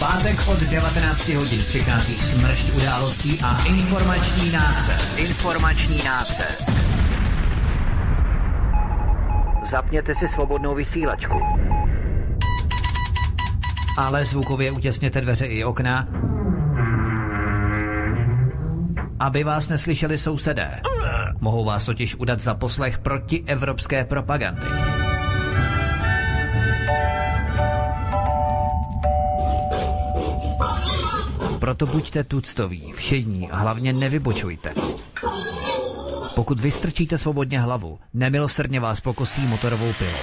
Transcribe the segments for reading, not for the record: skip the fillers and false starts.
Pátek od 19 hodin přichází smršť událostí a informační nácest. Zapněte si svobodnou vysílačku. Ale zvukově utěsněte dveře i okna, aby vás neslyšeli sousedé. Mohou vás totiž udat za poslech protievropské propagandy. Proto buďte tuctoví, všední a hlavně nevybočujte. Pokud vystrčíte svobodně hlavu, nemilosrdně vás pokosí motorovou pilou.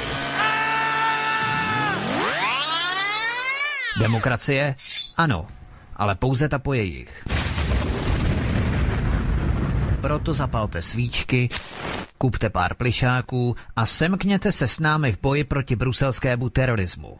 Demokracie? Ano, ale pouze ta po jejich. Proto zapalte svíčky, kupte pár plišáků a semkněte se s námi v boji proti bruselskému terorismu.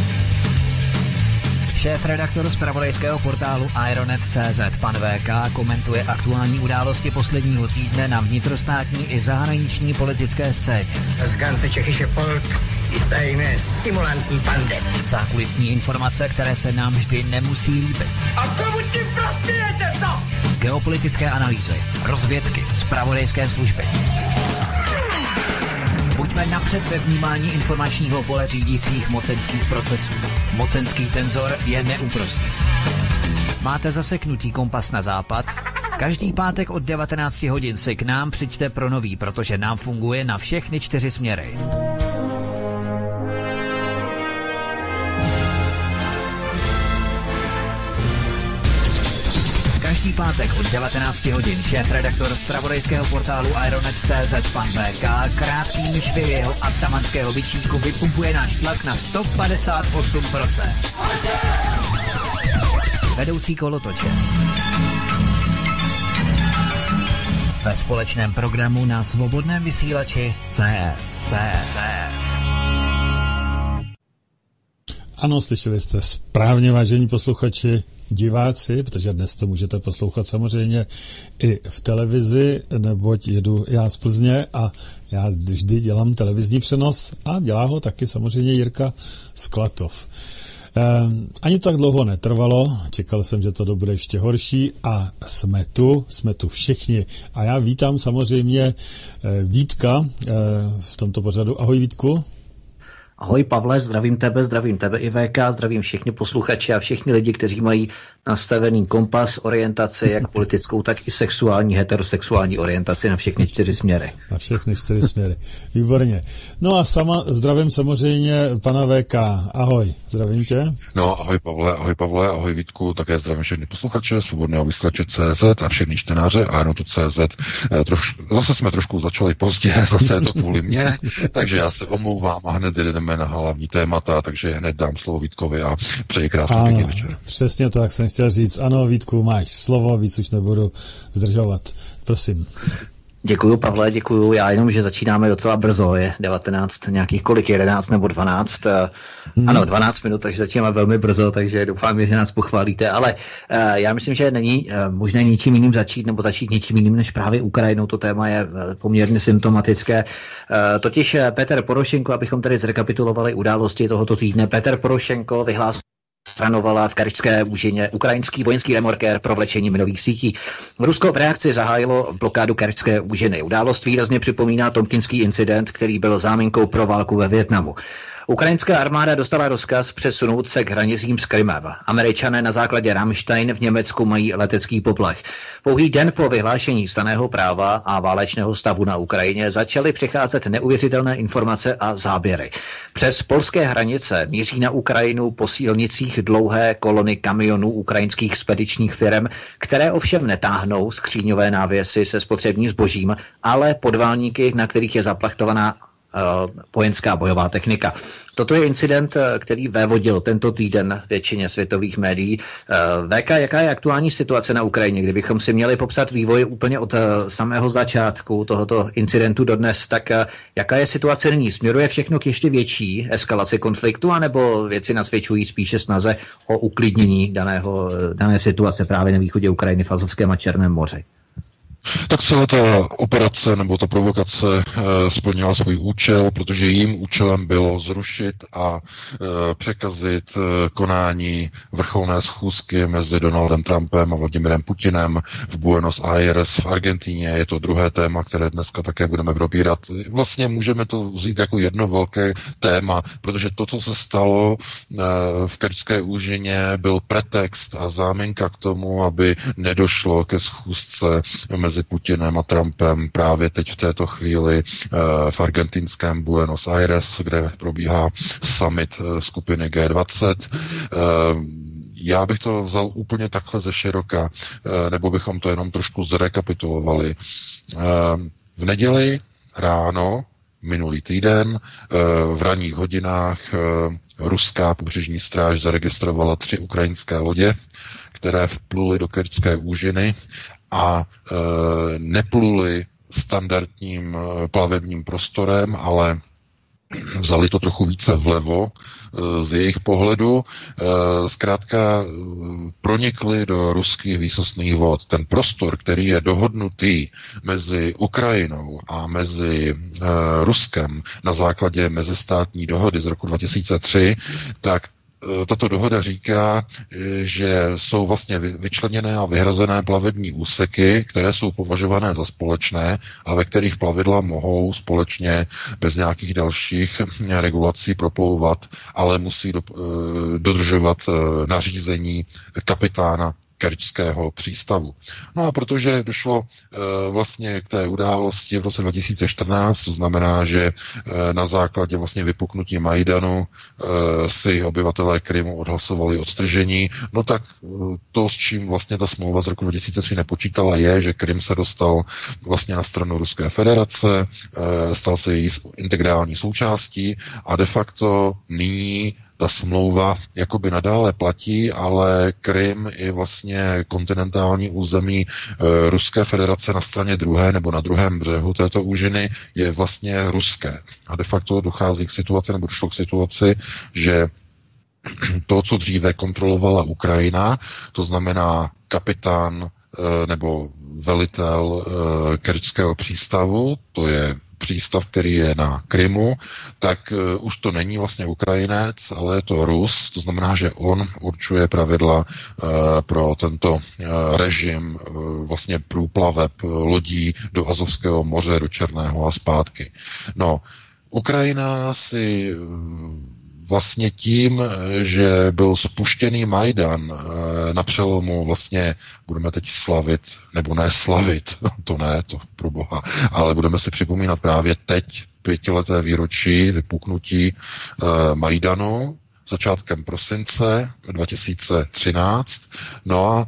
Šéf-redaktor zpravodajského portálu Ironet.cz pan VK komentuje aktuální události posledního týdne na vnitrostátní i zahraniční politické scéně. Das ganze tschechische Volk ist eine simulantní bande. Zákulisní informace, které se nám vždy nemusí líbit. A komu tím prospějete, co? Geopolitické analýzy, rozvědky, zpravodajské služby. Buďme napřed ve vnímání informačního pole řídících mocenských procesů. Mocenský tenzor je neúprostný. Máte zaseknutý kompas na západ? Každý pátek od 19 hodin si k nám přijďte pro nový, protože nám funguje na všechny 4 směry. Každý pátek od 19 hodin šéf-redaktor zpravodajského portálu Ironet.cz pan VK krátkými švy jeho atamanského bičíku vypumpuje náš tlak na 158%. Vedoucí kolotoče. Ve společném programu na svobodném vysílači CS. Ano, slyšeli jste správně, vážení posluchači, diváci, protože dnes to můžete poslouchat samozřejmě i v televizi, neboť jedu já z Plzně a já vždy dělám televizní přenos a dělá ho taky samozřejmě Jirka Sklatov. Ani to tak dlouho netrvalo, čekal jsem, že to bude ještě horší a jsme tu všichni. A já vítám samozřejmě Vítka v tomto pořadu. Ahoj Vítku. Ahoj Pavle, zdravím tebe i VK, zdravím všechny posluchače a všechny lidi, kteří mají nastavený kompas, orientaci, jak politickou, tak i sexuální, heterosexuální orientaci na všechny 4 směry. Na všechny 4 směry, výborně. No a zdravím samozřejmě pana VK, ahoj, zdravím tě. No, ahoj Pavle, ahoj Vítku, také zdravím všechny posluchače, svobodného vysílače CZ a všechny čtenáře a jenom to CZ. Zase jsme trošku začali pozdě, zase je to kvůli mně, takže já se omlouvám a hned jdeme na hlavní témata, takže hned dám slovo Vítkovi a přeji krásný pěkný večer. Přesně tak jsem chtěl říct. Ano, Vítku, máš slovo, víc už nebudu zdržovat. Prosím. Děkuju, Pavle, děkuju. Já jenom, že začínáme docela brzo, je 19, nějakých kolik, 11 nebo 12. Ano, 12 minut, takže začínáme velmi brzo, takže doufám, že nás pochválíte, ale já myslím, že není možné ničím jiným začít, nebo začít ničím jiným než právě Ukrajinou. To téma je poměrně symptomatické. Totiž Petr Porošenko, abychom tady zrekapitulovali události tohoto týdne, Petr Porošenko vyhlásil stranovala v Kerčské úžině ukrajinský vojenský remorkér pro vlečení minových sítí. Rusko v reakci zahájilo blokádu Kerčské úžiny. Událost výrazně připomíná tomkinský incident, který byl záminkou pro válku ve Vietnamu. Ukrajinská armáda dostala rozkaz přesunout se k hranicím s Krymem. Američané na základě Rammstein v Německu mají letecký poplach. Pouhý den po vyhlášení stanného práva a válečného stavu na Ukrajině začaly přicházet neuvěřitelné informace a záběry. Přes polské hranice míří na Ukrajinu po silnicích dlouhé kolony kamionů ukrajinských spedičních firem, které ovšem netáhnou skříňové návěsy se spotřebním zbožím, ale podválníky, na kterých je zaplachtovaná vojenská bojová technika. Toto je incident, který vévodil tento týden většině světových médií. VK, jaká je aktuální situace na Ukrajině? Kdybychom si měli popsat vývoj úplně od samého začátku tohoto incidentu dodnes, tak jaká je situace nyní? Směruje všechno k ještě větší eskalaci konfliktu, anebo věci nasvědčují spíše snaze o uklidnění dané situace právě na východě Ukrajiny v Azovském a Černém moři? Tak celá ta operace nebo ta provokace splnila svůj účel, protože jejím účelem bylo zrušit a překazit konání vrcholné schůzky mezi Donaldem Trumpem a Vladimirem Putinem v Buenos Aires v Argentíně. Je to druhé téma, které dneska také budeme probírat. Vlastně můžeme to vzít jako jedno velké téma, protože to, co se stalo v Kerčské úžině, byl pretext a záminka k tomu, aby nedošlo ke schůzce mezi Putinem a Trumpem právě teď v této chvíli v argentinském Buenos Aires, kde probíhá summit skupiny G20. Já bych to vzal úplně takhle ze široka, nebo bychom to jenom trošku zrekapitulovali. V neděli ráno, minulý týden, v ranních hodinách ruská pobřežní stráž zaregistrovala 3 ukrajinské lodě, které vpluly do Kerčské úžiny a nepluly standardním plavebním prostorem, ale vzali to trochu více vlevo z jejich pohledu. Zkrátka pronikli do ruských výsostných vod. Ten prostor, který je dohodnutý mezi Ukrajinou a mezi Ruskem na základě mezistátní dohody z roku 2003, tak tato dohoda říká, že jsou vlastně vyčleněné a vyhrazené plavební úseky, které jsou považované za společné a ve kterých plavidla mohou společně bez nějakých dalších regulací proplouvat, ale musí dodržovat nařízení kapitána Kerčského přístavu. No a protože došlo vlastně k té události v roce 2014, to znamená, že na základě vlastně vypuknutí Majdanu si obyvatelé Krymu odhlasovali odstržení, no tak to, s čím vlastně ta smlouva z roku 2003 nepočítala, je, že Krym se dostal vlastně na stranu Ruské federace, stal se její integrální součástí a de facto nyní ta smlouva jakoby nadále platí, ale Krym i vlastně kontinentální území Ruské federace na straně druhé nebo na druhém břehu této úžiny je vlastně ruské. A de facto dochází k situaci, nebo došlo k situaci, že to, co dříve kontrolovala Ukrajina, to znamená kapitán nebo velitel Kerčského přístavu, to je přístav, který je na Krymu, tak už to není vlastně Ukrajinec, ale je to Rus, to znamená, že on určuje pravidla pro tento režim vlastně průplaveb lodí do Azovského moře, do Černého a zpátky. No, Ukrajina si vlastně tím, že byl spuštěný Majdan na přelomu, vlastně budeme teď slavit, nebo ne slavit, to pro boha, ale budeme si připomínat právě teď 5leté výročí vypuknutí Majdanu, začátkem prosince 2013. No a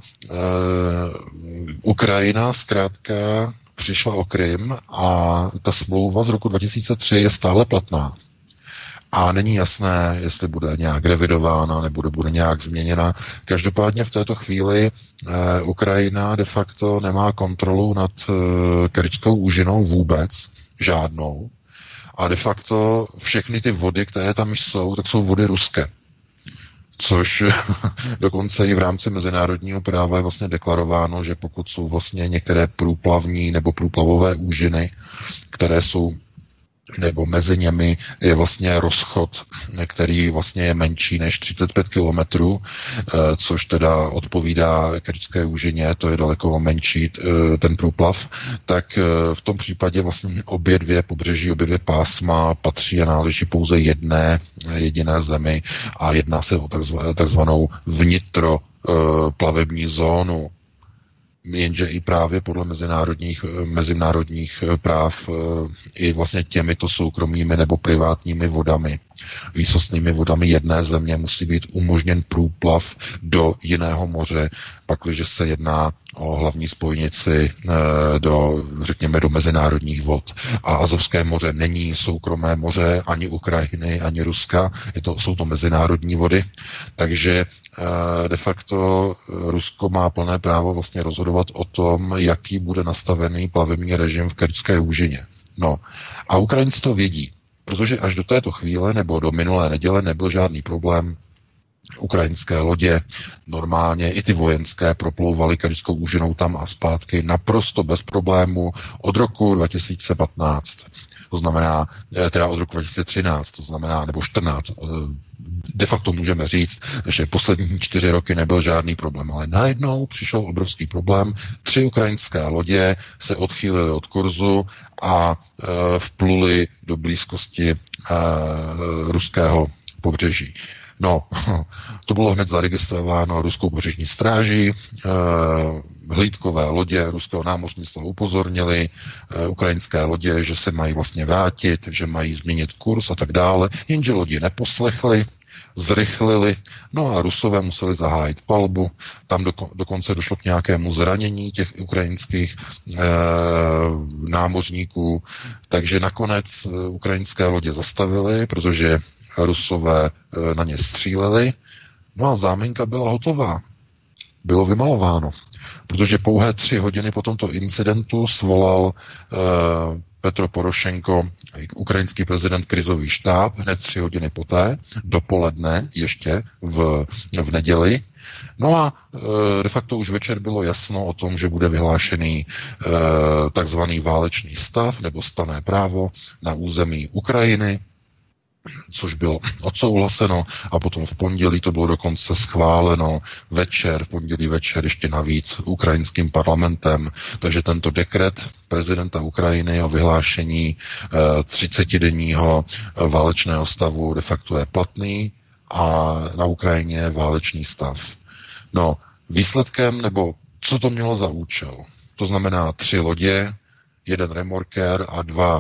Ukrajina zkrátka přišla o Krym a ta smlouva z roku 2003 je stále platná. A není jasné, jestli bude nějak revidována nebo bude nějak změněna. Každopádně v této chvíli Ukrajina de facto nemá kontrolu nad Kerčskou úžinou vůbec, žádnou. A de facto všechny ty vody, které tam jsou, tak jsou vody ruské. Což dokonce i v rámci mezinárodního práva je vlastně deklarováno, že pokud jsou vlastně některé průplavní nebo průplavové úžiny, které jsou nebo mezi nimi je vlastně rozchod, který vlastně je menší než 35 kilometrů, což teda odpovídá Kerčské úžině, to je daleko menší ten průplav, tak v tom případě vlastně obě dvě pobřeží, obě dvě pásma patří a náleží pouze jediné zemi a jedná se o takzvanou vnitroplavební zónu. Jenže i právě podle mezinárodních práv i vlastně těmito soukromými nebo privátními vodami, výsostnými vodami jedné země musí být umožněn průplav do jiného moře, pakliže se jedná o hlavní spojnici řekněme do mezinárodních vod. A Azovské moře není soukromé moře ani Ukrajiny, ani Ruska, jsou to mezinárodní vody, takže de facto Rusko má plné právo vlastně rozhodovat o tom, jaký bude nastavený plavební režim v Kerčské úžině. No a Ukrajinci to vědí, protože až do této chvíle nebo do minulé neděle nebyl žádný problém ukrajinské lodě, normálně i ty vojenské proplouvaly Kařskou úžinou tam a zpátky naprosto bez problému od roku 2015. To znamená, teda od roku 2013, to znamená, nebo 14. De facto můžeme říct, že poslední 4 roky nebyl žádný problém, ale najednou přišel obrovský problém. 3 ukrajinské lodě se odchýlily od kurzu a vpluly do blízkosti ruského pobřeží. No, to bylo hned zaregistrováno ruskou pobřežní stráží, hlídkové lodě ruského námořnictva upozornili ukrajinské lodě, že se mají vlastně vrátit, že mají změnit kurz a tak dále, jenže lodi neposlechli, zrychlili, no a Rusové museli zahájit palbu, tam dokonce došlo k nějakému zranění těch ukrajinských námořníků, takže nakonec ukrajinské lodě zastavili, protože Rusové na ně stříleli, no a záminka byla hotová. Bylo vymalováno, protože pouhé 3 hodiny po tomto incidentu svolal Petro Porošenko, ukrajinský prezident, krizový štáb, hned 3 hodiny poté, dopoledne ještě v neděli. No a de facto už večer bylo jasno o tom, že bude vyhlášený takzvaný válečný stav nebo stanné právo na území Ukrajiny, což bylo odsouhlaseno a potom v pondělí to bylo dokonce schváleno v pondělí večer ještě navíc ukrajinským parlamentem. Takže tento dekret prezidenta Ukrajiny o vyhlášení 30denního válečného stavu de facto je platný a na Ukrajině je válečný stav. No, výsledkem, nebo co to mělo za účel? To znamená 3 lodě, 1 remorkér a 2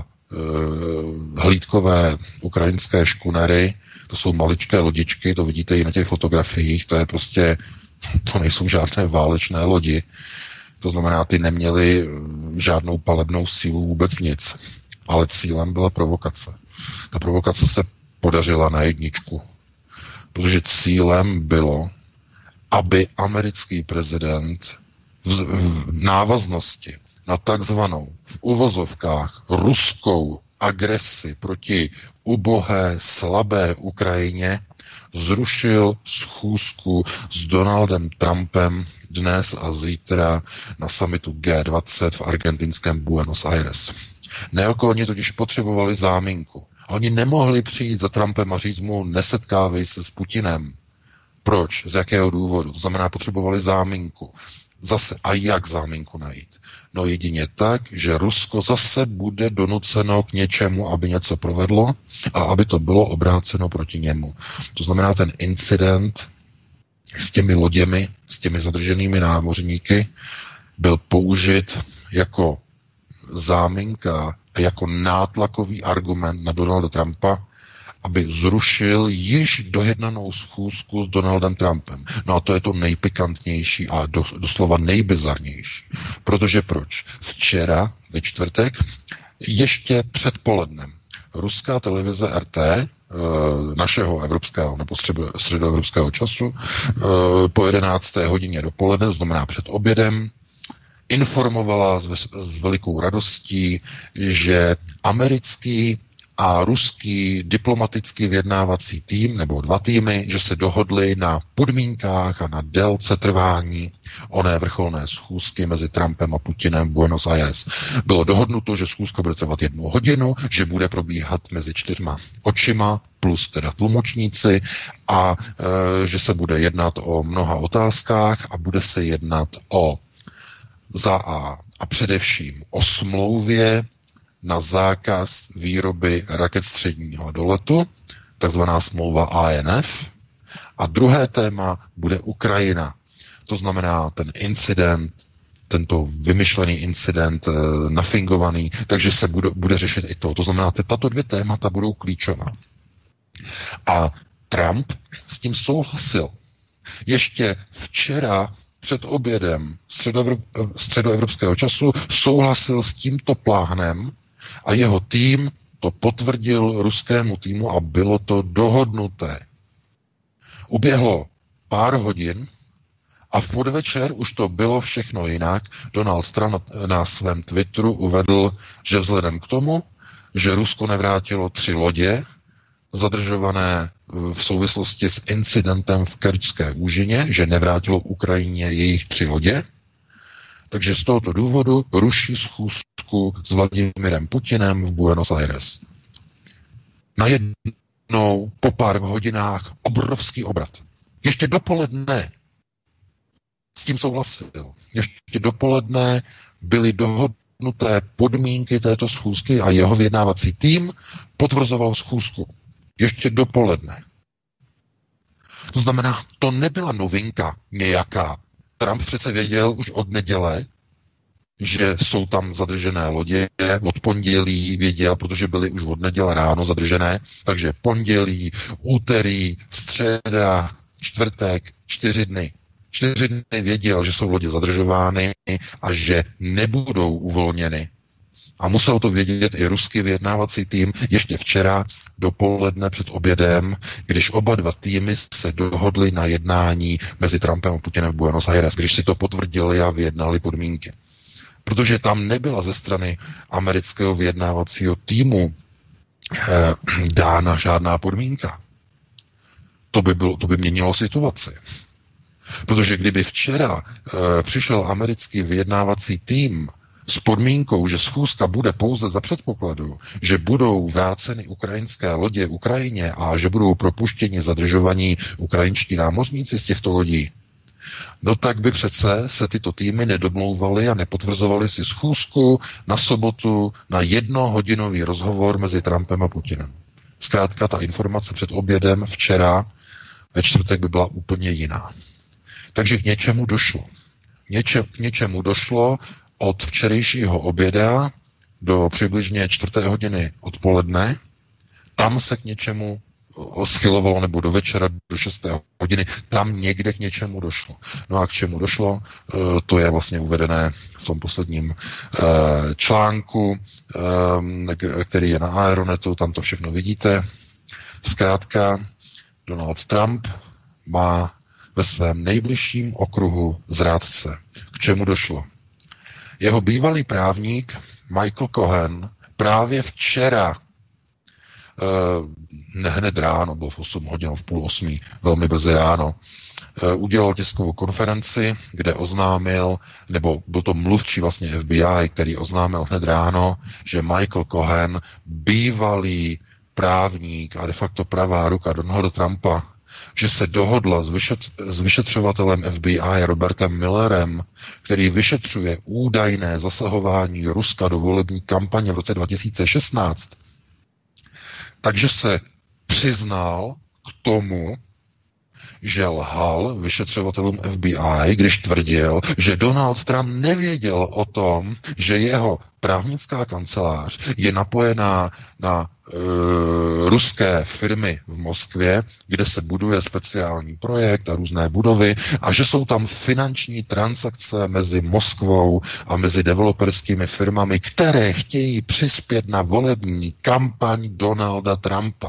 hlídkové ukrajinské škunery, to jsou maličké lodičky, to vidíte i na těch fotografiích, to je prostě, to nejsou žádné válečné lodi, to znamená, ty neměly žádnou palebnou sílu, vůbec nic, ale cílem byla provokace. Ta provokace se podařila na 1, protože cílem bylo, aby americký prezident v návaznosti na takzvanou v uvozovkách ruskou agresi proti ubohé, slabé Ukrajině zrušil schůzku s Donaldem Trumpem dnes a zítra na summitu G20 v argentinském Buenos Aires. Neokolní totiž potřebovali záminku. Oni nemohli přijít za Trumpem a říct mu, nesetkávej se s Putinem. Proč? Z jakého důvodu? To znamená, potřebovali záminku. Zase, a jak záminku najít? No jedině tak, že Rusko zase bude donuceno k něčemu, aby něco provedlo a aby to bylo obráceno proti němu. To znamená, ten incident s těmi loděmi, s těmi zadrženými námořníky byl použit jako záminka a jako nátlakový argument na Donalda Trumpa, aby zrušil již dojednanou schůzku s Donaldem Trumpem. No a to je to nejpikantnější a doslova nejbizarnější. Protože proč? Včera, ve čtvrtek, ještě předpolednem, ruská televize RT, našeho evropského nebo středoevropského času, po 11. hodině dopoledne, to znamená před obědem, informovala s velikou radostí, že americký a ruský diplomatický vyjednávací tým, nebo 2 týmy, že se dohodli na podmínkách a na délce trvání oné vrcholné schůzky mezi Trumpem a Putinem v Buenos Aires. Bylo dohodnuto, že schůzka bude trvat 1 hodinu, že bude probíhat mezi 4 očima, plus teda tlumočníci a že se bude jednat o mnoha otázkách a bude se jednat o a především o smlouvě na zákaz výroby raket středního doletu, takzvaná smlouva ANF. A druhé téma bude Ukrajina. To znamená ten incident, tento vymyšlený incident, nafingovaný, takže se bude řešit i to. To znamená, tato 2 témata budou klíčová. A Trump s tím souhlasil. Ještě včera před obědem středoevropského času souhlasil s tímto plánem a jeho tým to potvrdil ruskému týmu a bylo to dohodnuté. Uběhlo pár hodin a v podvečer už to bylo všechno jinak. Donald Trump na svém Twitteru uvedl, že vzhledem k tomu, že Rusko nevrátilo 3 lodě zadržované v souvislosti s incidentem v Kerčské úžině, že nevrátilo Ukrajině jejich 3 lodě, takže z tohoto důvodu ruší schůzku s Vladimirem Putinem v Buenos Aires. Najednou po pár hodinách obrovský obrat. Ještě dopoledne s tím souhlasil. Ještě dopoledne byly dohodnuté podmínky této schůzky a jeho vyjednávací tým potvrzoval schůzku. Ještě dopoledne. To znamená, to nebyla novinka nějaká. Trump přece věděl už od neděle, že jsou tam zadržené lodě, od pondělí věděl, protože byly už od neděle ráno zadržené, takže pondělí, úterý, středa, čtvrtek, 4 dny. 4 dny věděl, že jsou lodě zadržovány a že nebudou uvolněny. A musel to vědět i ruský vyjednávací tým ještě včera dopoledne před obědem, když oba dva týmy se dohodly na jednání mezi Trumpem a Putinem v Buenos Aires, když si to potvrdili a vyjednali podmínky. Protože tam nebyla ze strany amerického vyjednávacího týmu dána žádná podmínka. To by měnilo situaci. Protože kdyby včera přišel americký vyjednávací tým s podmínkou, že schůzka bude pouze za předpokladu, že budou vráceny ukrajinské lodě Ukrajině a že budou propuštěni zadržovaní ukrajinští námořníci z těchto lodí, no tak by přece se tyto týmy nedomlouvaly a nepotvrzovaly si schůzku na sobotu na 1hodinový rozhovor mezi Trumpem a Putinem. Zkrátka ta informace před obědem včera ve čtvrtek by byla úplně jiná. Takže k něčemu došlo. K něčemu došlo od včerejšího oběda do přibližně 4:00 odpoledne. Tam se k něčemu schylovalo, nebo do večera do 6:00, tam někde k něčemu došlo. No a k čemu došlo, to je vlastně uvedené v tom posledním článku, který je na Aeronetu, tam to všechno vidíte. Zkrátka, Donald Trump má ve svém nejbližším okruhu zrádce. K čemu došlo? Jeho bývalý právník Michael Cohen právě včera, hned ráno, bylo v 8 hodin, v 7:30, velmi brzy ráno, udělal tiskovou konferenci, kde oznámil, nebo byl to mluvčí vlastně FBI, který oznámil hned ráno, že Michael Cohen, bývalý právník a de facto pravá ruka Donalda Trumpa, že se dohodla s vyšetřovatelem FBI Robertem Millerem, který vyšetřuje údajné zasahování Ruska do volební kampaně v roce 2016, takže se přiznal k tomu, že lhal vyšetřovatelům FBI, když tvrdil, že Donald Trump nevěděl o tom, že jeho právnická kancelář je napojená na ruské firmy v Moskvě, kde se buduje speciální projekt a různé budovy a že jsou tam finanční transakce mezi Moskvou a mezi developerskými firmami, které chtějí přispět na volební kampaň Donalda Trumpa.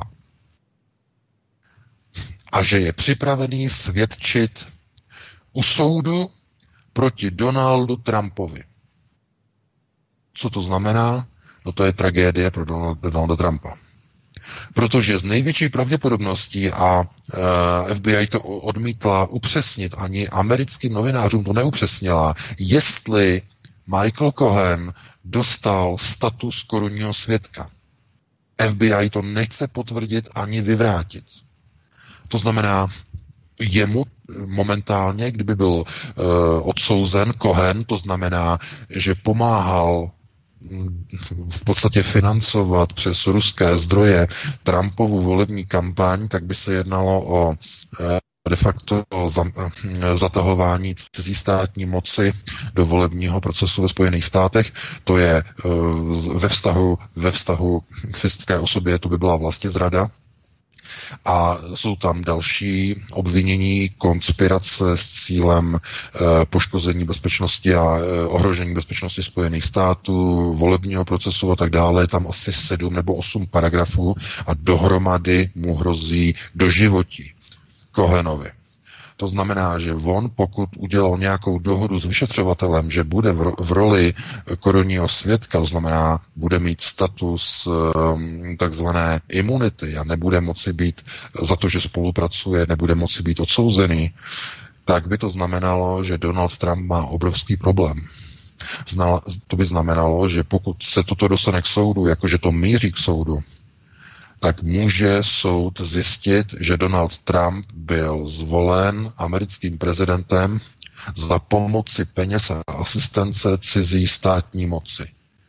A že je připravený svědčit u soudu proti Donaldu Trumpovi. Co to znamená? No to je tragédie pro Donalda Trumpa. Protože z největší pravděpodobností, a FBI to odmítla upřesnit, ani americkým novinářům to neupřesnila, jestli Michael Cohen dostal status korunního svědka. FBI to nechce potvrdit ani vyvrátit. To znamená, jemu momentálně, kdyby byl odsouzen Cohen, to znamená, že pomáhal v podstatě financovat přes ruské zdroje Trumpovu volební kampaň, tak by se jednalo o de facto zatahování cizí státní moci do volebního procesu ve Spojených státech. To je ve vztahu k fyzické osobě, to by byla vlastizrada. A jsou tam další obvinění, konspirace s cílem poškození bezpečnosti a ohrožení bezpečnosti Spojených států, volebního procesu a tak dále. Je tam asi 7 nebo 8 paragrafů a dohromady mu hrozí doživotí Cohenovi. To znamená, že on, pokud udělal nějakou dohodu s vyšetřovatelem, že bude v roli koronního svědka, to znamená, bude mít status takzvané imunity a nebude moci být za to, že spolupracuje, nebude moci být odsouzený, tak by to znamenalo, že Donald Trump má obrovský problém. To by znamenalo, že pokud se toto dostane k soudu, jakože to míří k soudu, tak může soud zjistit, že Donald Trump byl zvolen americkým prezidentem za pomoci peněz a asistence cizí státní moci.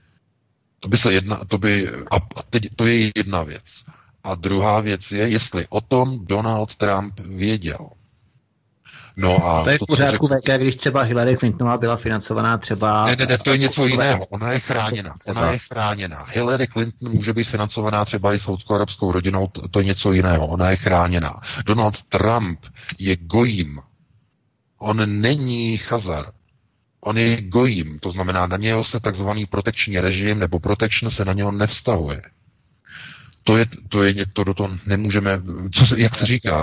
To je jedna věc. A druhá věc je, jestli o tom Donald Trump věděl. No a to je v pořádku, když třeba Hillary Clintonová byla financovaná třeba... Ne, to je něco jiného. Ona je chráněná. Hillary Clinton může být financovaná třeba i saúdsko-arabskou rodinou, to je něco jiného. Ona je chráněná. Donald Trump je gojím. On není chazar. On je gojím. To znamená, na něho se takzvaný protekční režim nebo protection se na něho nevztahuje. To do toho nemůžeme... Jak se říká?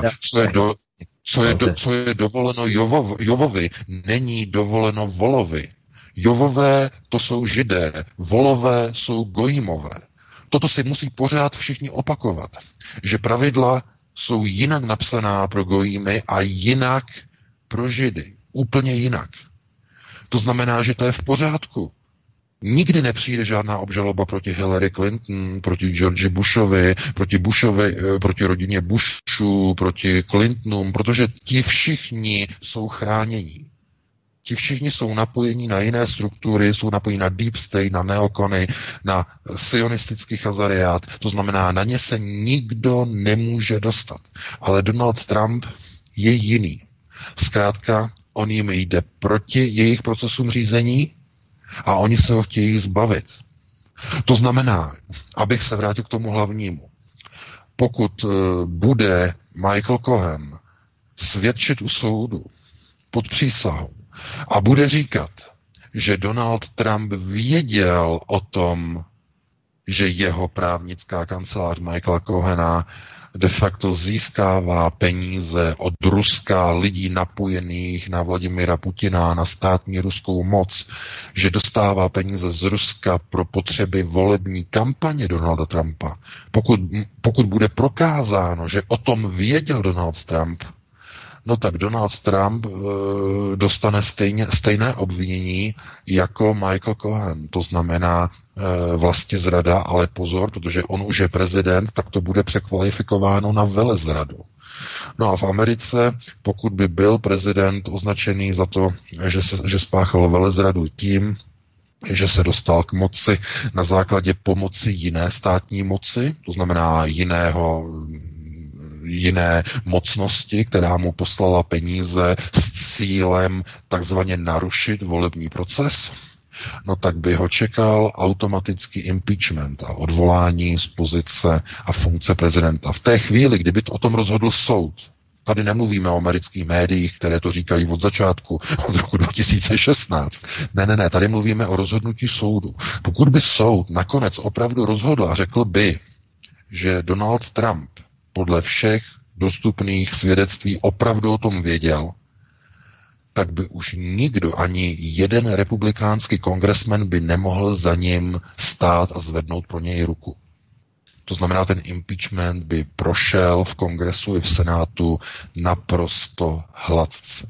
Co je dovoleno Jovovi, není dovoleno Volovi. Jovové to jsou Židé, Volové jsou Gojimové. Toto si musí pořád všichni opakovat, že pravidla jsou jinak napsaná pro Gojimy a jinak pro Židy. Úplně jinak. To znamená, že to je v pořádku. Nikdy nepřijde žádná obžaloba proti Hillary Clinton, proti George Bushovi, proti rodině Bushů, proti Clintonům, protože ti všichni jsou chránění. Ti všichni jsou napojení na jiné struktury, jsou napojení na deep state, na neokony, na sionistický chazariát. To znamená, na ně se nikdo nemůže dostat. Ale Donald Trump je jiný. Zkrátka, on jim jde proti jejich procesům řízení, a oni se ho chtějí zbavit. To znamená, abych se vrátil k tomu hlavnímu, pokud bude Michael Cohen svědčit u soudu pod přísahou a bude říkat, že Donald Trump věděl o tom, že jeho právnická kancelář Michaela Cohena de facto získává peníze od Ruska, lidí napojených na Vladimira Putina, na státní ruskou moc, že dostává peníze z Ruska pro potřeby volební kampaně Donalda Trumpa. Pokud bude prokázáno, že o tom věděl Donald Trump, no tak Donald Trump dostane stejné obvinění jako Michael Cohen. To znamená vlastizrada, ale pozor, protože on už je prezident, tak to bude překvalifikováno na velezradu. No a v Americe, pokud by byl prezident označený za to, že spáchal velezradu tím, že se dostal k moci na základě pomoci jiné státní moci, to znamená jiné mocnosti, která mu poslala peníze s cílem takzvaně narušit volební proces, no tak by ho čekal automatický impeachment a odvolání z pozice a funkce prezidenta. V té chvíli, kdyby o tom rozhodl soud, tady nemluvíme o amerických médiích, které to říkají od začátku, od roku 2016. Ne, tady mluvíme o rozhodnutí soudu. Pokud by soud nakonec opravdu rozhodl a řekl by, že Donald Trump podle všech dostupných svědectví opravdu o tom věděl, tak by už nikdo, ani jeden republikánský kongresmen by nemohl za ním stát a zvednout pro něj ruku. To znamená, ten impeachment by prošel v kongresu i v senátu naprosto hladce.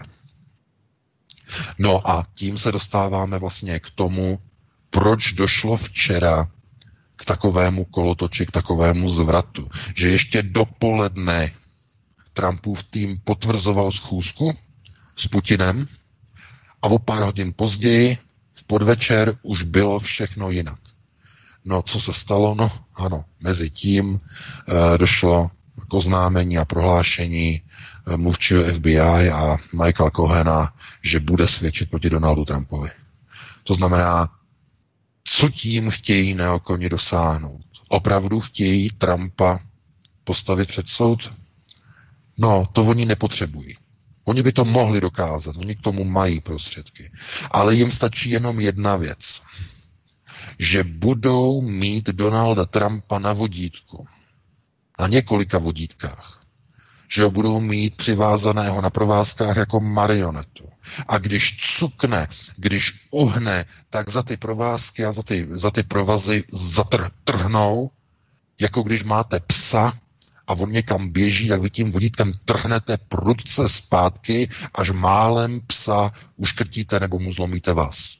No a tím se dostáváme vlastně k tomu, proč došlo včera k takovému kolotoči, k takovému zvratu, že ještě dopoledne Trumpův tým potvrzoval schůzku s Putinem a o pár hodin později v podvečer už bylo všechno jinak. No, co se stalo? No, ano, mezi tím došlo k oznámení a prohlášení mluvčího FBI a Michaela Cohena, že bude svědčit proti Donaldu Trumpovi. To znamená, co tím chtějí neokoni dosáhnout? Opravdu chtějí Trumpa postavit před soud? No, to oni nepotřebují. Oni by to mohli dokázat, oni k tomu mají prostředky. Ale jim stačí jenom jedna věc. Že budou mít Donalda Trumpa na vodítku. Na několika vodítkách. že ho budou mít přivázaného na provázkách jako marionetu. A když cukne, když uhne, tak za ty provázky a za ty provazy trhnou, jako když máte psa a on někam běží, tak vy tím vodítkem trhnete prudce zpátky, až málem psa uškrtíte nebo mu zlomíte vás.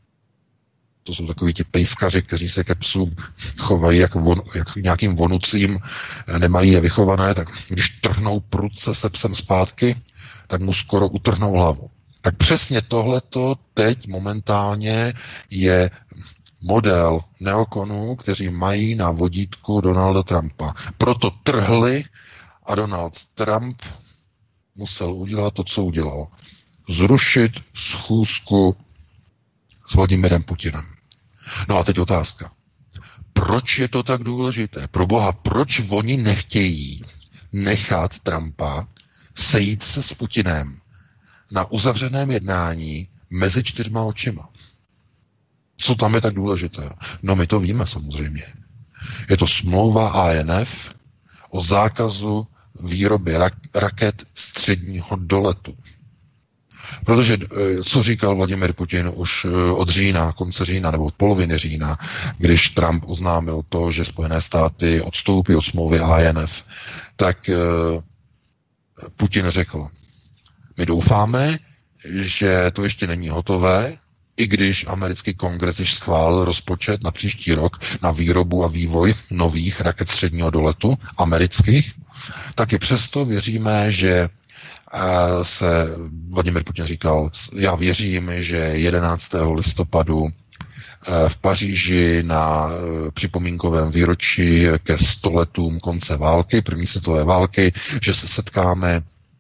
To jsou takoví ti pejskaři, kteří se ke psům chovají jak nějakým vonucím, nemají je vychované, tak když trhnou prudce se psem zpátky, tak mu skoro utrhnou hlavu. Tak přesně tohleto teď momentálně je model neokonů, kteří mají na vodítku Donalda Trumpa. Proto trhli a Donald Trump musel udělat to, co udělal. Zrušit schůzku s Vladimirem Putinem. No a teď otázka. Proč je to tak důležité? Proboha, proč oni nechtějí nechat Trumpa sejít se s Putinem na uzavřeném jednání mezi 4 očima? Co tam je tak důležité? No my to víme samozřejmě. Je to smlouva INF o zákazu výroby raket středního doletu. Protože, co říkal Vladimir Putin už od října, konce října nebo od poloviny října, když Trump oznámil to, že Spojené státy odstoupí od smlouvy INF, tak Putin řekl, my doufáme, že to ještě není hotové, i když americký kongres již schválil rozpočet na příští rok na výrobu a vývoj nových raket středního doletu amerických, tak i přesto věříme, že se Vladimir Putin říkal, já věřím, že 11. listopadu v Paříži na připomínkovém výročí ke 100 letům konce války, první světové války, že se setkáme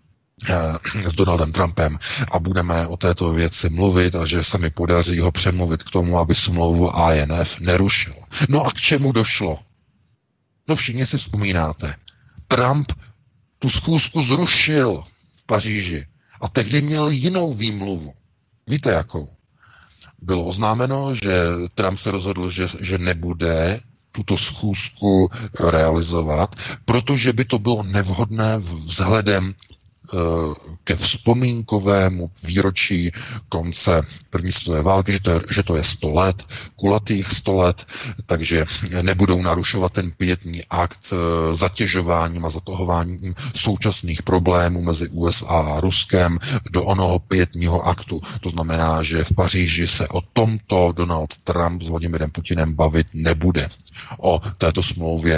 s Donaldem Trumpem a budeme o této věci mluvit a že se mi podaří ho přemluvit k tomu, aby smlouvu INF nerušil. No a k čemu došlo? No všichni si vzpomínáte. Trump tu schůzku zrušil v Paříži a tehdy měl jinou výmluvu. Víte jakou? Bylo oznámeno, že Trump se rozhodl, že nebude tuto schůzku realizovat, protože by to bylo nevhodné vzhledem ke vzpomínkovému výročí konce první světové války, že to je 100 let, kulatých 100 let, takže nebudou narušovat ten pietní akt zatěžováním a zatahováním současných problémů mezi USA a Ruskem do onoho pietního aktu. To znamená, že v Paříži se o tomto Donald Trump s Vladimirem Putinem bavit nebude. O této smlouvě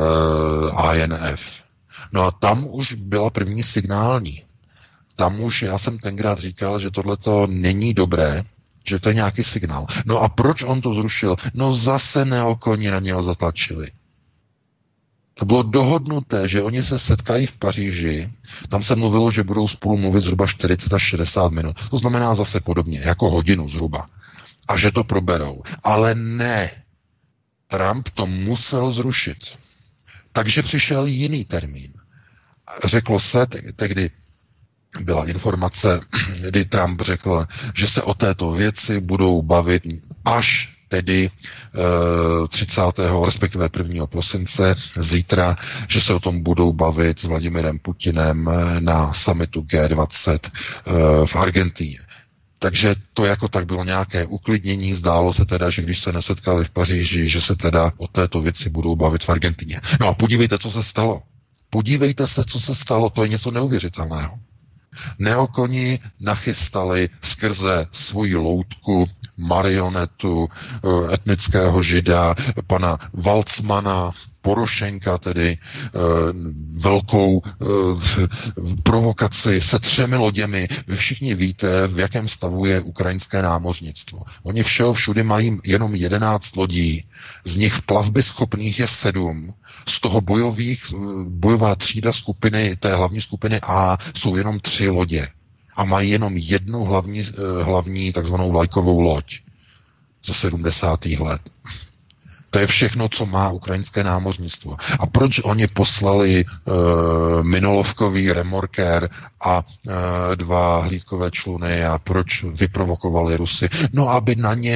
INF. No a tam už byla první signální. Tam už já jsem tenkrát říkal, že tohleto není dobré, že to je nějaký signál. No a proč on to zrušil? No zase neokoni na něho zatlačili. To bylo dohodnuté, že oni se setkají v Paříži, tam se mluvilo, že budou spolu mluvit zhruba 40 až 60 minut. To znamená zase podobně, jako hodinu zhruba. A že to proberou. Ale ne. Trump to musel zrušit. Takže přišel jiný termín. Řeklo se, tehdy byla informace, kdy Trump řekl, že se o této věci budou bavit až tedy 30. respektive 1. prosince zítra, že se o tom budou bavit s Vladimirem Putinem na summitu G20 v Argentíně. Takže to jako tak bylo nějaké uklidnění, zdálo se teda, že když se nesetkali v Paříži, že se teda o této věci budou bavit v Argentině. No a podívejte, co se stalo. Podívejte se, co se stalo, to je něco neuvěřitelného. Neokoni nachystali skrze svoji loutku, marionetu, etnického žida, pana Valcmana, Porošenka, tedy velkou provokaci se 3 loděmi. Vy všichni víte, v jakém stavu je ukrajinské námořnictvo. Oni všudy mají jenom 11 lodí, z nich plavby schopných je 7, z toho bojová třída skupiny, té hlavní skupiny A, jsou jenom 3 lodě a mají jenom jednu hlavní takzvanou vlajkovou loď ze 70. let. To je všechno, co má ukrajinské námořnictvo. A proč oni poslali minolovkový remorkér a 2 hlídkové čluny a proč vyprovokovali Rusy? No, aby na ně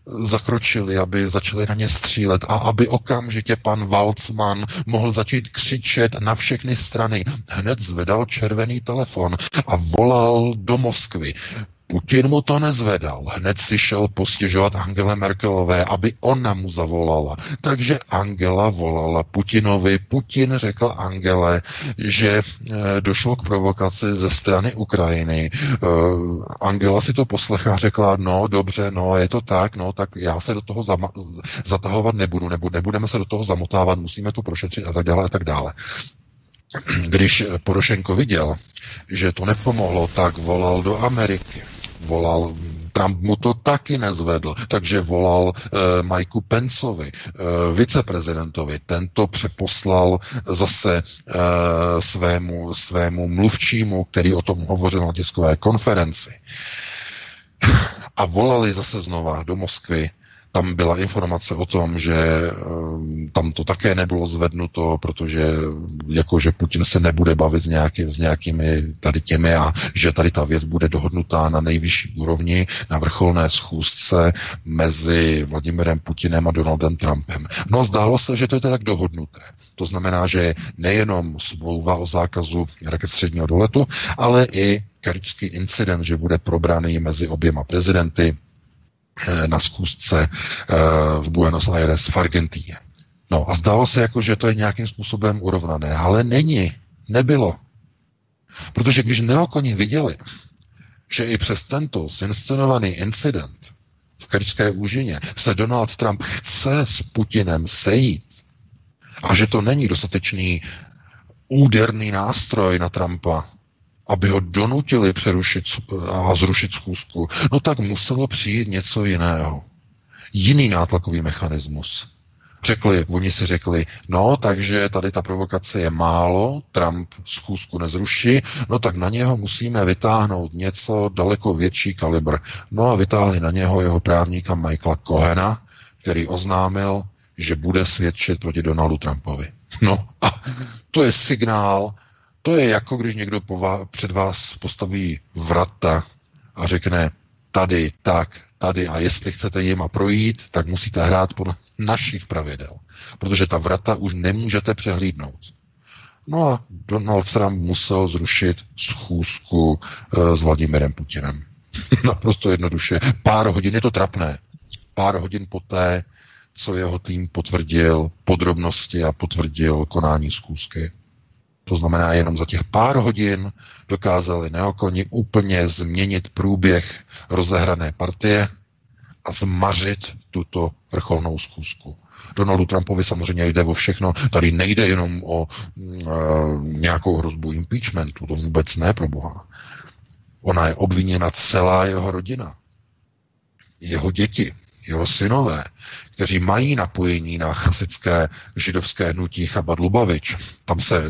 zakročili, aby začali na ně střílet a aby okamžitě pan Waltzman mohl začít křičet na všechny strany. Hned zvedal červený telefon a volal do Moskvy. Putin mu to nezvedal. Hned si šel postěžovat Angele Merkelové, aby ona mu zavolala. Takže Angela volala Putinovi. Putin řekl Angele, že došlo k provokaci ze strany Ukrajiny. Angela si to poslechla a řekla, no dobře, no je to tak, no tak já se do toho zatahovat nebudeme se do toho zamotávat, musíme to prošetřit a tak dále a tak dále. Když Porošenko viděl, že to nepomohlo, tak volal do Ameriky. Trump mu to taky nezvedl, takže volal Mikeu Penceovi, viceprezidentovi. Ten to přeposlal zase svému mluvčímu, který o tom hovořil na tiskové konferenci. A volali zase znova do Moskvy. Tam byla informace o tom, že tam to také nebylo zvednuto, protože jakože Putin se nebude bavit s nějakými tady těmi a že tady ta věc bude dohodnutá na nejvyšší úrovni, na vrcholné schůzce mezi Vladimirem Putinem a Donaldem Trumpem. No zdálo se, že to je tak dohodnuté. To znamená, že nejenom smlouva o zákazu raket středního doletu, ale i karibský incident, že bude probraný mezi oběma prezidenty na schůzce v Buenos Aires v Argentíně. No a zdálo se jako, že to je nějakým způsobem urovnané, ale nebylo. Protože když neokoni viděli, že i přes tento zinscenovaný incident v karibské úžině se Donald Trump chce s Putinem sejít a že to není dostatečný úderný nástroj na Trumpa, aby ho donutili přerušit a zrušit schůzku, no tak muselo přijít něco jiného. Jiný nátlakový mechanismus. Oni si řekli, no takže tady ta provokace je málo, Trump schůzku nezruší, no tak na něho musíme vytáhnout něco daleko větší kalibr. No a vytáhli na něho jeho právníka Michaela Cohena, který oznámil, že bude svědčit proti Donaldu Trumpovi. No a to je signál. To je jako když někdo před vás postaví vrata a řekne tady, tak, tady a jestli chcete jima projít, tak musíte hrát podle našich pravidel, protože ta vrata už nemůžete přehlídnout. No a Donald Trump musel zrušit schůzku s Vladimirem Putinem. Naprosto jednoduše. Pár hodin, je to trapné, pár hodin poté, co jeho tým potvrdil podrobnosti a potvrdil konání schůzky. To znamená, jenom za těch pár hodin dokázali neokoni úplně změnit průběh rozehrané partie a zmařit tuto vrcholnou schůzku. Donaldu Trumpovi samozřejmě jde o všechno. Tady nejde jenom o nějakou hrozbu impeachmentu, to vůbec ne, pro boha. Ona je obviněna celá jeho rodina, jeho děti, jeho synové, kteří mají napojení na chasické židovské hnutí Chabad Lubavič. Tam se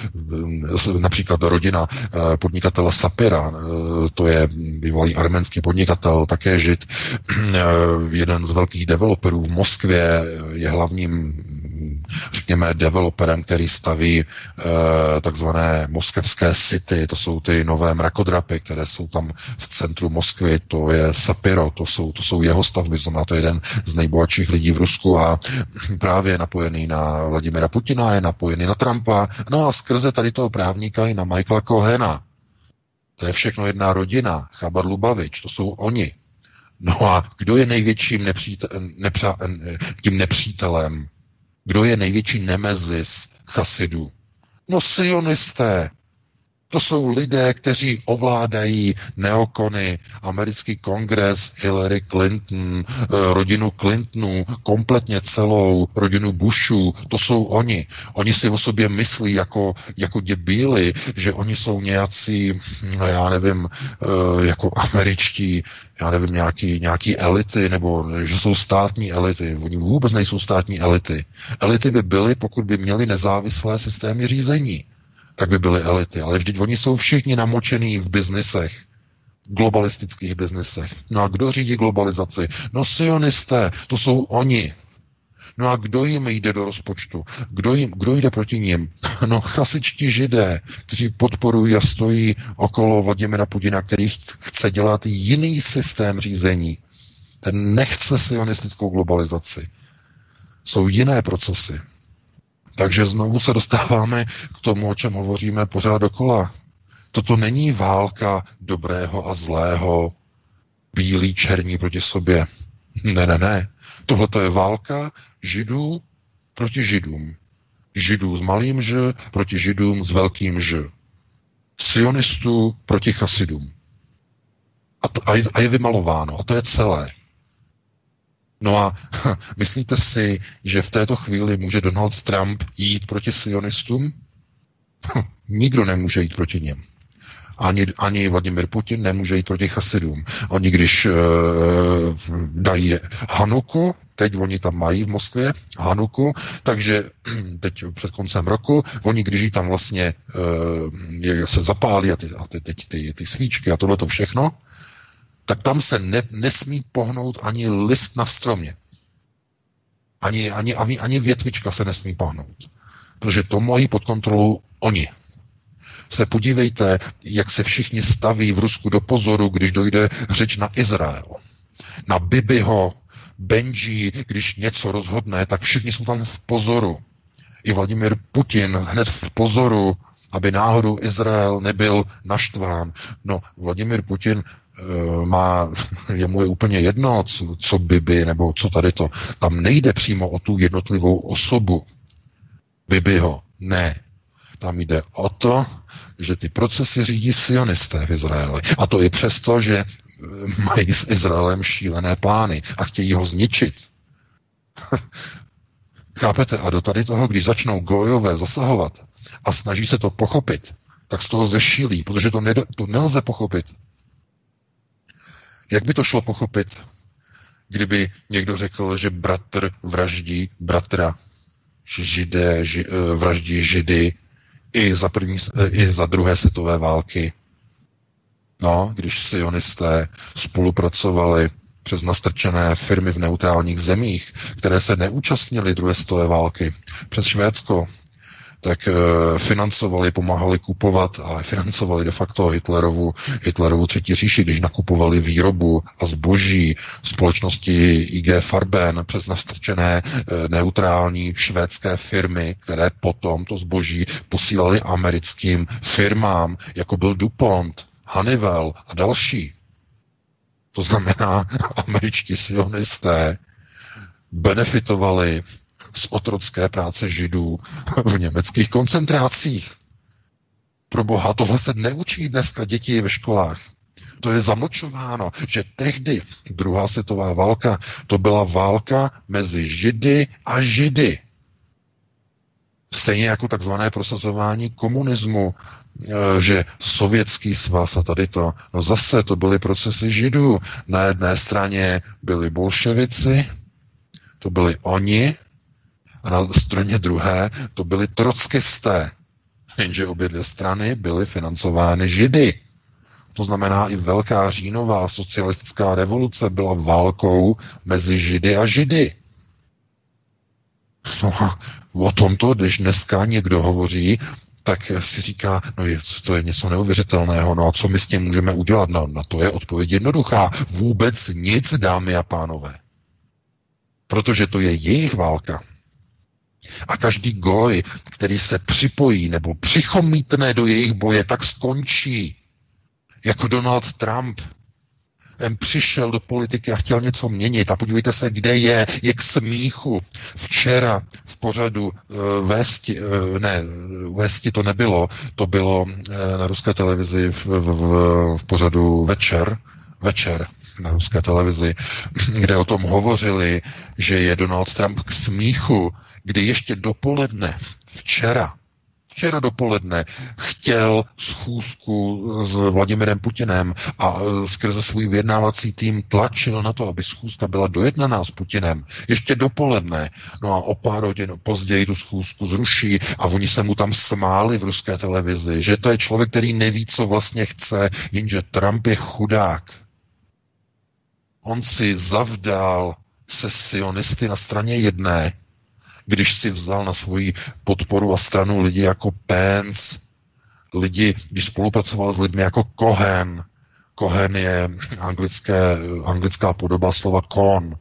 například rodina podnikatele Sapira, to je bývalý arménský podnikatel, také žid, jeden z velkých developerů v Moskvě, je hlavním, řekněme, developerem, který staví takzvané moskevské city, to jsou ty nové mrakodrapy, které jsou tam v centru Moskvy, to je Sapiro, to jsou jeho stavby, znamená to jeden z nejbohatších lidí v Rusku a právě je napojený na Vladimira Putina, je napojený na Trumpa, no a skrze tady toho právníka i na Michaela Cohena. To je všechno jedna rodina, Chabad Lubavič, to jsou oni. No a kdo je největším tím nepřítelem? Kdo je největší nemezis chasidů? No sionisté. To jsou lidé, kteří ovládají neokony, americký kongres, Hillary Clinton, rodinu Clintonů, kompletně celou rodinu Bushů. To jsou oni. Oni si o sobě myslí jako debíli, že oni jsou nějací, no já nevím, jako američtí, já nevím, nějaký elity, nebo že jsou státní elity. Oni vůbec nejsou státní elity. Elity by byly, pokud by měly nezávislé systémy řízení. Tak by byly elity. Ale vždyť oni jsou všichni namočený v biznisech, globalistických biznisech. No a kdo řídí globalizaci? No sionisté, to jsou oni. No a kdo jim jde do rozpočtu? Kdo jde proti nim? No chasičtí židé, kteří podporují a stojí okolo Vladimira Putina, který chce dělat jiný systém řízení. Ten nechce sionistickou globalizaci. Jsou jiné procesy. Takže znovu se dostáváme k tomu, o čem hovoříme pořád dokola. Toto není válka dobrého a zlého, bílí, černí proti sobě. Ne. Tohle je válka Židů proti Židům. Židů s malým Ž proti Židům s velkým Ž. Sionistů proti chasidům. A je vymalováno. A to je celé. No a myslíte si, že v této chvíli může Donald Trump jít proti sionistům? Nikdo nemůže jít proti něm. Ani Vladimir Putin nemůže jít proti chasidům. Oni když dají Hanuku, teď oni tam mají v Moskvě Hanuku, takže teď před koncem roku, oni když jí tam vlastně se zapálí a ty svíčky a tohleto všechno, tak tam se nesmí pohnout ani list na stromě. Ani větvička se nesmí pohnout. Protože to mají pod kontrolou oni. Se podívejte, jak se všichni staví v Rusku do pozoru, když dojde řeč na Izrael. Na Bibiho, Benji, když něco rozhodne, tak všichni jsou tam v pozoru. I Vladimir Putin hned v pozoru, aby náhodou Izrael nebyl naštván. No, Vladimir Putin jemu je úplně jedno, co Bibi, nebo co tady to. Tam nejde přímo o tu jednotlivou osobu Bibiho. Ne. Tam jde o to, že ty procesy řídí sionisté v Izraeli. A to i přesto, že mají s Izraelem šílené plány a chtějí ho zničit. Chápete? A do tady toho, když začnou gojové zasahovat a snaží se to pochopit, tak z toho zešílí, protože to nelze pochopit. Jak by to šlo pochopit, kdyby někdo řekl, že bratr vraždí bratra, že Židé vraždí Židy i za druhé světové války? No, když sionisté spolupracovali přes nastrčené firmy v neutrálních zemích, které se neúčastnily druhé světové války, přes Švédsko, tak financovali, pomáhali kupovat a financovali de facto Hitlerovu třetí říši, když nakupovali výrobu a zboží společnosti IG Farben přes nastrčené neutrální švédské firmy, které potom to zboží posílali americkým firmám, jako byl DuPont, Honeywell a další. To znamená, američtí sionisté benefitovali z otrocké práce Židů v německých koncentrácích. Pro boha, tohle se neučí dneska děti ve školách. To je zamlčováno, že tehdy druhá světová válka, to byla válka mezi Židy a Židy. Stejně jako takzvané prosazování komunismu, že Sovětský svaz a tady to, no zase to byly procesy Židů. Na jedné straně byli bolševici, to byli oni, a na straně druhé to byli trockisté. Jenže obě dvě strany byly financovány Židy. To znamená, i Velká říjnová socialistická revoluce byla válkou mezi Židy a Židy. No a o tomto, když dneska někdo hovoří, tak si říká, no to je něco neuvěřitelného, no a co my s tím můžeme udělat? No, na to je odpověď jednoduchá. Vůbec nic, dámy a pánové. Protože to je jejich válka. A každý goj, který se připojí nebo přichomítne do jejich boje, tak skončí. Jako Donald Trump. Ten přišel do politiky a chtěl něco měnit. A podívejte se, kde je k smíchu. Včera v pořadu Vesti to nebylo, to bylo na ruské televizi v pořadu Večer na ruské televizi, kde o tom hovořili, že je Donald Trump k smíchu, kdy ještě dopoledne, včera dopoledne chtěl schůzku s Vladimirem Putinem a skrze svůj vyjednávací tým tlačil na to, aby schůzka byla dojednaná s Putinem. Ještě dopoledne. No a o pár hodin později tu schůzku zruší a oni se mu tam smáli v ruské televizi, že to je člověk, který neví, co vlastně chce, jenže Trump je chudák. On si zavdal se sionisty na straně jedné, když si vzal na svoji podporu a stranu lidi jako Pence, když spolupracoval s lidmi jako Cohen. Kohen je anglická podoba slova kon.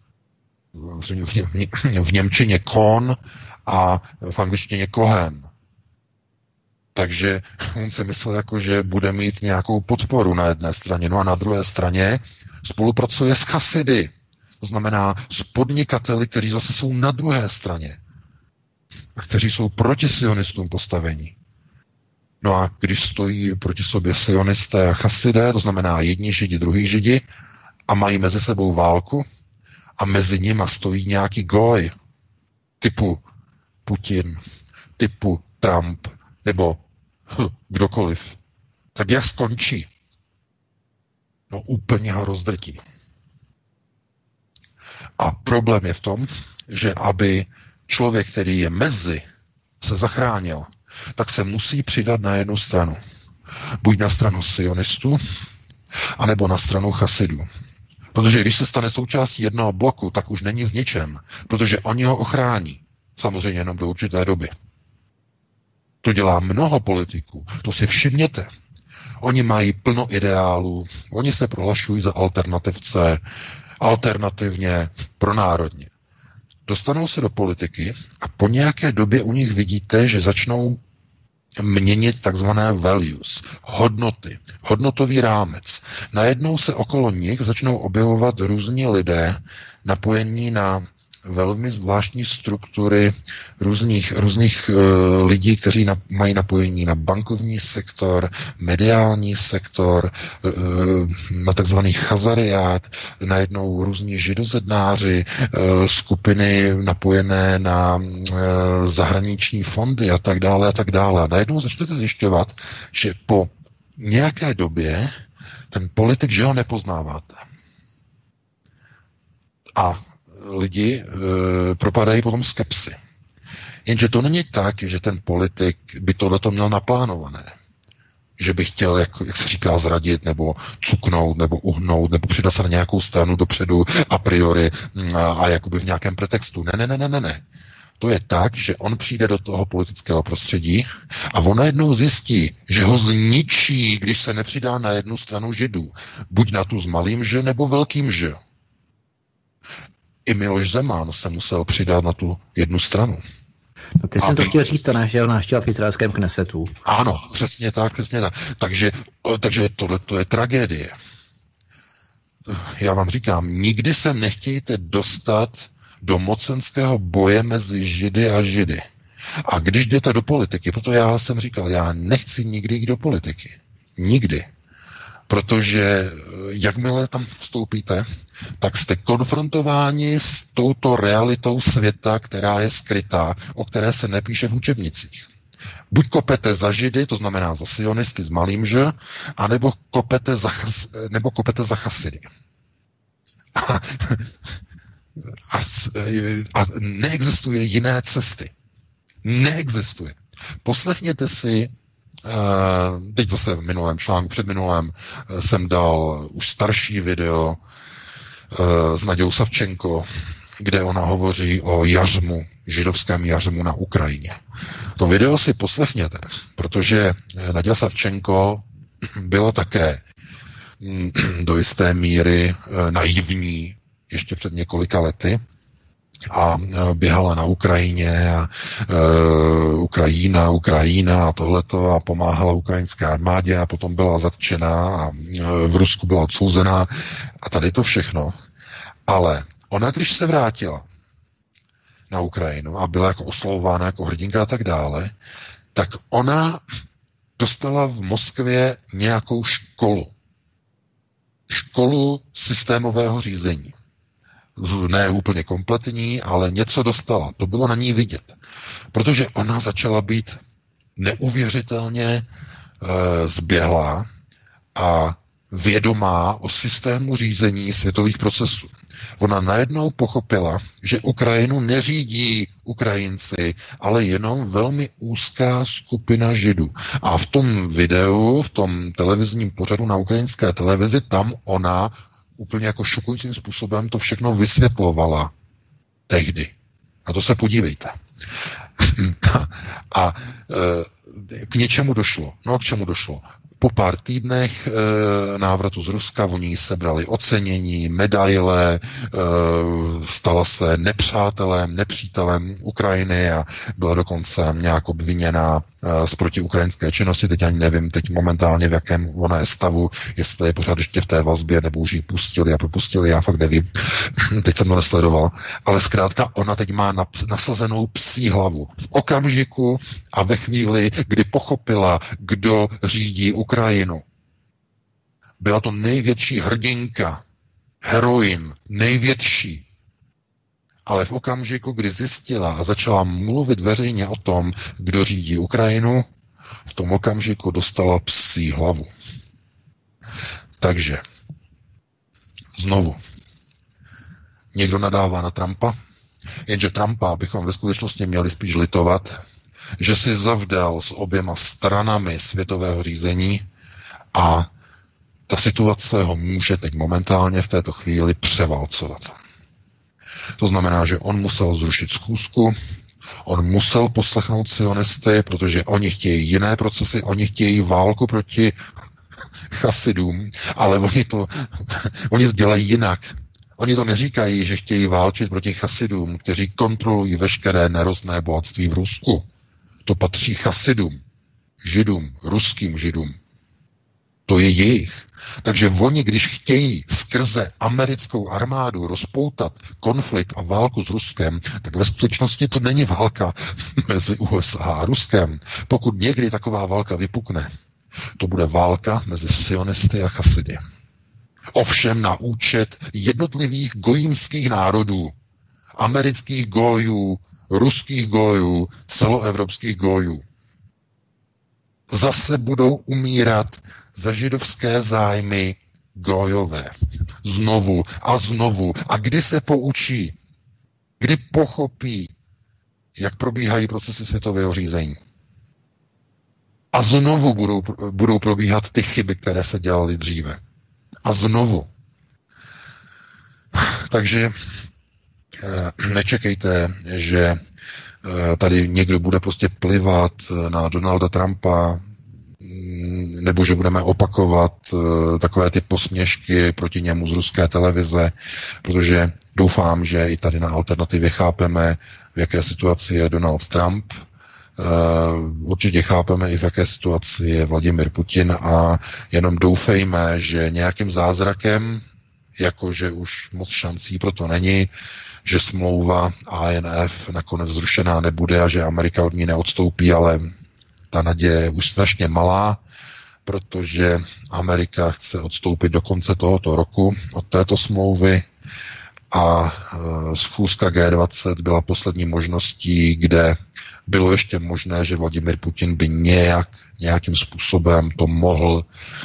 V němčině kon a v angličtině kohen. Takže on si myslel, jako, že bude mít nějakou podporu na jedné straně. No a na druhé straně spolupracuje s chasidy. To znamená s podnikateli, kteří zase jsou na druhé straně. A kteří jsou proti sionistům postavení. No a když stojí proti sobě sionisté a chasidé, to znamená jedni židi, druhý židi, a mají mezi sebou válku, a mezi nimi stojí nějaký goj, typu Putin, typu Trump, nebo kdokoliv, tak jak skončí? No úplně ho rozdrtí. A problém je v tom, že aby člověk, který je mezi, se zachránil, tak se musí přidat na jednu stranu. Buď na stranu sionistů, anebo na stranu chasidů. Protože když se stane součástí jednoho bloku, tak už není zničen, protože oni ho ochrání. Samozřejmě jenom do určité doby. To dělá mnoho politiků, to si všimněte. Oni mají plno ideálů, oni se prohlašují za alternativce, alternativně pronárodně. Dostanou se do politiky a po nějaké době u nich vidíte, že začnou měnit takzvané values, hodnoty, hodnotový rámec. Najednou se okolo nich začnou objevovat různí lidé napojení na velmi zvláštní struktury různých lidí, kteří mají napojení na bankovní sektor, mediální sektor, na takzvaný chazariát, najednou různí židozednáři, skupiny napojené na zahraniční fondy a tak dále a tak dále. A najednou začnete zjišťovat, že po nějaké době ten politik, že ho nepoznáváte. A lidi propadají potom skepsi. Jenže to není tak, že ten politik by tohleto měl naplánované. Že by chtěl, jak se říká, zradit, nebo cuknout, nebo uhnout, nebo přidat se na nějakou stranu dopředu a priori a jakoby v nějakém pretextu. Ne. To je tak, že on přijde do toho politického prostředí a on najednou zjistí, že ho zničí, když se nepřidá na jednu stranu židů. Buď na tu s malým ž, nebo velkým ž. I Miloš Zeman se musel přidat na tu jednu stranu. No ty jsem to chtěl říct, ta návštěva v izraelském Knesetu. Ano, přesně tak. Takže tohle je tragédie. Já vám říkám, nikdy se nechtějte dostat do mocenského boje mezi Židy a Židy. A když jdete do politiky, proto já jsem říkal, já nechci nikdy jít do politiky. Nikdy. Protože jakmile tam vstoupíte, tak jste konfrontováni s touto realitou světa, která je skrytá, o které se nepíše v učebnicích. Buď kopete za Židy, to znamená za sionisty s malým ž, anebo kopete za chasidy. A neexistuje jiné cesty. Neexistuje. Poslechněte si, teď zase v minulém článku, předminulém jsem dal už starší video s Nadějou Savčenko, kde ona hovoří o jařmu, židovském jařmu na Ukrajině. To video si poslechněte, protože Naděja Savčenko byla také do jisté míry naivní ještě před několika lety a běhala na Ukrajině a Ukrajina a tohleto a pomáhala ukrajinské armádě a potom byla zatčená a v Rusku byla odsouzená a tady to všechno. Ale ona, když se vrátila na Ukrajinu a byla jako oslavována jako hrdinka a tak dále, tak ona dostala v Moskvě nějakou školu systémového řízení. Ne úplně kompletní, ale něco dostala. To bylo na ní vidět. Protože ona začala být neuvěřitelně zběhlá a vědomá o systému řízení světových procesů. Ona najednou pochopila, že Ukrajinu neřídí Ukrajinci, ale jenom velmi úzká skupina Židů. A v tom videu, v tom televizním pořadu na ukrajinské televizi, tam ona úplně jako šokujícím způsobem to všechno vysvětlovala tehdy. A to se podívejte. A k něčemu došlo. No, k čemu došlo? po pár týdnech návratu z Ruska oni sebrali ocenění, medaile, stala se nepřítelem Ukrajiny a byla dokonce nějak obviněná z protiukrajinské činnosti. Teď ani nevím, teď momentálně v jakém ona je stavu, jestli je pořád ještě v té vazbě, nebo už ji pustili a propustili, já fakt nevím. Teď jsem to nesledoval. Ale zkrátka ona teď má nasazenou psí hlavu. V okamžiku a ve chvíli, kdy pochopila, kdo řídí Ukrajinu. Byla to největší hrdinka, heroin, největší. Ale v okamžiku, kdy zjistila a začala mluvit veřejně o tom, kdo řídí Ukrajinu, v tom okamžiku dostala psí hlavu. Takže znovu, někdo nadává na Trumpa, jenže Trumpa bychom ve skutečnosti měli spíš litovat, že si zavdal s oběma stranami světového řízení a ta situace ho může teď momentálně v této chvíli převálcovat. To znamená, že on musel zrušit schůzku, on musel poslechnout sionisty, protože oni chtějí jiné procesy, oni chtějí válku proti chasidům, ale oni to dělají jinak. Oni to neříkají, že chtějí válčit proti chasidům, kteří kontrolují veškeré nerostné bohatství v Rusku. To patří chasidům, židům, ruským židům. To je jejich. Takže oni, když chtějí skrze americkou armádu rozpoutat konflikt a válku s Ruskem, tak ve skutečnosti to není válka mezi USA a Ruskem. Pokud někdy taková válka vypukne, to bude válka mezi sionisty a chasidy. Ovšem na účet jednotlivých gojímských národů, amerických gojů, ruských gojů, celoevropských gojů. Zase budou umírat za židovské zájmy gojové. Znovu a znovu. A kdy se poučí? Kdy pochopí, jak probíhají procesy světového řízení? A znovu budou probíhat ty chyby, které se dělaly dříve. A znovu. Takže nečekejte, že tady někdo bude prostě plivat na Donalda Trumpa, nebo že budeme opakovat takové ty posměšky proti němu z ruské televize, protože doufám, že i tady na Alternativě chápeme, v jaké situaci je Donald Trump. Určitě chápeme i v jaké situaci je Vladimir Putin a jenom doufejme, že nějakým zázrakem, jakože už moc šancí pro to není, že smlouva INF nakonec zrušená nebude a že Amerika od ní neodstoupí, ale ta naděje je už strašně malá, protože Amerika chce odstoupit do konce tohoto roku od této smlouvy a schůzka G20 byla poslední možností, kde bylo ještě možné, že Vladimir Putin by nějakým způsobem to mohl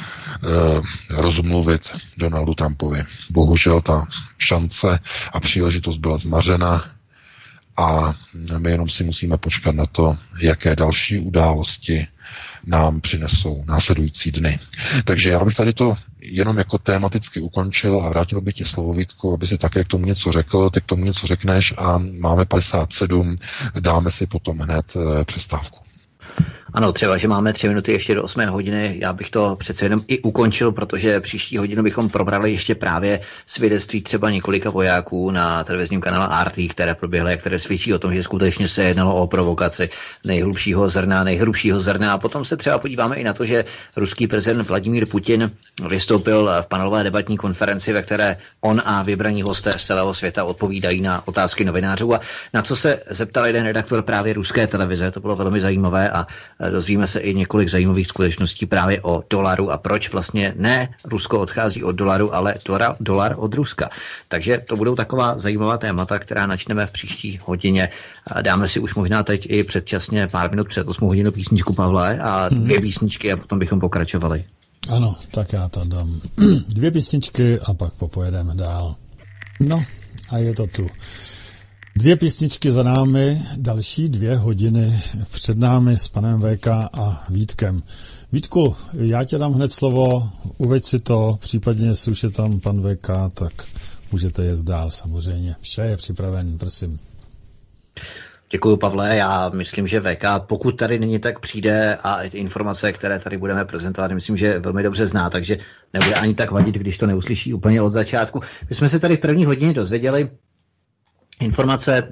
rozmluvit Donaldu Trumpovi. Bohužel ta šance a příležitost byla zmařena a my jenom si musíme počkat na to, jaké další události nám přinesou následující dny. Takže já bych tady to jenom jako tematicky ukončil a vrátil bych ti slovo, Vítku, aby si také k tomu něco řekl, ty k tomu něco řekneš a máme 57, dáme si potom hned přestávku. Ano, třeba, že máme 3 minuty ještě do 8 hodiny, já bych to přece jenom i ukončil, protože příští hodinu bychom probrali ještě právě svědectví třeba několika vojáků na televizním kanále RT, které proběhly, které svědčí o tom, že skutečně se jednalo o provokaci nejhrubšího zrna. A potom se třeba podíváme i na to, že ruský prezident Vladimír Putin vystoupil v panelové debatní konferenci, ve které on a vybraní hosté z celého světa odpovídají na otázky novinářů a na co se zeptal jeden redaktor právě ruské televize. To bylo velmi zajímavé a dozvíme se i několik zajímavých skutečností právě o dolaru a proč vlastně ne Rusko odchází od dolaru, ale dolar od Ruska. Takže to budou taková zajímavá témata, která načneme v příští hodině. Dáme si už možná teď i předčasně pár minut před 8 hodinou písničku, Pavle, a 2 písničky a potom bychom pokračovali. Ano, tak já tam dám 2 písničky a pak popojedeme dál. No a je to tu. 2 písničky za námi, další 2 hodiny před námi s panem VK a Vítkem. Vítku, já tě dám hned slovo, uveď si to, případně jestli už je tam pan VK, tak můžete jet dál samozřejmě. Vše je připravené, prosím. Děkuji, Pavle. Já myslím, že VK, pokud tady není, tak přijde a ty informace, které tady budeme prezentovat, myslím, že velmi dobře zná, takže nebude ani tak vadit, když to neuslyší úplně od začátku. My jsme se tady v první hodině dozvěděli informace,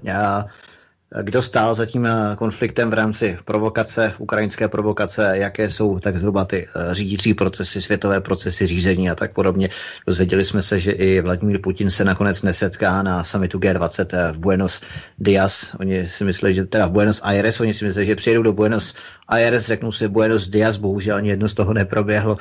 kdo stál za tím konfliktem v rámci provokace, ukrajinské provokace, jaké jsou tak zhruba ty řídící procesy, světové procesy řízení a tak podobně. Dozvěděli jsme se, že i Vladimír Putin se nakonec nesetká na summitu G20 v Buenos Dias. Oni si mysleli, že teda v Buenos Aires, oni si mysleli, že přijedou do Buenos Aires, řeknou si Buenos Dias, bohužel ani jedno z toho neproběhlo.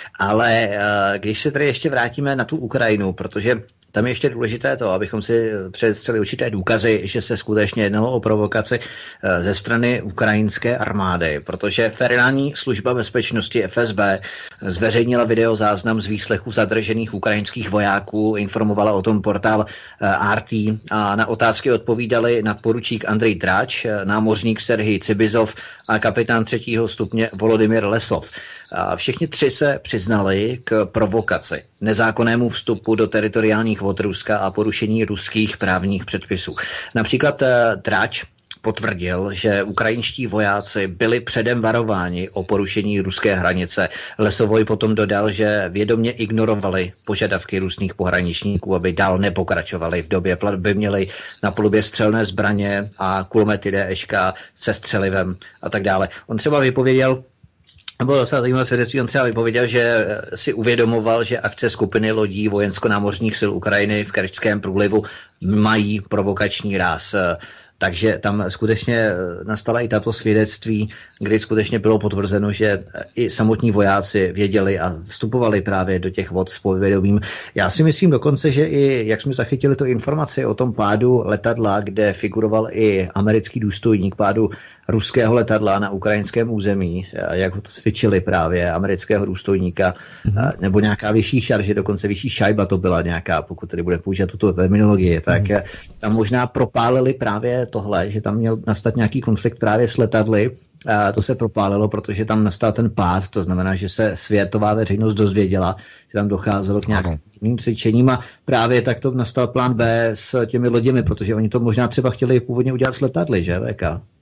Ale když se tady ještě vrátíme na tu Ukrajinu, protože tam je ještě důležité to, abychom si předstřeli určité důkazy, že se skutečně jednalo o provokaci ze strany ukrajinské armády, protože Federální služba bezpečnosti FSB zveřejnila videozáznam z výslechu zadržených ukrajinských vojáků, informovala o tom portál RT a na otázky odpovídali nadporučík Andrej Dráč, námořník Serhij Cibizov a kapitán 3. stupně Volodymyr Lesov. A všichni tři se přiznali k provokaci, nezákonnému vstupu do teritoriálních vod Ruska a porušení ruských právních předpisů. Například Dráč potvrdil, že ukrajinští vojáci byli předem varováni o porušení ruské hranice. Lesovoj potom dodal, že vědomě ignorovali požadavky různých pohraničníků, aby dál nepokračovali v době platby, měli na palubě střelné zbraně a kulomety DŠK se střelivem a tak dále. On třeba vypověděl, bylo docela zajímavé svědectví, on třeba vypověděl, že si uvědomoval, že akce skupiny lodí vojensko-námořních sil Ukrajiny v Kerčském průlivu mají provokační ráz. Takže tam skutečně nastala i tato svědectví, kdy skutečně bylo potvrzeno, že i samotní vojáci věděli a vstupovali právě do těch vod s povědomím. Já si myslím dokonce, že i, jak jsme zachytili tu informaci o tom pádu letadla, kde figuroval i americký důstojník pádu ruského letadla na ukrajinském území, jak ho to cvičili právě amerického důstojníka, nebo nějaká vyšší šarže, dokonce vyšší šajba to byla nějaká, pokud tedy bude použít tuto terminologii, tak tam možná propálili právě tohle, že tam měl nastat nějaký konflikt právě s letadly. A to se propálilo, protože tam nastal ten pád, to znamená, že se světová veřejnost dozvěděla, že tam docházelo k nějakým cvičením a právě tak to nastal plán B s těmi loděmi, protože oni to možná třeba chtěli původně udělat s letadly, že VK?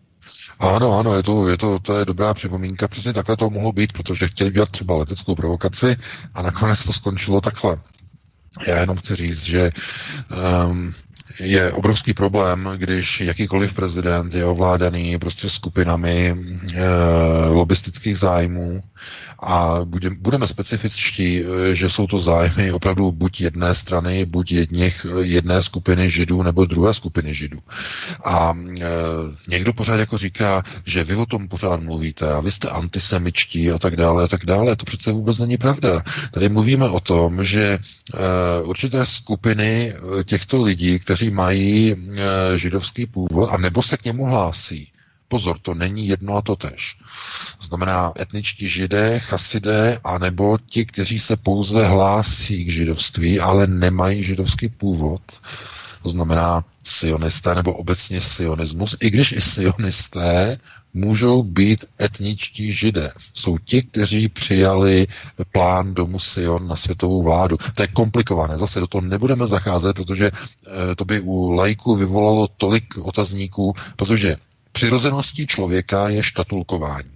Ano, to je dobrá připomínka. Přesně takhle to mohlo být, protože chtěli dělat třeba leteckou provokaci a nakonec to skončilo takhle. Já jenom chci říct, že je obrovský problém, když jakýkoliv prezident je ovládaný prostě skupinami lobistických zájmů a budeme specifičtí, že jsou to zájmy opravdu buď jedné strany, buď jedné skupiny Židů nebo druhé skupiny Židů. A někdo pořád jako říká, že vy o tom pořád mluvíte a vy jste antisemičtí a tak dále a tak dále. To přece vůbec není pravda. Tady mluvíme o tom, že určité skupiny těchto lidí, kteří mají židovský původ a nebo se k němu hlásí. Pozor, to není jedno a totéž. Znamená etničtí židé, chasidé, anebo ti, kteří se pouze hlásí k židovství, ale nemají židovský původ. To znamená sionisté nebo obecně sionismus, i když i sionisté můžou být etničtí židé. Jsou ti, kteří přijali plán domu Sion na světovou vládu. To je komplikované. Zase do toho nebudeme zacházet, protože to by u laiků vyvolalo tolik otazníků, protože přirozeností člověka je škatulkování.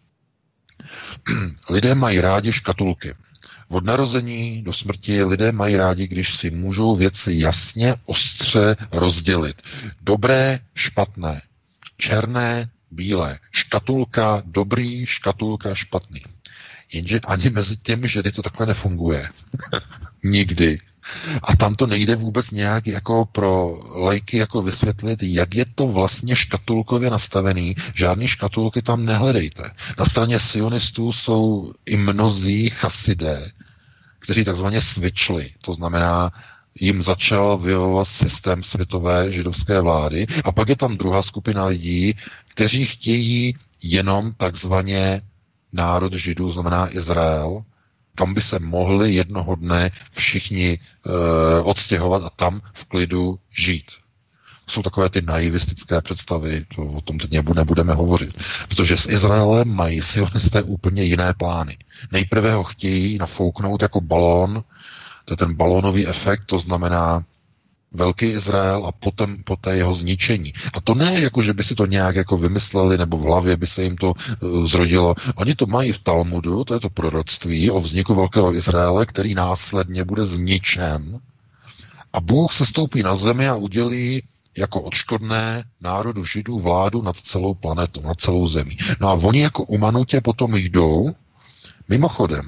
Lidé mají rádi škatulky. Od narození do smrti lidé mají rádi, když si můžou věci jasně, ostře rozdělit. Dobré, špatné. Černé, bílé. Škatulka dobrý, škatulka špatný. Jenže ani mezi těmi židy to takhle nefunguje. Nikdy. A tam to nejde vůbec nějak jako pro laiky jako vysvětlit, jak je to vlastně škatulkově nastavený. Žádný škatulky tam nehledejte. Na straně sionistů jsou i mnozí chasidé, kteří takzvaně switchli. To znamená, jim začal vyhovovat systém světové židovské vlády. A pak je tam druhá skupina lidí, kteří chtějí jenom takzvaně národ židů, znamená Izrael, kam by se mohli jednoho dne všichni odstěhovat a tam v klidu žít. Jsou takové ty naivistické představy, o tom teď nebudeme hovořit. Protože s Izraelem mají sionisté úplně jiné plány. Nejprve ho chtějí nafouknout jako balón, to je ten balónový efekt, to znamená Velký Izrael a poté jeho zničení. A to ne jako, že by si to nějak jako vymysleli, nebo v hlavě by se jim to zrodilo. Oni to mají v Talmudu, to je to proroctví o vzniku Velkého Izraele, který následně bude zničen. A Bůh se stoupí na zemi a udělí jako odškodné národu Židů vládu nad celou planetu, nad celou zemí. No a oni jako umanutě potom jdou, mimochodem,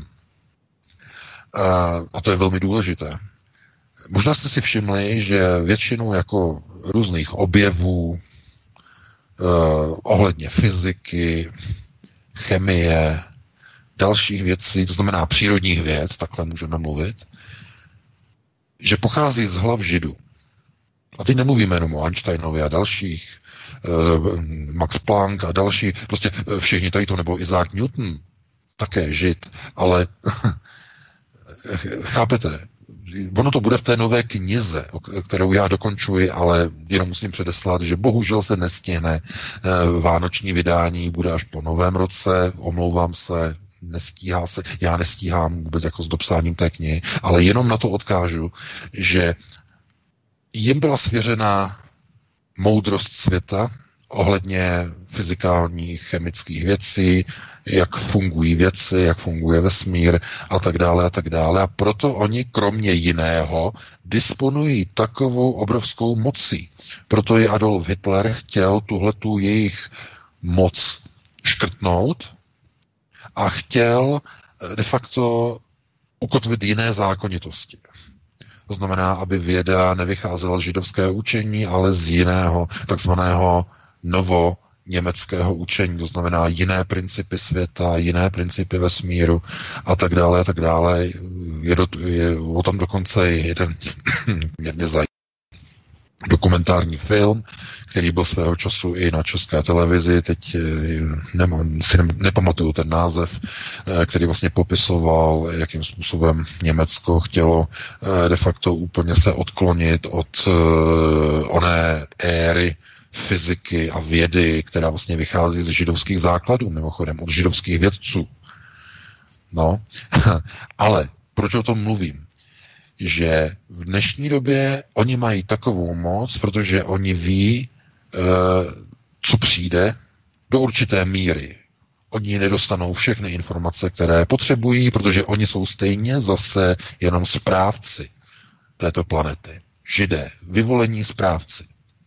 a to je velmi důležité, možná jste si všimli, že většinou jako různých objevů ohledně fyziky, chemie, dalších věcí, to znamená přírodních věd, takhle můžeme mluvit, že pochází z hlav Židů. A teď nemluvíme jenom o Einsteinovi a dalších, Max Planck a další, prostě všichni tady to, nebo Isaac Newton, také Žid, ale chápete, ono to bude v té nové knize, kterou já dokončuji, ale jenom musím předeslat, že bohužel se nestihne vánoční vydání, bude až po novém roce, omlouvám se, nestíhá se, já nestíhám vůbec jako s dopsáním té knihy, ale jenom na to odkážu, že jim byla svěřena moudrost světa ohledně fyzikálních, chemických věcí, jak fungují věci, jak funguje vesmír a tak dále a tak dále. A proto oni kromě jiného disponují takovou obrovskou mocí. Proto i Adolf Hitler chtěl tuhletu jejich moc škrtnout a chtěl de facto ukotvit jiné zákonitosti. To znamená, aby věda nevycházela z židovského učení, ale z jiného, takzvaného novoněmeckého učení, to znamená jiné principy světa, jiné principy vesmíru a tak dále a tak dále. Je o tom dokonce jeden poměrně zajímavý dokumentární film, který byl svého času i na České televizi, teď si nepamatuju ten název, který vlastně popisoval, jakým způsobem Německo chtělo de facto úplně se odklonit od oné éry fyziky a vědy, která vlastně vychází z židovských základů, mimochodem, od židovských vědců. No, ale proč o tom mluvím? Že v dnešní době oni mají takovou moc, protože oni ví, co přijde do určité míry. Oni nedostanou všechny informace, které potřebují, protože oni jsou stejně zase jenom správci této planety. Židé, vyvolení správci.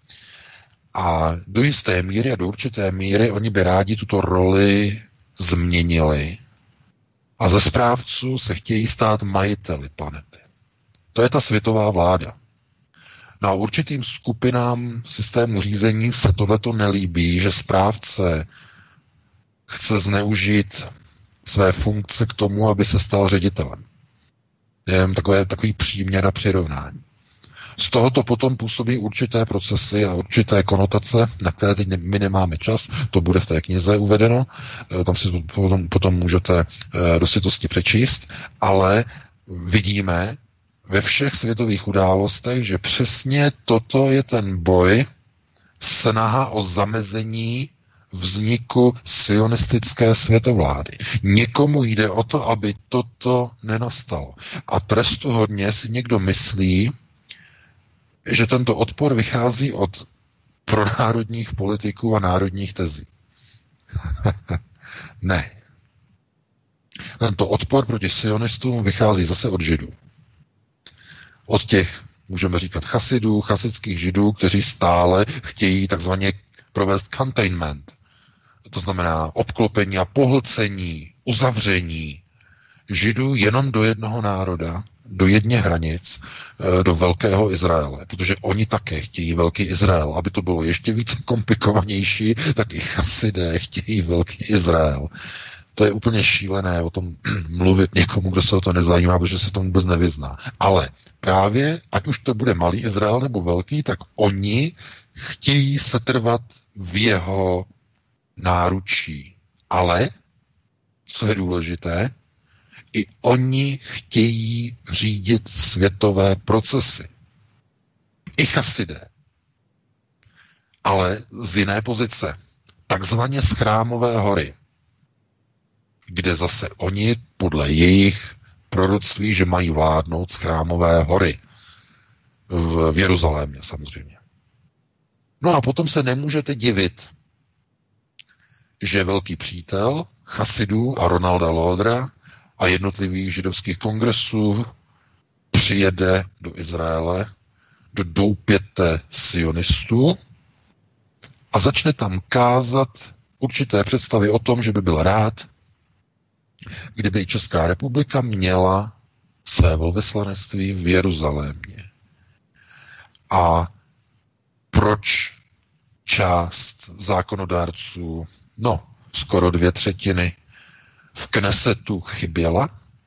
A do jisté míry a do určité míry oni by rádi tuto roli změnili a ze správců se chtějí stát majiteli planety. To je ta světová vláda. Na určitým skupinám systému řízení se tohleto nelíbí, že správce chce zneužít své funkce k tomu, aby se stal ředitelem. Je takový příměr a přirovnání. Z tohoto potom působí určité procesy a určité konotace, na které teď my nemáme čas, to bude v té knize uvedeno, tam si potom můžete do sytosti přečíst, ale vidíme ve všech světových událostech, že přesně toto je ten boj, snaha o zamezení vzniku sionistické světovlády. Někomu jde o to, aby toto nenastalo. A trestuhodně si někdo myslí, že tento odpor vychází od pronárodních politiků a národních tezí. Ne. Tento odpor proti sionistům vychází zase od Židů. Od těch, můžeme říkat, chasidů, chasických Židů, kteří stále chtějí takzvaně provést containment. To znamená obklopení a pohlcení, uzavření Židů jenom do jednoho národa, do jedné hranic, do Velkého Izraele. Protože oni také chtějí Velký Izrael. Aby to bylo ještě více komplikovanější, tak i chasidé chtějí Velký Izrael. To je úplně šílené o tom mluvit někomu, kdo se o to nezajímá, protože se to vůbec nevyzná. Ale právě, ať už to bude malý Izrael nebo velký, tak oni chtějí setrvat v jeho náručí. Ale, co je důležité, i oni chtějí řídit světové procesy. I chasidé. Ale z jiné pozice. Takzvaně z Chrámové hory. Kde zase oni podle jejich proroctví, že mají vládnout z Chrámové hory. v Jeruzalémě samozřejmě. No a potom se nemůžete divit, že velký přítel chasidů a Ronalda Lodra a jednotlivých židovských kongresů přijede do Izraele, do doupěte sionistů a začne tam kázat určité představy o tom, že by byl rád, kdyby Česká republika měla své velvyslanectví v Jeruzalémě. A proč část zákonodárců, skoro 2/3 v Knesetu chyběla?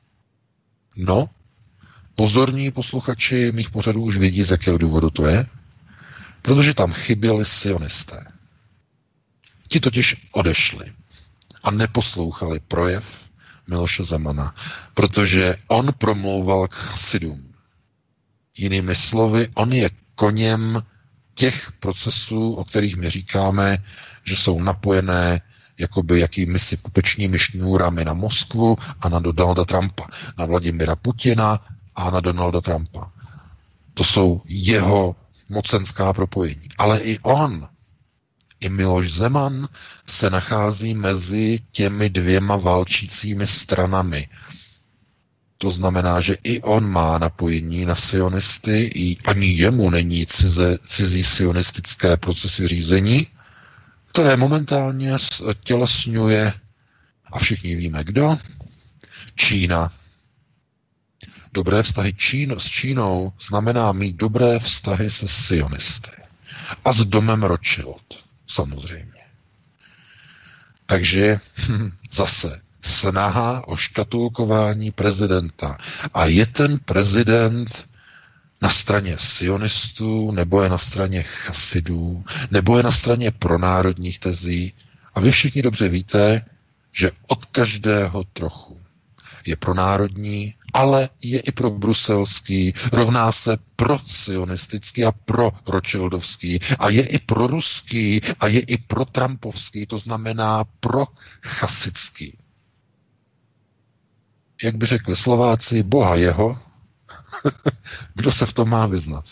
Pozorní posluchači mých pořadů už vidí, z jakého důvodu to je. Protože tam chyběli sionisté. Ti totiž odešli a neposlouchali projev Miloše Zemana, protože on promlouval k chasidům. Jinými slovy, on je koněm těch procesů, o kterých my říkáme, že jsou napojené jakoby jakýmisi pupečními šňůrami na Moskvu a na Donalda Trumpa, na Vladimira Putina a na Donalda Trumpa. To jsou jeho mocenská propojení. Ale i on, i Miloš Zeman se nachází mezi těmi dvěma válčícími stranami. To znamená, že i on má napojení na sionisty, i ani jemu není cizí sionistické procesy řízení, které momentálně tělesňuje, a všichni víme kdo, Čína. Dobré vztahy s Čínou znamená mít dobré vztahy se sionisty. A s domem Rothschild, samozřejmě. Takže zase snaha o škatulkování prezidenta. A je ten prezident na straně sionistů, nebo je na straně chasidů, nebo je na straně pronárodních tezí. A vy všichni dobře víte, že od každého trochu je pronárodní, ale je i pro bruselský, rovná se pro sionistický a pro rothschildovský, a je i pro ruský, a je i pro trumpovský, to znamená pro chasidský. Jak by řekli Slováci, Boha jeho, kdo se v tom má vyznat?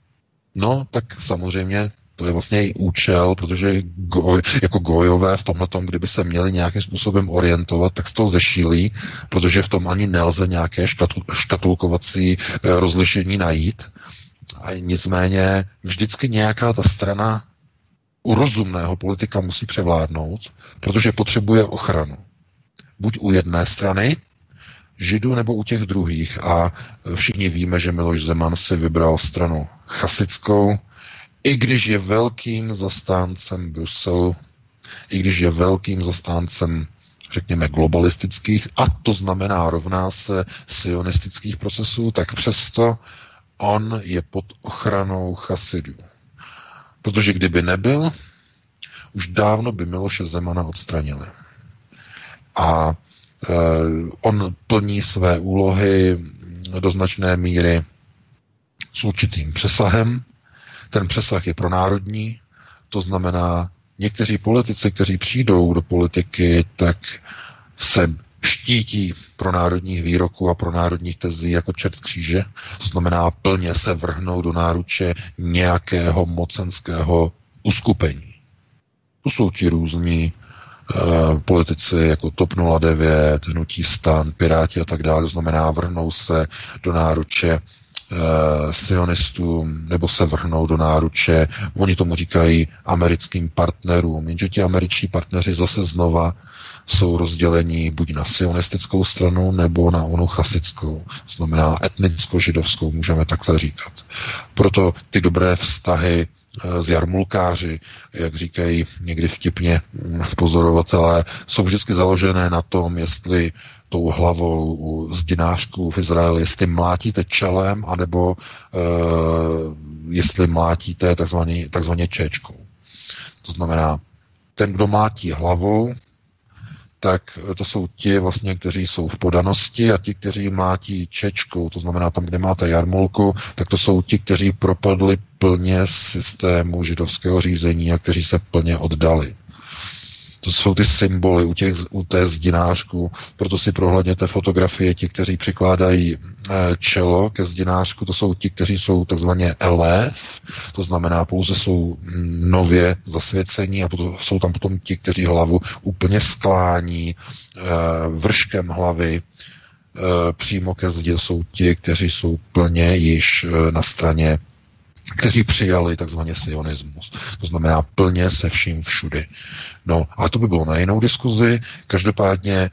Tak samozřejmě to je vlastně i účel, protože jako gojové v tomhletom, kdyby se měli nějakým způsobem orientovat, tak z toho zešílí, protože v tom ani nelze nějaké škatulkovací rozlišení najít. A nicméně vždycky nějaká ta strana u rozumného politika musí převládnout, protože potřebuje ochranu. Buď u jedné strany, Židů, nebo u těch druhých. A všichni víme, že Miloš Zeman si vybral stranu chasickou, i když je velkým zastáncem Bruselu, i když je velkým zastáncem, řekněme, globalistických, a to znamená rovná se sionistických procesů, tak přesto on je pod ochranou chasidů. Protože kdyby nebyl, už dávno by Miloše Zemana odstranili. A on plní své úlohy do značné míry s určitým přesahem. Ten přesah je pronárodní, to znamená, někteří politici, kteří přijdou do politiky, tak se štítí pronárodních výroků a pronárodních tezí jako čert kříže, to znamená, plně se vrhnou do náruče nějakého mocenského uskupení. To jsou ti různí politici jako TOP 09, Hnutí STAN, Piráti a tak dále, to znamená, vrhnou se do náruče sionistům, nebo se vrhnou do náruče, oni tomu říkají americkým partnerům, jenže ti američtí partneři zase znova jsou rozdělení buď na sionistickou stranu, nebo na onu chasickou, to znamená etnicko-židovskou, můžeme takhle říkat. Proto ty dobré vztahy z jarmulkáři, jak říkají někdy vtipně pozorovatelé, jsou vždycky založené na tom, jestli tou hlavou z dinářků v Izraeli, jestli mlátíte čelem, anebo jestli mlátíte takzvaně čéčkou. To znamená, ten, kdo mlátí hlavou, tak to jsou ti vlastně, kteří jsou v podanosti, a ti, kteří mlátí čečkou, to znamená tam, kde máte jarmulku, tak to jsou ti, kteří propadli plně systému židovského řízení a kteří se plně oddali. To jsou ty symboly u té zdinářku, proto si prohlédněte fotografie ti, kteří přikládají čelo ke zdinářku, to jsou ti, kteří jsou takzvaně elév, to znamená pouze jsou nově zasvěcení a potom, jsou tam potom ti, kteří hlavu úplně sklání vrškem hlavy přímo ke zdi, jsou ti, kteří jsou plně již na straně, kteří přijali takzvaně sionismus. To znamená plně se vším všudy. No, ale to by bylo na jinou diskuzi. Každopádně,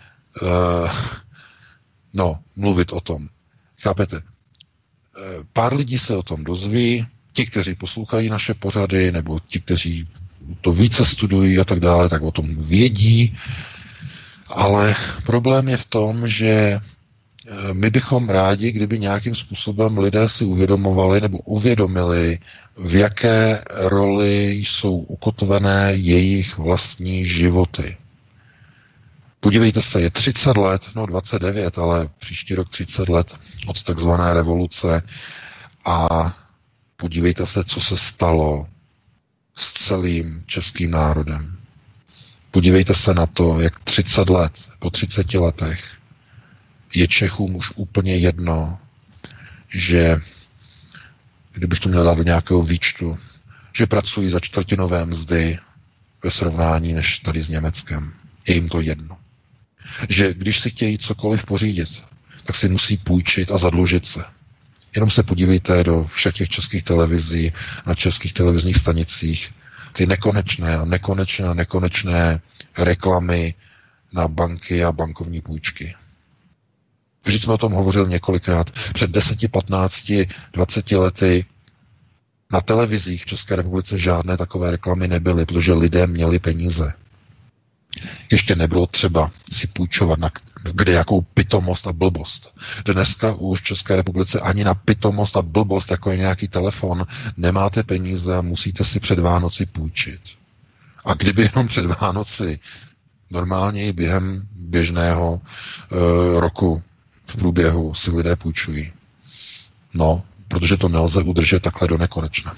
mluvit o tom. Chápete? Pár lidí se o tom dozví, ti, kteří poslouchají naše pořady, nebo ti, kteří to více studují a tak dále, tak o tom vědí. Ale problém je v tom, že my bychom rádi, kdyby nějakým způsobem lidé si uvědomovali nebo uvědomili, v jaké roli jsou ukotvené jejich vlastní životy. Podívejte se, je 30 let, 29, ale příští rok 30 let od takzvané revoluce a podívejte se, co se stalo s celým českým národem. Podívejte se na to, jak 30 let, po 30 letech je Čechům už úplně jedno, že kdybych to měl dát do nějakého výčtu, že pracují za čtvrtinové mzdy ve srovnání než tady s Německem. Je jim to jedno. Že když si chtějí cokoliv pořídit, tak si musí půjčit a zadlužit se. Jenom se podívejte do všech těch českých televizí, na českých televizních stanicích, ty nekonečné reklamy na banky a bankovní půjčky. Vždyť jsme o tom hovořili několikrát. Před 10, 15, 20 lety na televizích v České republice žádné takové reklamy nebyly, protože lidé měli peníze. Ještě nebylo třeba si půjčovat na kde jakou pitomost a blbost. Dneska už v České republice ani na pitomost a blbost, jako je nějaký telefon, nemáte peníze a musíte si před Vánoci půjčit. A kdyby jenom před Vánoci, normálně i během běžného roku v průběhu si lidé půjčují. No, protože to nelze udržet takhle do nekonečna.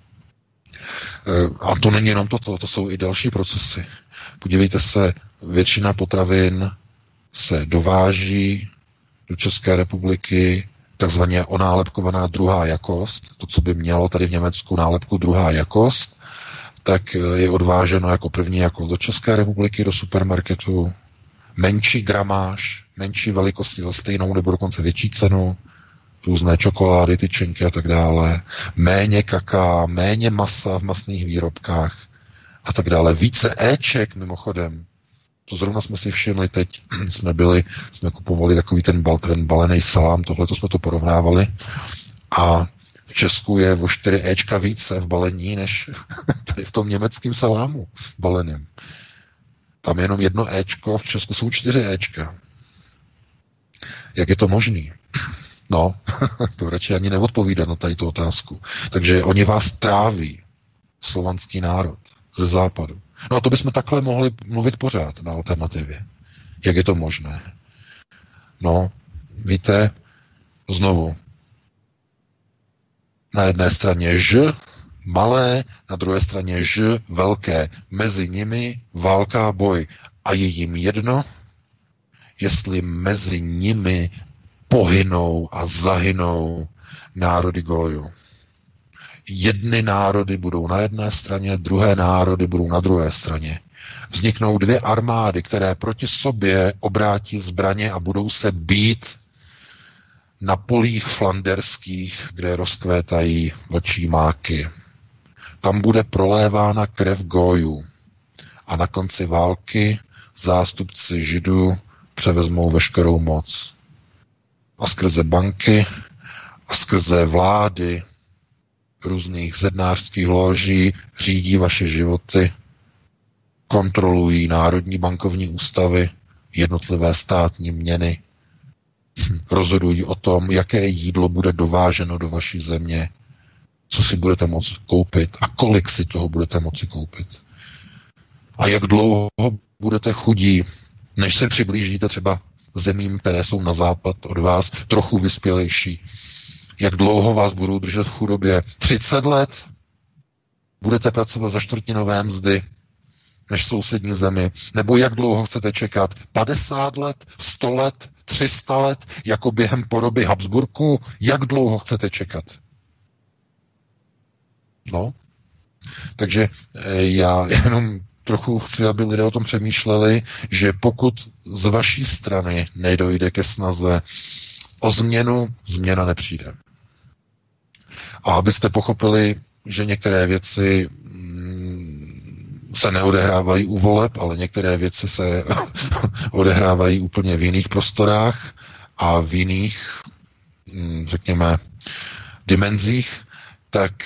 A to není jenom to jsou i další procesy. Podívejte se, většina potravin se dováží do České republiky, takzvaně onálepkovaná druhá jakost, to, co by mělo tady v Německu nálepku druhá jakost, tak je odváženo jako první jakost do České republiky, do supermarketu, menší gramáž, menší velikosti za stejnou nebo dokonce větší cenu, různé čokolády, tyčinky a tak dále, méně kaká, méně masa v masných výrobkách a tak dále. Více éček mimochodem. To zrovna jsme si všimli teď, jsme kupovali takový ten balený salám, tohle jsme to porovnávali a v Česku je o 4 éčka více v balení, než tady v tom německém salámu baleném. Tam je jenom 1 éčko, v Česku jsou 4 éčka. Jak je to možný? No, to radši ani neodpovídá na tady tu otázku. Takže oni vás tráví, slovanský národ, ze západu. No a to bychom takhle mohli mluvit pořád na alternativě. Jak je to možné? No, víte, znovu, na jedné straně Ž, malé, na druhé straně Ž, velké. Mezi nimi válka a boj. A je jim jedno, jestli mezi nimi pohynou a zahynou národy Gójů. Jedny národy budou na jedné straně, druhé národy budou na druhé straně. Vzniknou 2 armády, které proti sobě obrátí zbraně a budou se bít na polích flanderských, kde rozkvétají vlčí máky. Tam bude prolévána krev Gójů. A na konci války zástupci Židů převezmou veškerou moc. A skrze banky a skrze vlády různých zednářských loží řídí vaše životy, kontrolují národní bankovní ústavy, jednotlivé státní měny, rozhodují o tom, jaké jídlo bude dováženo do vaší země, co si budete moci koupit a kolik si toho budete moci koupit. A jak dlouho budete chudí, než se přiblížíte třeba zemím, které jsou na západ od vás, trochu vyspělejší. Jak dlouho vás budou držet v chudobě? 30 let? Budete pracovat za čtvrtinové mzdy? než v sousední zemi? Nebo jak dlouho chcete čekat? 50 let? 100 let? 300 let? Jako během poroby Habsburků? Jak dlouho chcete čekat? No. Takže já jenom trochu chci, aby lidé o tom přemýšleli, že pokud z vaší strany nedojde ke snaze o změnu, změna nepřijde. A abyste pochopili, že některé věci se neodehrávají u voleb, ale některé věci se odehrávají úplně v jiných prostorách a v jiných, řekněme, dimenzích, tak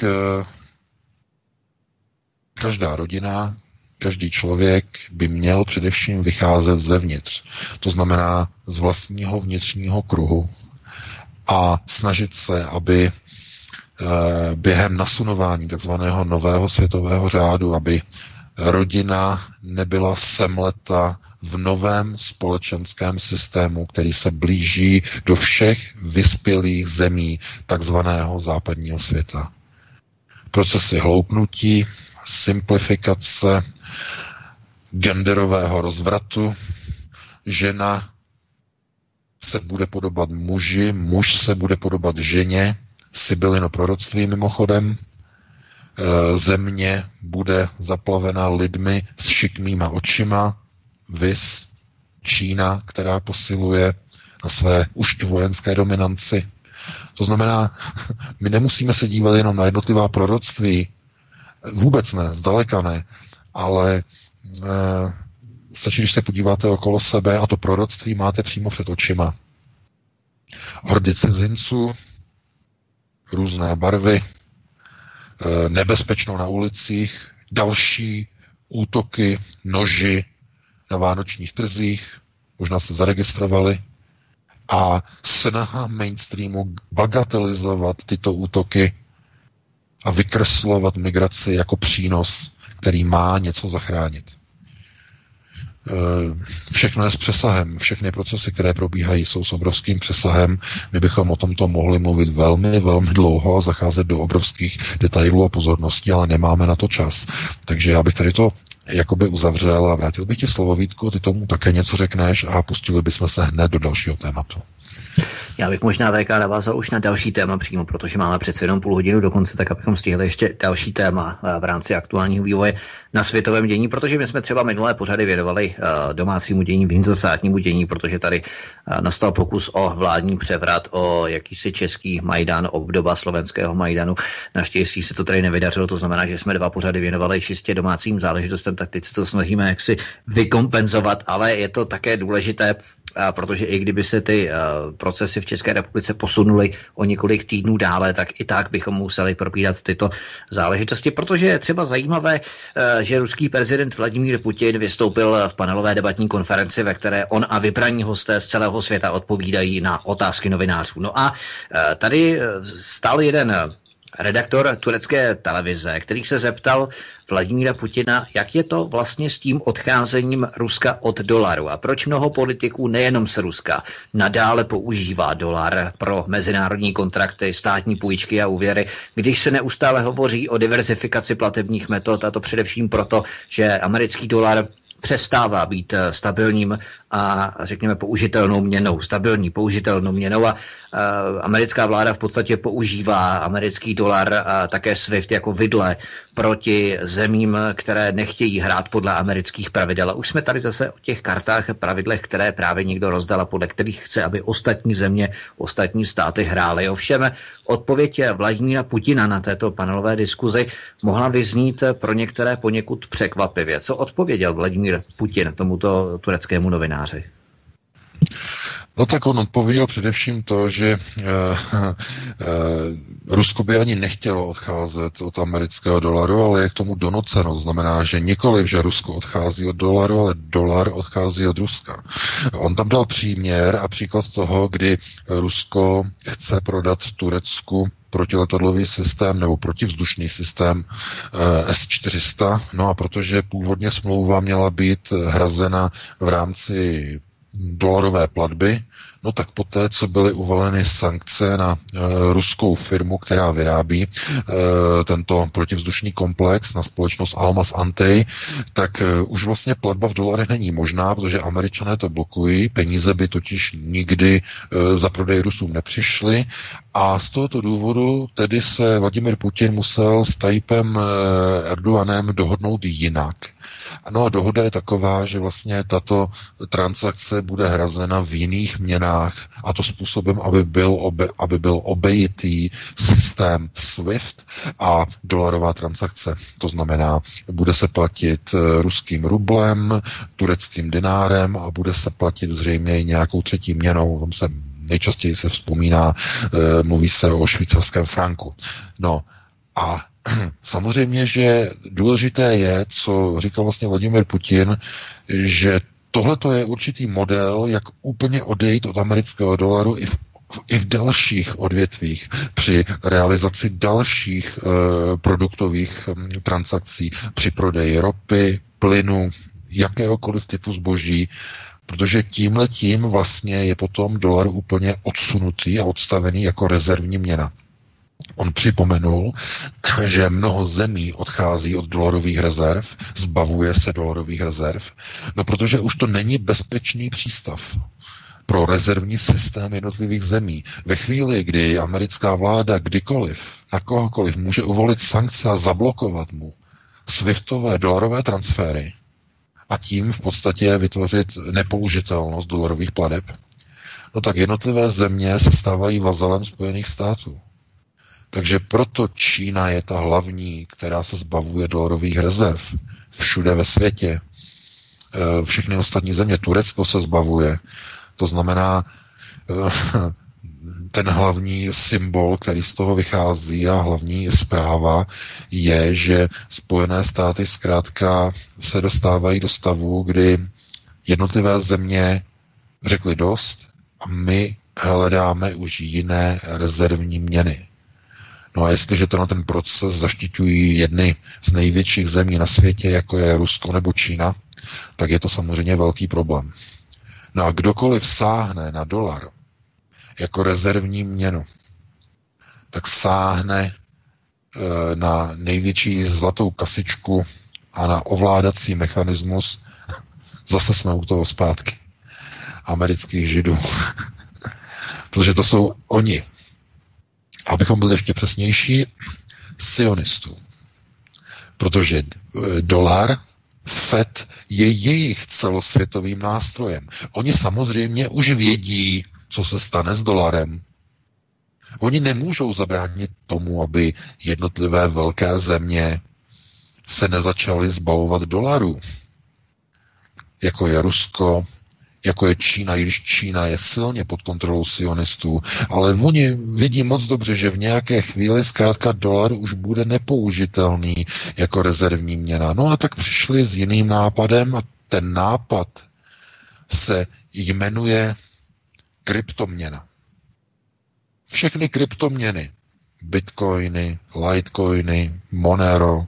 každá rodina, každý člověk by měl především vycházet zevnitř. To znamená z vlastního vnitřního kruhu a snažit se, aby během nasunování takzvaného nového světového řádu, aby rodina nebyla semleta v novém společenském systému, který se blíží do všech vyspělých zemí takzvaného západního světa. Procesy hloupnutí, simplifikace, genderového rozvratu, žena se bude podobat muži, muž se bude podobat ženě, Sibylino proroctví mimochodem, země bude zaplavena lidmi s šikmýma očima, viz Čína, která posiluje na své už i vojenské dominanci. To znamená, my nemusíme se dívat jenom na jednotlivá proroctví, vůbec ne, zdaleka ne, ale stačí, když se podíváte okolo sebe a to proroctví máte přímo před očima. Hordy cizinců, různé barvy, nebezpečno na ulicích, další útoky, noži na vánočních trzích, možná jste zaregistrovali, a snaha mainstreamu bagatelizovat tyto útoky a vykreslovat migraci jako přínos, který má něco zachránit. Všechno je s přesahem. Všechny procesy, které probíhají, jsou s obrovským přesahem. My bychom o tomto mohli mluvit velmi, velmi dlouho a zacházet do obrovských detailů a pozorností, ale nemáme na to čas. Takže já bych tady to jakoby uzavřel a vrátil bych ti slovo, Vítku, ty tomu také něco řekneš a pustili bychom se hned do dalšího tématu. Já bych možná VK navázal už na další téma přímo, protože máme přece jenom půl hodinu do konce, tak abychom stihli ještě další téma v rámci aktuálního vývoje na světovém dění, protože my jsme třeba minulé pořady věnovali domácímu dění, vnitrostátnímu dění, protože tady nastal pokus o vládní převrat, o jakýsi český Majdan, obdoba slovenského Majdanu. Naštěstí se to tady nevydařilo, to znamená, že jsme 2 pořady věnovali čistě domácím záležitostem, tak teď se to snažíme jaksi vykompenzovat, ale je to také důležité, protože i kdyby se ty procesy v České republice posunuly o několik týdnů dále, tak i tak bychom museli probírat tyto záležitosti, protože je třeba zajímavé, že ruský prezident Vladimír Putin vystoupil v panelové debatní konferenci, ve které on a vybraní hosté z celého světa odpovídají na otázky novinářů. No a tady stál jeden redaktor turecké televize, který se zeptal Vladimíra Putina, jak je to vlastně s tím odcházením Ruska od dolaru a proč mnoho politiků nejenom z Ruska nadále používá dolar pro mezinárodní kontrakty, státní půjčky a úvěry, když se neustále hovoří o diverzifikaci platebních metod, a to především proto, že americký dolar přestává být stabilním a řekněme použitelnou měnou, stabilní použitelnou měnou a americká vláda v podstatě používá americký dolar a také SWIFT jako vidle proti zemím, které nechtějí hrát podle amerických pravidel. A už jsme tady zase o těch kartách a pravidlech, které právě někdo rozdal a podle kterých chce, aby ostatní země, ostatní státy hrály. Ovšem odpověď Vladimíra Putina na této panelové diskuzi mohla vyznít pro některé poněkud překvapivě. Co odpověděl Vladimír Putin tomuto tureckému novináři? No tak on odpověděl především to, že Rusko by ani nechtělo odcházet od amerického dolaru, ale je k tomu donuceno. To znamená, že nikoliv, že Rusko odchází od dolaru, ale dolar odchází od Ruska. On tam dal příměr a příklad toho, kdy Rusko chce prodat Turecku protiletadlový systém nebo protivzdušný systém S-400, no a protože původně smlouva měla být hrazena v rámci dolarové platby, no tak poté, co byly uvaleny sankce na ruskou firmu, která vyrábí tento protivzdušný komplex, na společnost Almaz Antey, tak už vlastně platba v dolarech není možná, protože Američané to blokují, peníze by totiž nikdy za prodej Rusům nepřišly a z tohoto důvodu tedy se Vladimir Putin musel s Tayyipem Erdoganem dohodnout jinak. No a dohoda je taková, že vlastně tato transakce bude hrazena v jiných měnách a to způsobem, aby byl obejitý systém SWIFT a dolarová transakce. To znamená, bude se platit ruským rublem, tureckým dinárem a bude se platit zřejmě i nějakou třetí měnou. Tam se nejčastěji se vzpomíná, mluví se o švýcarském franku. No a samozřejmě, že důležité je, co říkal vlastně Vladimir Putin, že tohleto je určitý model, jak úplně odejít od amerického dolaru i v dalších odvětvích při realizaci dalších produktových transakcí, při prodeji ropy, plynu, jakéhokoliv typu zboží, protože tímhletím vlastně je potom dolar úplně odsunutý a odstavený jako rezervní měna. On připomenul, že mnoho zemí odchází od dolarových rezerv, zbavuje se dolarových rezerv, no protože už to není bezpečný přístav pro rezervní systém jednotlivých zemí. Ve chvíli, kdy americká vláda kdykoliv na kohokoliv může uvolit sankce a zablokovat mu swiftové dolarové transfery a tím v podstatě vytvořit nepoužitelnost dolarových plateb, no tak jednotlivé země se stávají vazalem Spojených států. Takže proto Čína je ta hlavní, která se zbavuje dolarových rezerv všude ve světě. Všechny ostatní země, Turecko se zbavuje. To znamená, ten hlavní symbol, který z toho vychází a hlavní zpráva je, že Spojené státy zkrátka se dostávají do stavu, kdy jednotlivé země řekly dost a my hledáme už jiné rezervní měny. No a jestliže ten proces zaštiťují jedny z největších zemí na světě, jako je Rusko nebo Čína, tak je to samozřejmě velký problém. No a kdokoliv sáhne na dolar jako rezervní měnu, tak sáhne na největší zlatou kasičku a na ovládací mechanismus, zase jsme u toho zpátky, amerických židů. Protože to jsou oni. Abychom byli ještě přesnější, sionistů. Protože dolar, FED je jejich celosvětovým nástrojem. Oni samozřejmě už vědí, co se stane s dolarem. Oni nemůžou zabránit tomu, aby jednotlivé velké země se nezačaly zbavovat dolarů. Jako je Rusko, jako je Čína, i když Čína je silně pod kontrolou sionistů, ale oni vidí moc dobře, že v nějaké chvíli zkrátka dolar už bude nepoužitelný jako rezervní měna. No a tak přišli s jiným nápadem a ten nápad se jmenuje kryptoměna. Všechny kryptoměny, bitcoiny, litecoiny, Monero,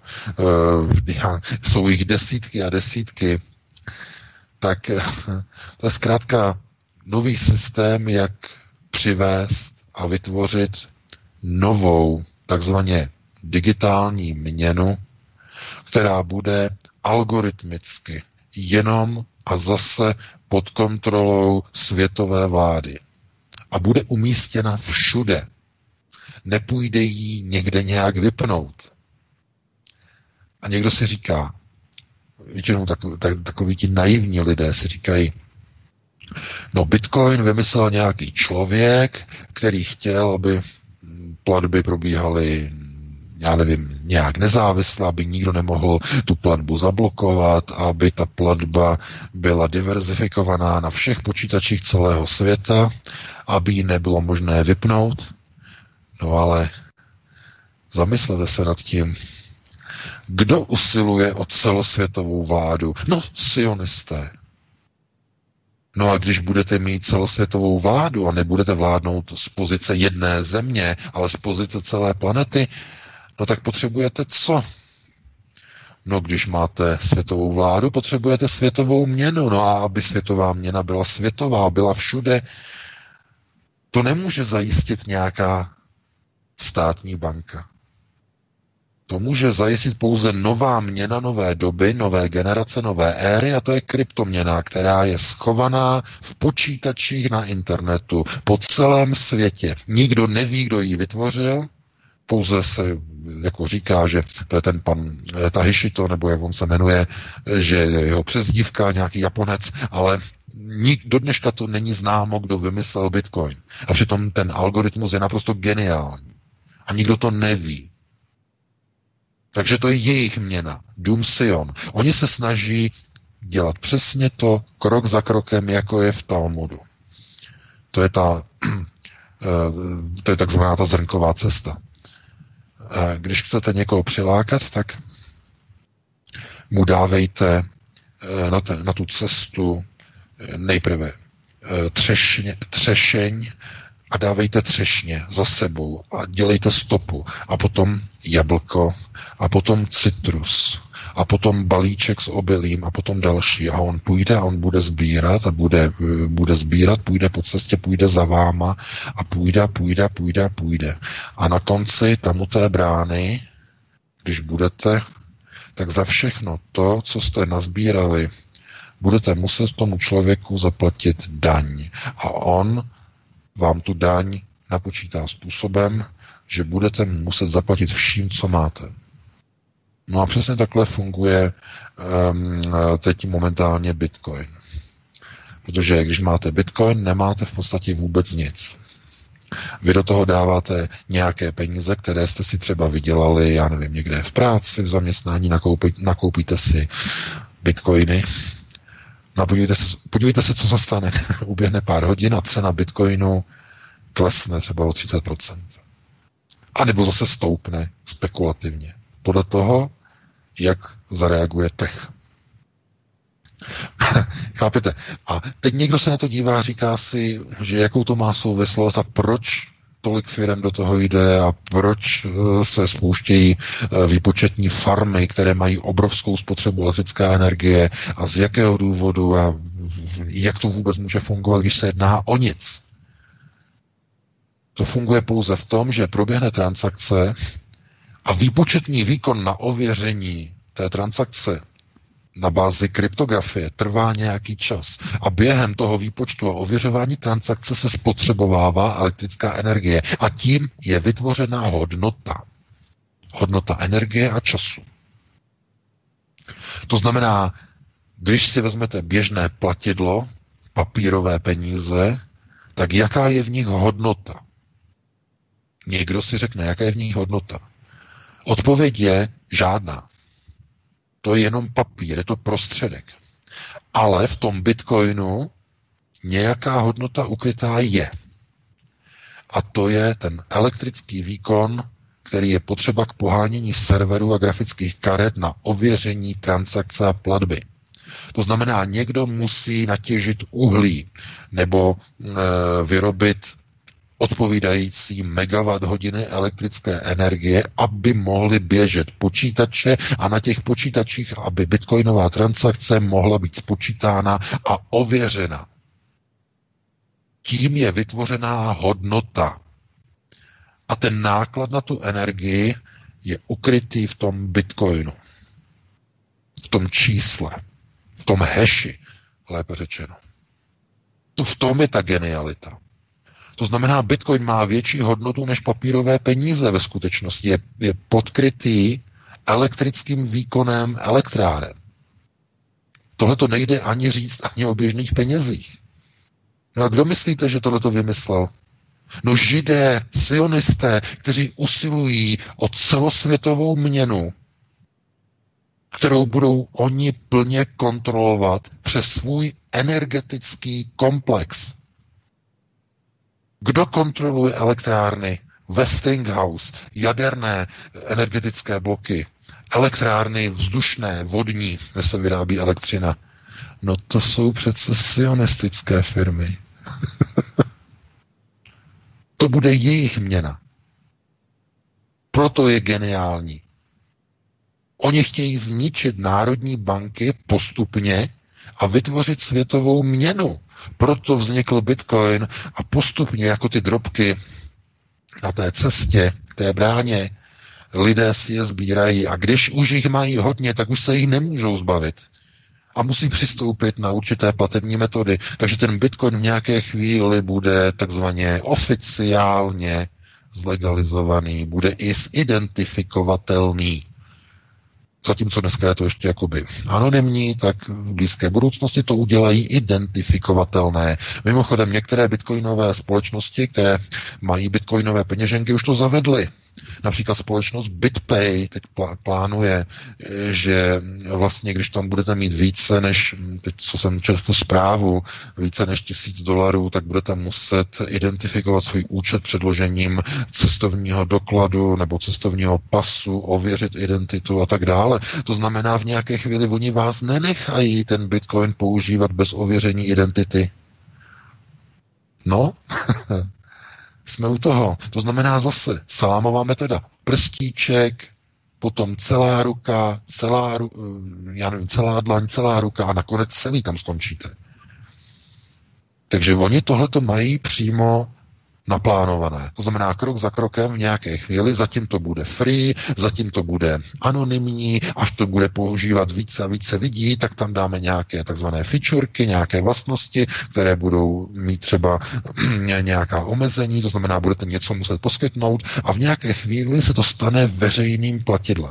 jsou jich desítky a desítky, tak to je zkrátka nový systém, jak přivést a vytvořit novou takzvaně digitální měnu, která bude algoritmicky jenom a zase pod kontrolou světové vlády. A bude umístěna všude. Nepůjde jí někde nějak vypnout. A někdo si říká, většinou takoví ti naivní lidé si říkají, no Bitcoin vymyslel nějaký člověk, který chtěl, aby platby probíhaly, já nevím, nějak nezávisle, aby nikdo nemohl tu platbu zablokovat, aby ta platba byla diverzifikovaná na všech počítačích celého světa, aby ji nebylo možné vypnout. No ale zamyslete se nad tím, kdo usiluje o celosvětovou vládu? No, sionisté. No a když budete mít celosvětovou vládu a nebudete vládnout z pozice jedné země, ale z pozice celé planety, no tak potřebujete co? No, když máte světovou vládu, potřebujete světovou měnu. No a aby světová měna byla světová, byla všude, to nemůže zajistit nějaká státní banka. To může zajistit pouze nová měna, nové doby, nové generace, nové éry, a to je kryptoměna, která je schovaná v počítačích na internetu po celém světě. Nikdo neví, kdo ji vytvořil, pouze se jako říká, že to je ten pan Tahishito, nebo jak on se jmenuje, že je jeho přezdívka, nějaký Japonec, ale do dneška to není známo, kdo vymyslel Bitcoin. A přitom ten algoritmus je naprosto geniální. A nikdo to neví. Takže to je jejich měna, Doom Sion. Oni se snaží dělat přesně to, krok za krokem, jako je v Talmudu. To je takzvaná ta zrnková cesta. Když chcete někoho přilákat, tak mu dávejte na tu cestu nejprve třešeň a dávejte třešně za sebou a dělejte stopu a potom jablko a potom citrus a potom balíček s obilím a potom další a on půjde a on bude sbírat a bude sbírat, půjde po cestě, půjde za váma a půjde. A na konci tam u té brány, když budete, tak za všechno to, co jste nazbírali, budete muset tomu člověku zaplatit daň. A on vám tu daň napočítá způsobem, že budete muset zaplatit vším, co máte. No a přesně takhle funguje teď momentálně Bitcoin. Protože když máte Bitcoin, nemáte v podstatě vůbec nic. Vy do toho dáváte nějaké peníze, které jste si třeba vydělali, já nevím, někde v práci, v zaměstnání, nakoupíte si Bitcoiny. No podívejte se, co se stane. Uběhne pár hodin a cena Bitcoinu klesne třeba o 30%. A nebo zase stoupne spekulativně. Podle toho, jak zareaguje trh. Chápete? A teď někdo se na to dívá a říká si, že jakou to má souvislost a proč tolik firem do toho jde a proč se spouštějí výpočetní farmy, které mají obrovskou spotřebu elektrické energie a z jakého důvodu a jak to vůbec může fungovat, když se jedná o nic. To funguje pouze v tom, že proběhne transakce a výpočetní výkon na ověření té transakce na bázi kryptografie trvá nějaký čas. A během toho výpočtu a ověřování transakce se spotřebovává elektrická energie. A tím je vytvořená hodnota. Hodnota energie a času. To znamená, když si vezmete běžné platidlo, papírové peníze, tak jaká je v nich hodnota? Někdo si řekne, jaká je v nich hodnota. Odpověď je žádná. To je jenom papír, je to prostředek. Ale v tom Bitcoinu nějaká hodnota ukrytá je. A to je ten elektrický výkon, který je potřeba k pohánění serverů a grafických karet na ověření transakce a platby. To znamená, někdo musí natěžit uhlí nebo vyrobit odpovídající megawatt hodiny elektrické energie, aby mohly běžet počítače a na těch počítačích, aby bitcoinová transakce mohla být spočítána a ověřena. Tím je vytvořená hodnota. A ten náklad na tu energii je ukrytý v tom bitcoinu. V tom čísle. V tom hashi, lépe řečeno. To v tom je ta genialita. To znamená, Bitcoin má větší hodnotu než papírové peníze ve skutečnosti. Je podkrytý elektrickým výkonem elektráren. Tohle to nejde ani říct ani o běžných penězích. No a kdo myslíte, že tohle to vymyslel? No Židé, sionisté, kteří usilují o celosvětovou měnu, kterou budou oni plně kontrolovat přes svůj energetický komplex. Kdo kontroluje elektrárny, Westinghouse, jaderné energetické bloky, elektrárny vzdušné, vodní, kde se vyrábí elektřina? No to jsou přece sionistické firmy. To bude jejich měna. Proto je geniální. Oni chtějí zničit národní banky postupně a vytvořit světovou měnu. Proto vznikl Bitcoin a postupně jako ty drobky na té cestě, k té bráně, lidé si je sbírají a když už jich mají hodně, tak už se jich nemůžou zbavit. A musí přistoupit na určité platební metody. Takže ten Bitcoin v nějaké chvíli bude takzvaně oficiálně zlegalizovaný, bude i zidentifikovatelný. Zatímco dneska je to ještě jakoby anonymní, tak v blízké budoucnosti to udělají identifikovatelné. Mimochodem, některé bitcoinové společnosti, které mají bitcoinové peněženky, už to zavedly. Například společnost BitPay teď plánuje, že vlastně, když tam budete mít více než, teď co jsem četl zprávu, více než $1000, tak budete muset identifikovat svůj účet předložením cestovního dokladu nebo cestovního pasu, ověřit identitu a tak dále. To znamená, v nějaké chvíli oni vás nenechají ten Bitcoin používat bez ověření identity. No, jsme u toho. To znamená zase salámová metoda. Prstíček, potom celá ruka, celá dlaň, celá ruka a nakonec celý tam skončíte. Takže oni tohleto mají přímo naplánované. To znamená krok za krokem v nějaké chvíli, zatím to bude free, zatím to bude anonymní, až to bude používat více a více lidí, tak tam dáme nějaké takzvané featureky, nějaké vlastnosti, které budou mít třeba nějaká omezení, to znamená, budete něco muset poskytnout a v nějaké chvíli se to stane veřejným platidlem.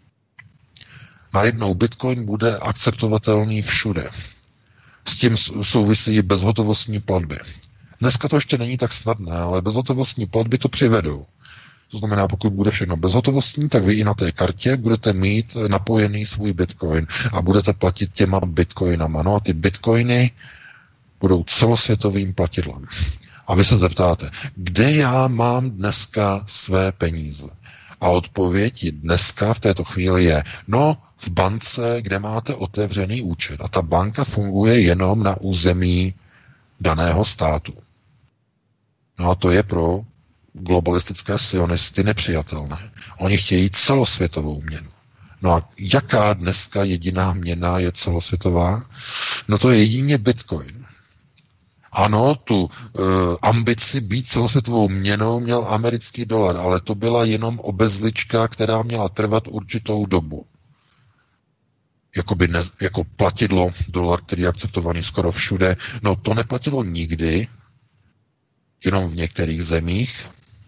Najednou Bitcoin bude akceptovatelný všude. S tím souvisí bezhotovostní platby. Dneska to ještě není tak snadné, ale bezhotovostní platby to přivedou. To znamená, pokud bude všechno bezhotovostní, tak vy i na té kartě budete mít napojený svůj Bitcoin a budete platit těma Bitcoinama. No a ty Bitcoiny budou celosvětovým platidlem. A vy se zeptáte, kde já mám dneska své peníze? A odpověď dneska v této chvíli je, no v bance, kde máte otevřený účet. A ta banka funguje jenom na území daného státu. No a to je pro globalistické sionisty nepřijatelné. Oni chtějí celosvětovou měnu. No a jaká dneska jediná měna je celosvětová? No to je jedině Bitcoin. Ano, tu ambici být celosvětovou měnou měl americký dolar, ale to byla jenom obezlička, která měla trvat určitou dobu. Jako platidlo dolar, který je akceptovaný skoro všude. No to neplatilo nikdy, jenom v některých zemích.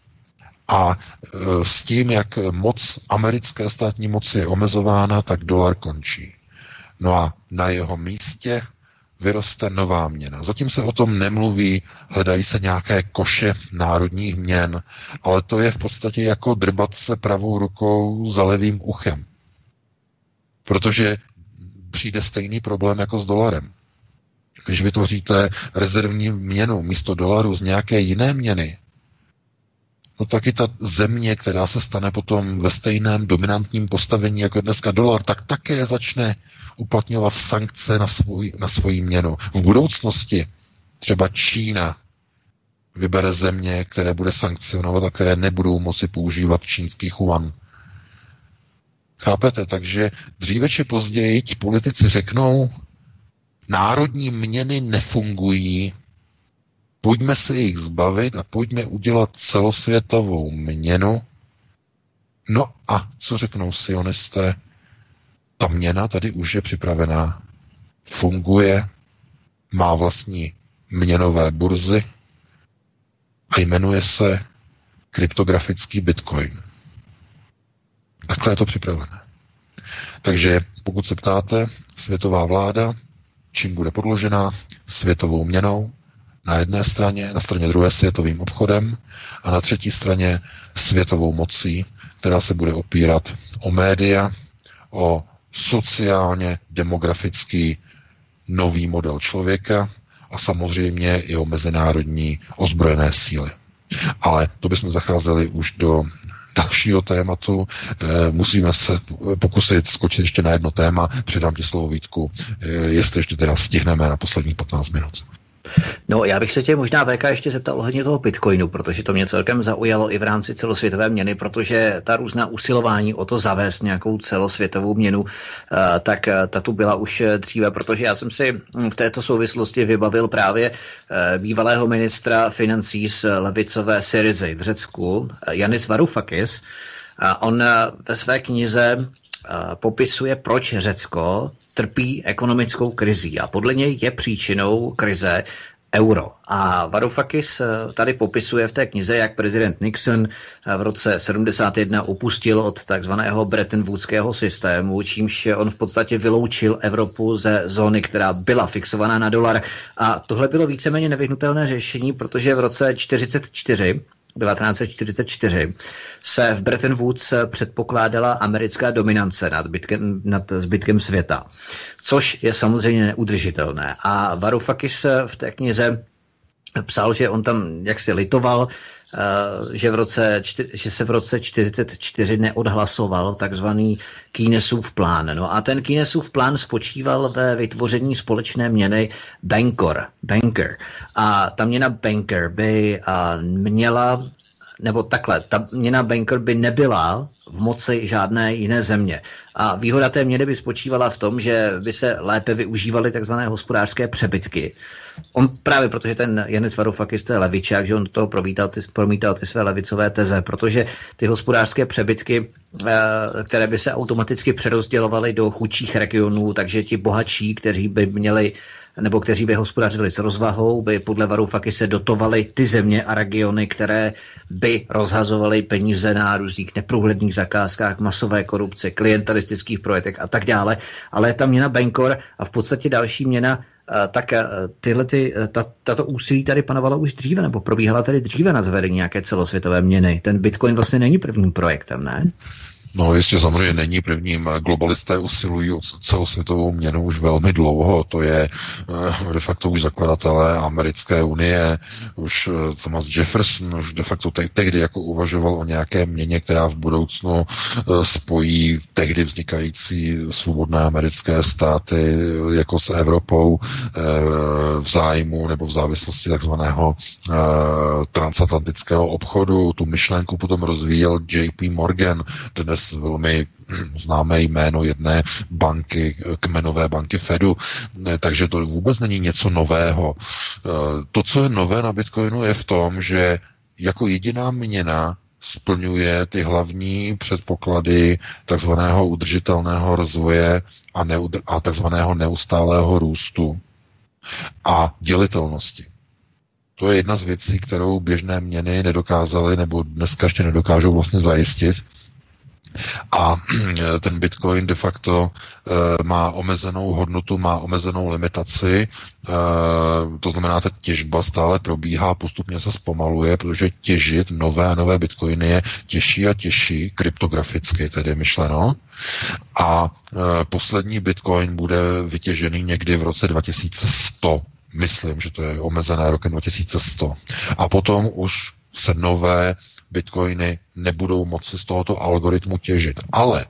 A s tím, jak moc americké státní moci je omezována, tak dolar končí. No a na jeho místě vyroste nová měna. Zatím se o tom nemluví, hledají se nějaké koše národních měn, ale to je v podstatě jako drbat se pravou rukou za levým uchem. Protože přijde stejný problém jako s dolarem. Když vytvoříte rezervní měnu místo dolaru z nějaké jiné měny, no tak i ta země, která se stane potom ve stejném dominantním postavení jako dneska dolar, tak také začne uplatňovat sankce na svoji měnu. V budoucnosti třeba Čína vybere země, které bude sankcionovat a které nebudou moci používat čínský yuan. Chápete? Takže dříve či později ti politici řeknou, národní měny nefungují, pojďme se jich zbavit a pojďme udělat celosvětovou měnu. No a co řeknou sionisté? Ta měna tady už je připravená, funguje, má vlastní měnové burzy a jmenuje se kryptografický Bitcoin. Takhle je to připravené. Takže pokud se ptáte, světová vláda, čím bude podložená? Světovou měnou, na jedné straně, na straně druhé světovým obchodem a na třetí straně světovou mocí, která se bude opírat o média, o sociálně demografický nový model člověka a samozřejmě i o mezinárodní ozbrojené síly. Ale to bychom zacházeli už do dalšího tématu. Musíme se pokusit skočit ještě na jedno téma. Předám ti slovo, Vítku, jestli ještě teda stihneme na posledních 15 minut. No, já bych se tě možná VK ještě zeptal ohledně toho Bitcoinu, protože to mě celkem zaujalo i v rámci celosvětové měny, protože ta různá usilování o to zavést nějakou celosvětovou měnu, tak ta tu byla už dříve, protože já jsem si v této souvislosti vybavil právě bývalého ministra financí z levicové Syrizy v Řecku, Yanis Varoufakis, a on ve své knize popisuje, proč Řecko trpí ekonomickou krizí a podle něj je příčinou krize euro. A Varoufakis tady popisuje v té knize, jak prezident Nixon v roce 71 upustil od takzvaného Bretton Woodského systému, čímž on v podstatě vyloučil Evropu ze zóny, která byla fixovaná na dolar. A tohle bylo víceméně nevyhnutelné řešení, protože v roce 1944 se v Bretton Woods předpokládala americká dominance nad zbytkem světa, což je samozřejmě neudržitelné. A Varoufakis v té knize psal, že on tam jaksi litoval, že se v roce 1944 neodhlasoval takzvaný Keynesův plán. No a ten Keynesův plán spočíval ve vytvoření společné měny banker. A ta měna banker by měla, nebo takhle, ta měna banker by nebyla v moci žádné jiné země. A výhoda té měny by spočívala v tom, že by se lépe využívaly takzvané hospodářské přebytky. On právě protože ten Yanis Varoufakis, to je levičák, že on do toho promítal ty své levicové teze, protože ty hospodářské přebytky, které by se automaticky přerozdělovaly do chudších regionů, takže ti bohatší, kteří by měli nebo kteří by hospodařili s rozvahou, by podle Varoufakise dotovali ty země a regiony, které by rozhazovaly peníze na různých neprůhledných zakázkách, masové korupce, klientelistických projektech a tak dále. Ale je tam měna Bankor a v podstatě další měna, tak tato úsilí tady panovala už dříve, nebo probíhala tady dříve na zavedení nějaké celosvětové měny. Ten Bitcoin vlastně není prvním projektem, ne? No jistě samozřejmě není prvním. Globalisté usilují o celosvětovou měnu už velmi dlouho. To je de facto už zakladatelé Americké unie. Už Thomas Jefferson už de facto tehdy jako uvažoval o nějaké měně, která v budoucnu spojí tehdy vznikající svobodné americké státy jako s Evropou v zájmu nebo v závislosti takzvaného transatlantického obchodu. Tu myšlenku potom rozvíjel JP Morgan, dnes velmi známé jméno jedné banky, kmenové banky Fedu, takže to vůbec není něco nového. To, co je nové na Bitcoinu, je v tom, že jako jediná měna splňuje ty hlavní předpoklady takzvaného udržitelného rozvoje a takzvaného neustálého růstu a dělitelnosti. To je jedna z věcí, kterou běžné měny nedokázaly nebo dneska ještě nedokážou vlastně zajistit. A ten Bitcoin de facto má omezenou hodnotu, má omezenou limitaci, to znamená, ta těžba stále probíhá, postupně se zpomaluje, protože těžit nové a nové Bitcoiny je těžší a těžší, kryptograficky tedy myšleno. A poslední Bitcoin bude vytěžený někdy v roce 2100. Myslím, že to je omezené rokem 2100. A potom už se nové Bitcoiny nebudou moci z tohoto algoritmu těžit. Ale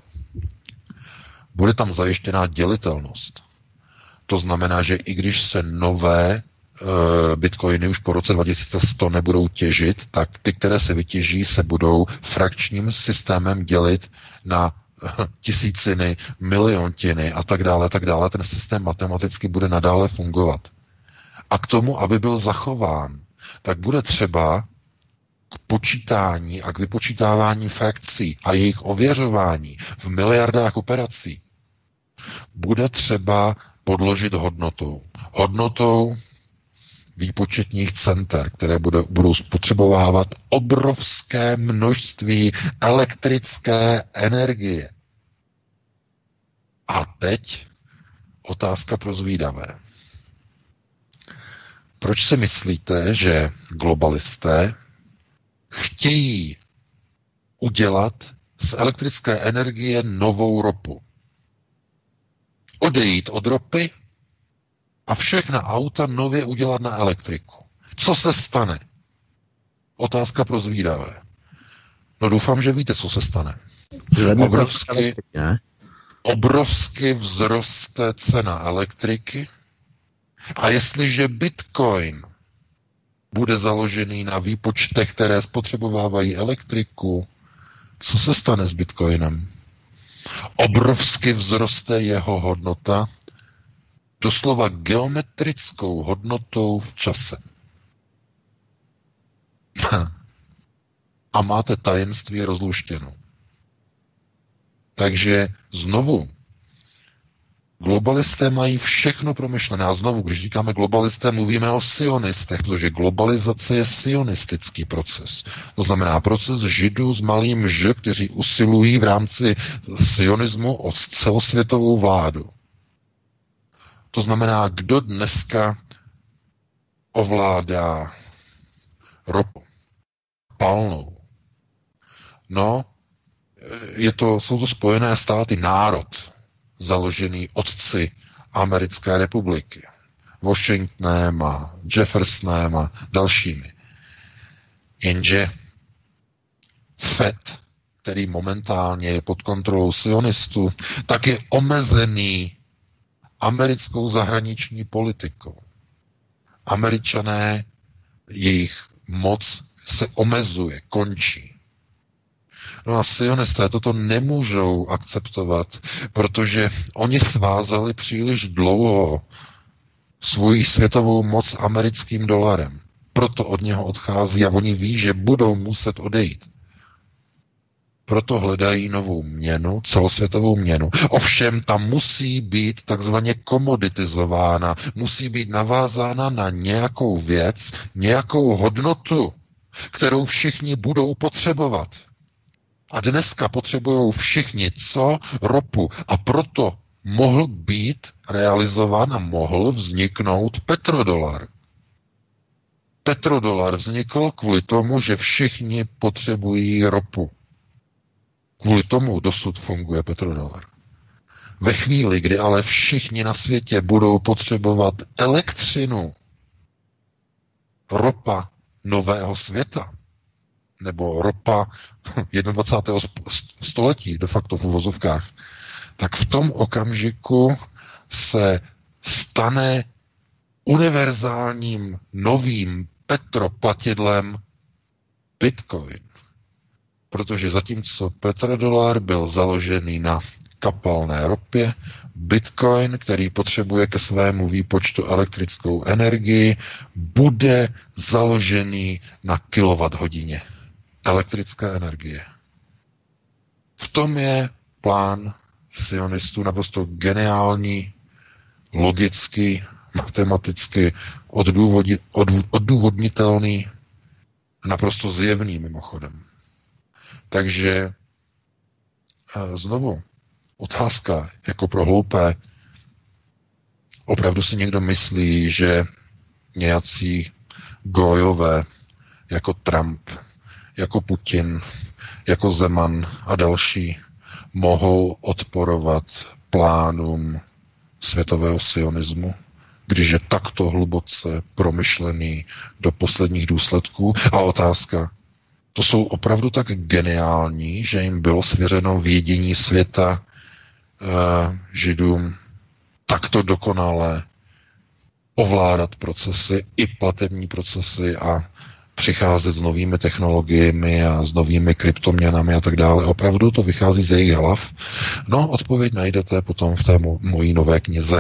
bude tam zajištěná dělitelnost. To znamená, že i když se nové Bitcoiny už po roce 2100 nebudou těžit, tak ty, které se vytěží, se budou frakčním systémem dělit na tisíciny, miliontiny a tak dále, tak dále. Ten systém matematicky bude nadále fungovat. A k tomu, aby byl zachován, tak bude třeba k počítání a k vypočítávání frakcí a jejich ověřování v miliardách operací bude třeba podložit hodnotou výpočetních center, které budou spotřebovávat obrovské množství elektrické energie. A teď otázka pro zvídavé. Proč si myslíte, že globalisté chtějí udělat z elektrické energie novou ropu? Odejít od ropy a všechna auta nově udělat na elektriku. Co se stane? Otázka pro zvídavé. No doufám, že víte, co se stane. Obrovsky vzroste cena elektriky A jestliže Bitcoin bude založený na výpočtech, které spotřebovávají elektriku, co se stane s Bitcoinem? Obrovsky vzroste jeho hodnota, doslova geometrickou hodnotou v čase. A máte tajemství rozluštěno. Takže znovu, globalisté mají všechno promyšlené. A znovu, když říkáme globalisté, mluvíme o sionistech, protože globalizace je sionistický proces. To znamená proces Židů s malým Ž, kteří usilují v rámci sionismu o celosvětovou vládu. To znamená, kdo dneska ovládá ropu palnou. No, jsou to Spojené státy, národ, založený otci Americké republiky. Washingtonem a Jeffersonem a dalšími. Jenže FED, který momentálně je pod kontrolou sionistů, tak je omezený americkou zahraniční politikou. Američané, jejich moc se omezuje, končí. No a sionisté toto nemůžou akceptovat, protože oni svázali příliš dlouho svoji světovou moc americkým dolarem. Proto od něho odchází a oni ví, že budou muset odejít. Proto hledají novou měnu, celosvětovou měnu. Ovšem tam musí být takzvaně komoditizována, musí být navázána na nějakou věc, nějakou hodnotu, kterou všichni budou potřebovat. A dneska potřebují všichni co? Ropu. A proto mohl být realizován a mohl vzniknout petrodolar. Petrodolar vznikl kvůli tomu, že všichni potřebují ropu. Kvůli tomu dosud funguje petrodolar. Ve chvíli, kdy ale všichni na světě budou potřebovat elektřinu, ropa nového světa, nebo ropa 21. století, de facto v uvozovkách, tak v tom okamžiku se stane univerzálním novým petroplatidlem Bitcoin. Protože zatímco petrodolar byl založený na kapalné ropě, Bitcoin, který potřebuje ke svému výpočtu elektrickou energii, bude založený na kilowatt-hodině elektrické energie. V tom je plán sionistů naprosto geniální, logicky, matematicky odůvodnitelný, naprosto zjevný mimochodem. Takže znovu otázka jako pro hloupé. Opravdu si někdo myslí, že nějací gojové jako Trump, jako Putin, jako Zeman a další mohou odporovat plánům světového sionismu, když je takto hluboce promyšlený do posledních důsledků? A otázka, to jsou opravdu tak geniální, že jim bylo svěřeno vědění světa Židům takto dokonale ovládat procesy, i platební procesy a přicházet s novými technologiemi a s novými kryptoměnami a tak dále. Opravdu to vychází z jejich hlav? No, odpověď najdete potom v té mojí nové knize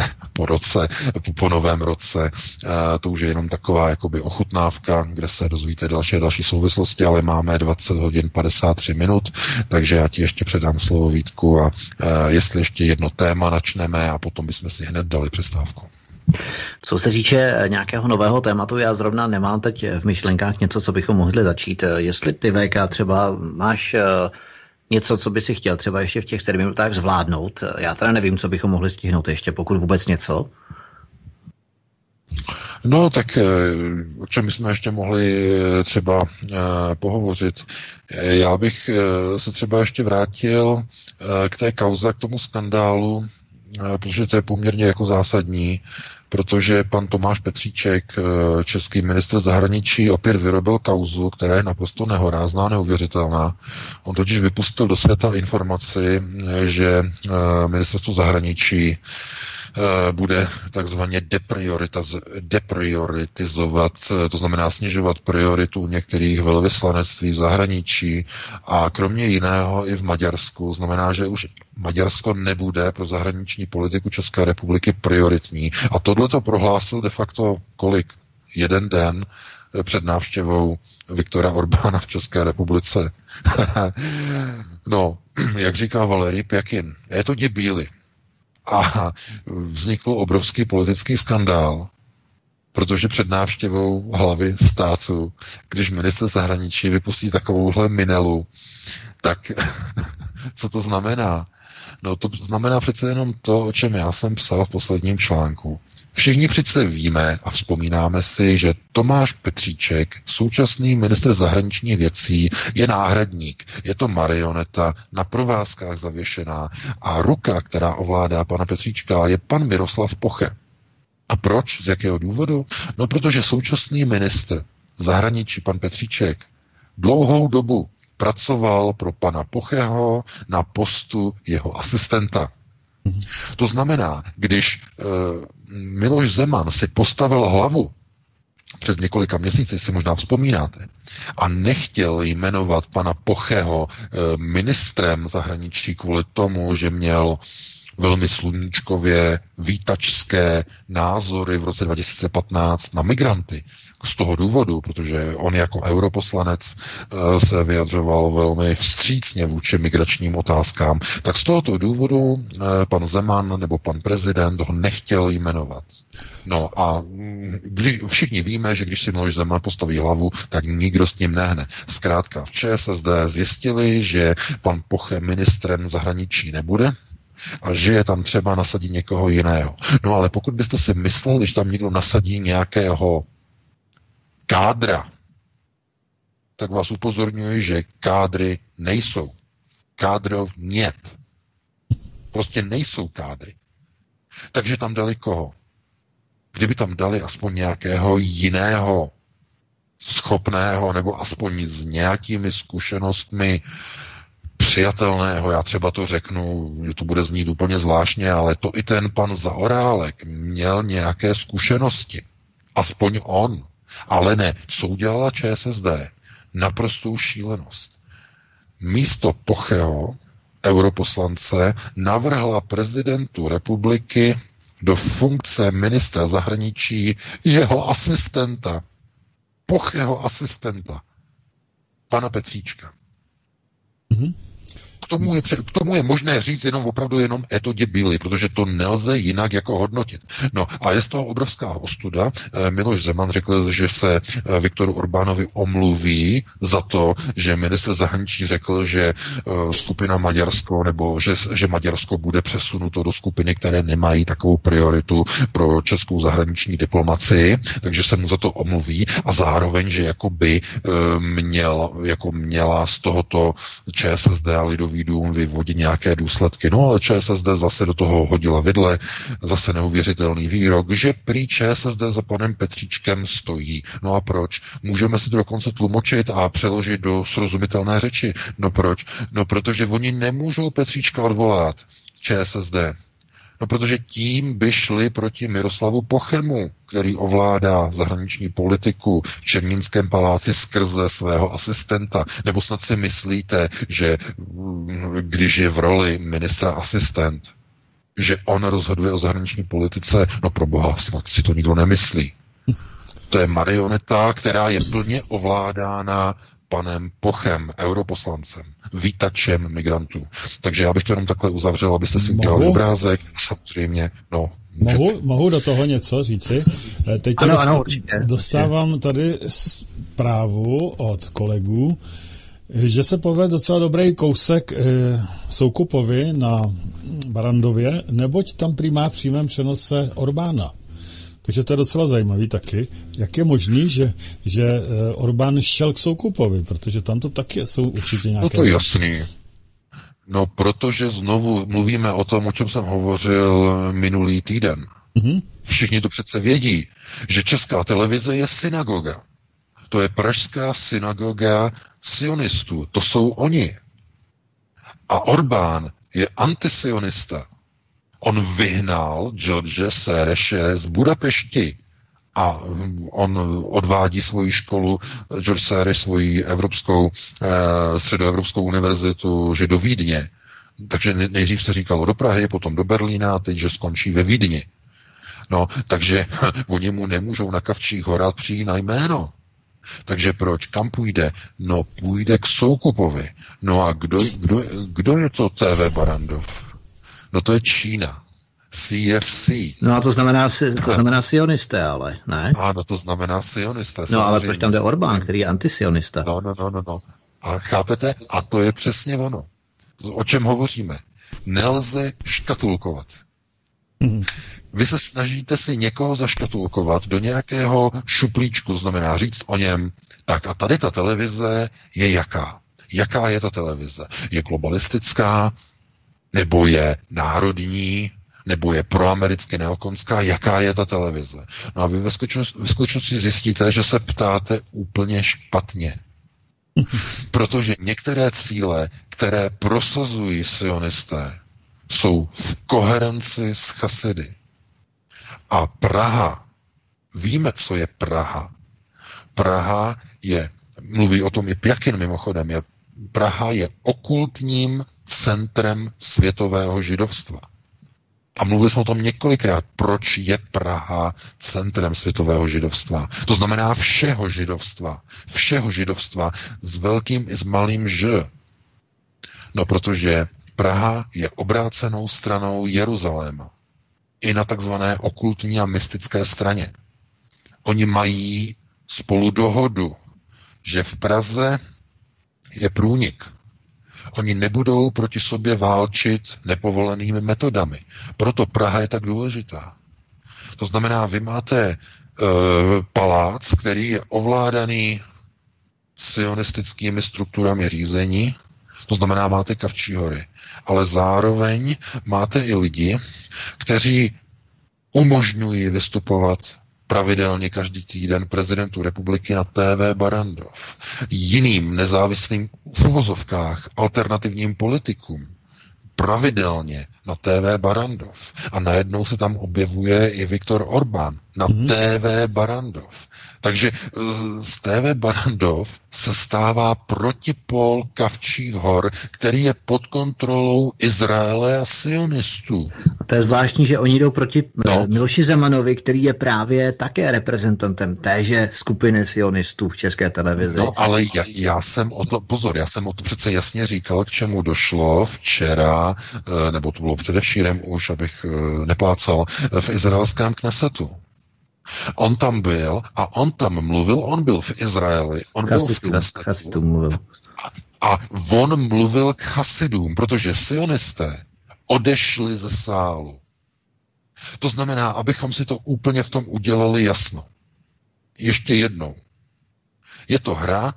po novém roce. To už je jenom taková jakoby ochutnávka, kde se dozvíte další souvislosti, ale máme 20 hodin 53 minut, takže já ti ještě předám slovo, Vítku, a jestli ještě jedno téma načneme a potom bychom si hned dali přestávku. Co se týče nějakého nového tématu, já zrovna nemám teď v myšlenkách něco, co bychom mohli začít. Jestli ty, VK, třeba máš něco, co by si chtěl třeba ještě v těch 7 minutách zvládnout. Já teda nevím, co bychom mohli stihnout ještě, pokud vůbec něco. No, tak o čem jsme ještě mohli třeba pohovořit. Já bych se třeba ještě vrátil k té kauze, k tomu skandálu, protože to je poměrně jako zásadní, protože pan Tomáš Petříček, český ministr zahraničí, opět vyrobil kauzu, která je naprosto nehorázná, neuvěřitelná. On totiž vypustil do světa informaci, že ministerstvo zahraničí bude takzvaně deprioritizovat, to znamená snižovat prioritu některých velvyslanectví v zahraničí a kromě jiného i v Maďarsku. Znamená, že už Maďarsko nebude pro zahraniční politiku České republiky prioritní. A tohle to prohlásil de facto jeden den před návštěvou Viktora Orbána v České republice. No, jak říká Valerij Pjakin, je to debíli. A vznikl obrovský politický skandál, protože před návštěvou hlavy státu, když ministr zahraničí vypustí takovouhle minelu, tak co to znamená? No to znamená přece jenom to, o čem já jsem psal v posledním článku. Všichni přece víme a vzpomínáme si, že Tomáš Petříček, současný ministr zahraničních věcí, je náhradník. Je to marioneta, na provázkách zavěšená a ruka, která ovládá pana Petříčka, je pan Miroslav Poche. A proč? Z jakého důvodu? No, protože současný ministr zahraničí, pan Petříček, dlouhou dobu pracoval pro pana Pocheho na postu jeho asistenta. To znamená, když Miloš Zeman si postavil hlavu před několika měsíci, si možná vzpomínáte, a nechtěl jmenovat pana Pocheho ministrem zahraničí kvůli tomu, že měl velmi sluníčkově vítačské názory v roce 2015 na migranty. Z toho důvodu, protože on jako europoslanec se vyjadřoval velmi vstřícně vůči migračním otázkám, tak z tohoto důvodu pan Zeman nebo pan prezident ho nechtěl jmenovat. No a všichni víme, že když si Miloš Zeman postaví hlavu, tak nikdo s ním nehne. Zkrátka v ČSSD zjistili, že pan Poche ministrem zahraničí nebude, a že je tam třeba nasadit někoho jiného. No ale pokud byste si mysleli, když tam někdo nasadí nějakého kádra, tak vás upozorňuji, že kádry nejsou. Kádrov niet. Prostě nejsou kádry. Takže tam dali koho? Kdyby tam dali aspoň nějakého jiného schopného, nebo aspoň s nějakými zkušenostmi přijatelného, já třeba to řeknu, že to bude znít úplně zvláštně, ale to i ten pan Zaorálek měl nějaké zkušenosti. Aspoň on. Ale ne, co udělala ČSSD? Naprostou šílenost. Místo Pocheho, europoslance, navrhla prezidentu republiky do funkce ministra zahraničí jeho asistenta. Pocheho asistenta. Pana Petříčka. Mm-hmm. K tomu je možné říct opravdu jenom eto debili, protože to nelze jinak jako hodnotit. No a je z toho obrovská ostuda. Miloš Zeman řekl, že se Viktoru Orbánovi omluví za to, že ministr zahraničí řekl, že skupina Maďarsko, nebo že Maďarsko bude přesunuto do skupiny, které nemají takovou prioritu pro českou zahraniční diplomacii, takže se mu za to omluví a zároveň, že jakoby měla z tohoto ČSSD a Lidový dům vyvodit nějaké důsledky. No ale ČSSD zase do toho hodila vidle, zase neuvěřitelný výrok, že prý ČSSD za panem Petříčkem stojí. No a proč? Můžeme si to dokonce tlumočit a přeložit do srozumitelné řeči. No proč? No protože oni nemůžou Petříčka odvolat, ČSSD. No protože tím by šli proti Miroslavu Pochemu, který ovládá zahraniční politiku v Černínském paláci skrze svého asistenta. Nebo snad si myslíte, že když je v roli ministra asistent, že on rozhoduje o zahraniční politice? No pro boha, snad si to nikdo nemyslí. To je marioneta, která je plně ovládána panem Pochem, europoslancem, vítačem migrantů. Takže já bych to jenom takhle uzavřel, abyste si udělali obrázek. Samozřejmě, no. Mohu do toho něco říci? Teď dostávám tady zprávu od kolegů, že se povede docela dobrý kousek Soukupovi na Barandově, neboť tam prý má v přímém přenose Orbána. Takže to je docela zajímavý taky. Jak je možný, že Orbán šel k Soukupovi, protože tam to taky jsou určitě nějaké... No to je jasný. No protože znovu mluvíme o tom, o čem jsem hovořil minulý týden. Mm-hmm. Všichni to přece vědí, že Česká televize je synagoga. To je pražská synagoga sionistů. To jsou oni. A Orbán je antisionista. On vyhnal George Soreše z Budapešti a on odvádí svoji školu, George Soros svoji středoevropskou univerzitu, že do Vídně. Takže nejdřív se říkalo do Prahy, potom do Berlína, teď, že skončí ve Vídni. No, takže oni mu nemůžou na Kavčích horách přijít na jméno. Takže proč? Kam půjde? No, půjde k Soukupovi. No a kdo je to TV Barrandov? No to je Čína. CFC. No a to znamená sionisté, ale, ne? Ano, to znamená sionisté. No ale proč tam jde Orbán, který je antisionista? No. A chápete? A to je přesně ono. O čem hovoříme? Nelze škatulkovat. Vy se snažíte si někoho zaškatulkovat do nějakého šuplíčku, znamená říct o něm, tak a tady ta televize je jaká? Jaká je ta televize? Je globalistická, nebo je národní, nebo je proamericky neokonská? Jaká je ta televize? No a vy ve skutečnosti zjistíte, že se ptáte úplně špatně. Protože některé cíle, které prosazují sionisté, jsou v koherenci s chasidy. A Praha, víme, co je Praha. Praha je, mluví o tom i Pjakin mimochodem, Praha je okultním centrem světového židovstva. A mluvili jsme o tom několikrát, proč je Praha centrem světového židovstva. To znamená všeho židovstva s velkým i s malým ž. No protože Praha je obrácenou stranou Jeruzaléma. I na takzvané okultní a mystické straně. Oni mají spolu dohodu, že v Praze je průnik. Oni nebudou proti sobě válčit nepovolenými metodami. Proto Praha je tak důležitá. To znamená, vy máte palác, který je ovládaný sionistickými strukturami řízení, to znamená, máte Kavčí hory. Ale zároveň máte i lidi, kteří umožňují vystupovat pravidelně každý týden prezidentu republiky na TV Barrandov. Jiným nezávislým v uvozovkách alternativním politikům pravidelně na TV Barrandov. A najednou se tam objevuje i Viktor Orbán na TV Barrandov. Takže z TV Barrandov se stává protipol Kavčích hor, který je pod kontrolou Izraele a sionistů. A to je zvláštní, že oni jdou proti Miloši Zemanovi, který je právě také reprezentantem téže skupiny sionistů v České televizi. No, ale já jsem o to přece jasně říkal, k čemu došlo včera, nebo to bylo předevčírem už, abych neplácal, v izraelském Knesetu. On tam byl a on tam mluvil, on byl v Izraeli, on byl v Knesetu a on mluvil k Hasidům, protože sionisté odešli ze sálu. To znamená, abychom si to úplně v tom udělali jasno. Ještě jednou. Je to hra